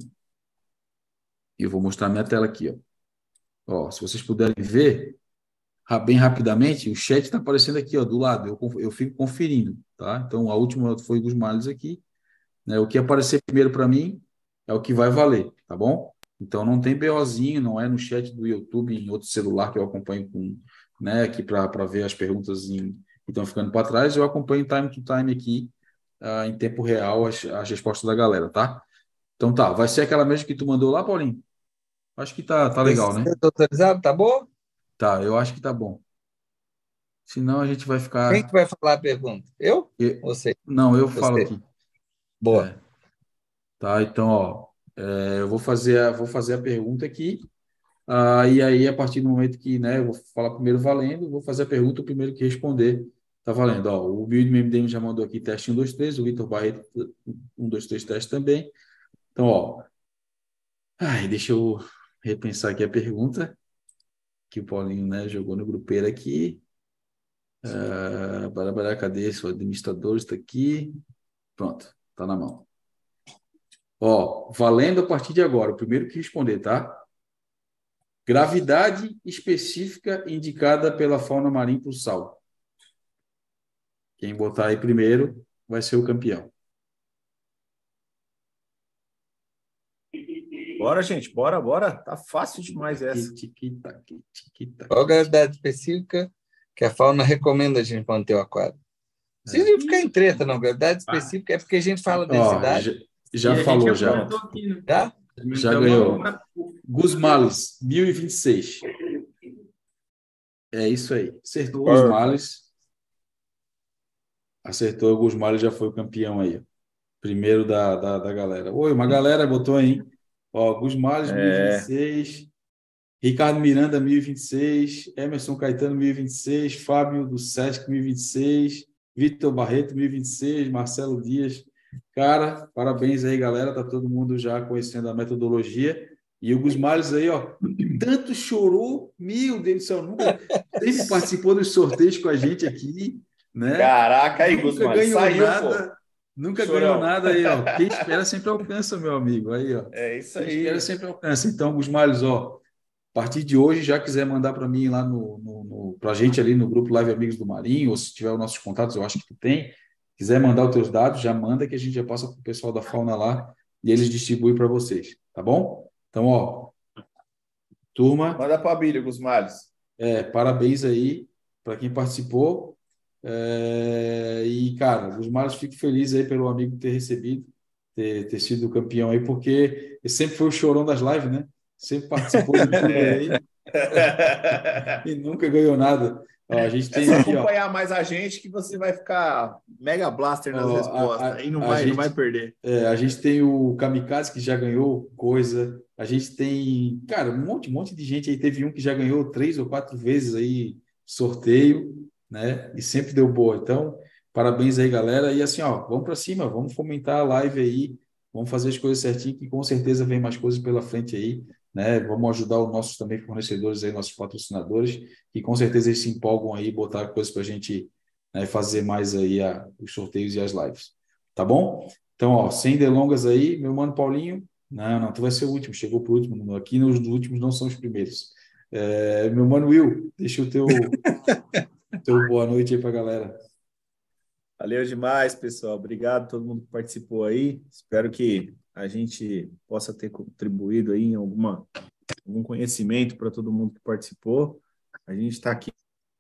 E eu vou mostrar minha tela aqui, ó. Ó, se vocês puderem ver, bem rapidamente, o chat está aparecendo aqui, ó, do lado. Eu, eu fico conferindo, tá? Então, a última foi dos males aqui. Né? O que aparecer primeiro para mim é o que vai valer, tá bom? Então, não tem BOzinho, não é no chat do YouTube, em outro celular que eu acompanho com, né, aqui para ver as perguntas em, que estão ficando para trás. Eu acompanho time to time aqui, uh, em tempo real, as, as respostas da galera, tá? Então tá, vai ser aquela mesma que tu mandou lá, Paulinho? Acho que tá, tá legal, né? Autorizado, tá bom? Tá, eu acho que tá bom. Senão a gente vai ficar... Quem que vai falar a pergunta? Eu? Eu... Você? Não, eu Você. falo aqui. Boa. É. Tá, então, ó, é, eu vou fazer, a, vou fazer a pergunta aqui, ah, e aí, a partir do momento que, né, eu vou falar primeiro valendo, vou fazer a pergunta, o primeiro que responder tá valendo. Ó, o Build M D M já mandou aqui teste um, dois, três, o Vitor Barreto um, dois, três teste também. Então, ó, ai, deixa eu repensar aqui a pergunta que o Paulinho, né, jogou no grupeiro aqui. Uh, Barabara, cadê? O administrador está aqui. Pronto, tá na mão. Ó, valendo a partir de agora, o primeiro que responder, tá? Gravidade específica indicada pela fauna marinha para o sal. Quem botar aí primeiro vai ser o campeão. Bora, gente, bora, bora. Tá fácil demais essa. Qual a gravidade específica que a fauna recomenda a gente manter o aquário? Não precisa é. ficar em treta, não. Gravidade específica é porque a gente fala densidade. Ó, já já falou, já. Aqui, né? Já? Já então, ganhou. Gusmales, mil e vinte e seis. É isso aí. Acertou o Gusmales. Acertou o Gusmales, já foi o campeão aí. Primeiro da, da, da galera. Oi, uma galera botou aí. Ó, Gusmales, é. mil e vinte e seis. Ricardo Miranda, mil e vinte e seis. Emerson Caetano, mil e vinte e seis. Fábio do Sesc, mil e vinte e seis. Vitor Barreto, mil e vinte e seis. Marcelo Dias. Cara, parabéns aí, galera. Tá todo mundo já conhecendo a metodologia. E o Gusmales aí, ó, tanto chorou, meu Deus do céu, nunca sempre participou dos sorteios com a gente aqui, né? Caraca, aí, nunca Gusmales, ganhou saiu, nada, pô. Nunca Chorão. ganhou nada aí, ó. Quem espera sempre alcança, meu amigo. Aí, ó. É isso Quem aí. espera sempre alcança. Então, Gusmales, ó, a partir de hoje, já quiser mandar para mim lá no, no, no para a gente ali no grupo Live Amigos do Marinho, ou se tiver os nossos contatos, eu acho que tu tem. Quiser mandar os teus dados, já manda que a gente já passa para o pessoal da fauna lá e eles distribuem para vocês, tá bom? Então, ó, turma. Manda para a Bíblia, Gusmales. É, parabéns aí para quem participou. É, e, cara, Gusmales, fico feliz aí pelo amigo ter recebido, ter, ter sido campeão aí, porque ele sempre foi o chorão das lives, né? Sempre participou de tudo aí e nunca ganhou nada. Ó, a gente tem é só aqui, acompanhar ó, mais a gente que você vai ficar mega blaster nas ó, respostas. a, a, aí não a vai, gente, não vai perder. É, a gente tem o Kamikaze que já ganhou coisa. A gente tem, cara, um monte, um monte de gente aí. Teve um que já ganhou três ou quatro vezes aí sorteio, né? E sempre deu boa. Então, parabéns aí, galera. E assim, ó, vamos para cima, vamos fomentar a live aí, vamos fazer as coisas certinho, que com certeza vem mais coisas pela frente aí, né? Vamos ajudar os nossos também fornecedores aí, nossos patrocinadores, que com certeza eles se empolgam aí, botar coisas para a gente, né, fazer mais aí a, os sorteios e as lives. Tá bom? Então, ó, sem delongas aí, meu mano Paulinho. Não, não, tu vai ser o último, chegou pro último. Aqui nos últimos não são os primeiros. É, meu mano Will, deixa o teu, teu boa noite aí pra galera. Valeu demais, pessoal. Obrigado a todo mundo que participou aí. Espero que a gente possa ter contribuído aí em alguma, algum conhecimento para todo mundo que participou. A gente está aqui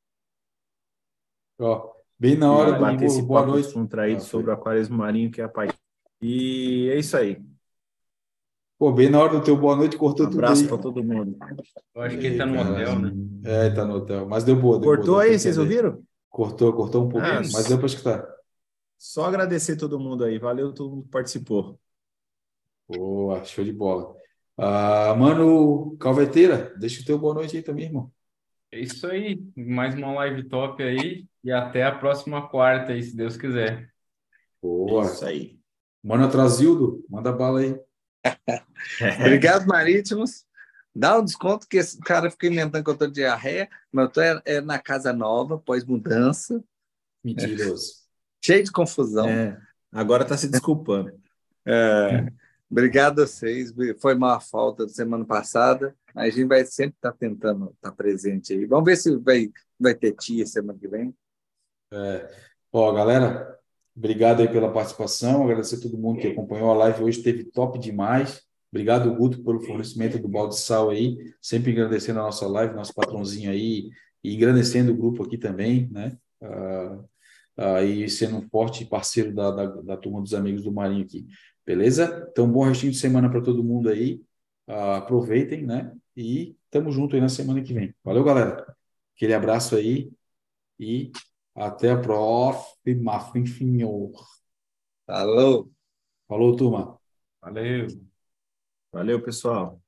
Ó, bem na hora para do bater esse boa papo noite. descontraído Ah, sobre foi. o aquarismo marinho, que é a paixão. E é isso aí. Pô, bem na hora do teu boa noite, Um cortou tudo abraço aí. para todo mundo. Eu acho que ele Ei, tá no cara. hotel, né? É, tá no hotel. Mas deu boa, deu boa, Cortou deu para aí, vocês entender. ouviram? Cortou, cortou um Ah, pouquinho, mas deu para escutar. só agradecer todo mundo aí. Valeu todo mundo que participou. Boa, show de bola. Ah, mano, Calveteira, deixa o teu boa noite aí também, irmão. É isso aí. Mais uma live top aí. E até a próxima quarta aí, se Deus quiser. Boa. Isso aí. Mano Atrasildo, manda bala aí. Obrigado, Marítimos. Dá um desconto, que esse cara fica inventando que eu tô de diarreia, mas eu tô é, é na casa nova, pós-mudança, Mentiroso. cheio de confusão. É, agora está se desculpando. É, obrigado a vocês. Foi uma falta da semana passada. A gente vai sempre estar tentando estar presente aí. Vamos ver se vai, vai ter tia semana que vem. É. Ó, galera, obrigado aí pela participação. Agradecer a todo mundo que acompanhou a live hoje, teve top demais. Obrigado, Guto, pelo fornecimento do balde de sal aí, sempre engrandecendo a nossa live, nosso patrãozinho aí, e engrandecendo o grupo aqui também, né? Ah, ah, e sendo um forte parceiro da, da, da turma dos amigos do Marinho aqui. Beleza? Então, bom restinho de semana para todo mundo aí. Ah, aproveitem, né? E tamo junto aí na semana que vem. Valeu, galera. Aquele abraço aí e até a próxima. Finfinho. Alô? Falou, turma. Valeu. Valeu, pessoal.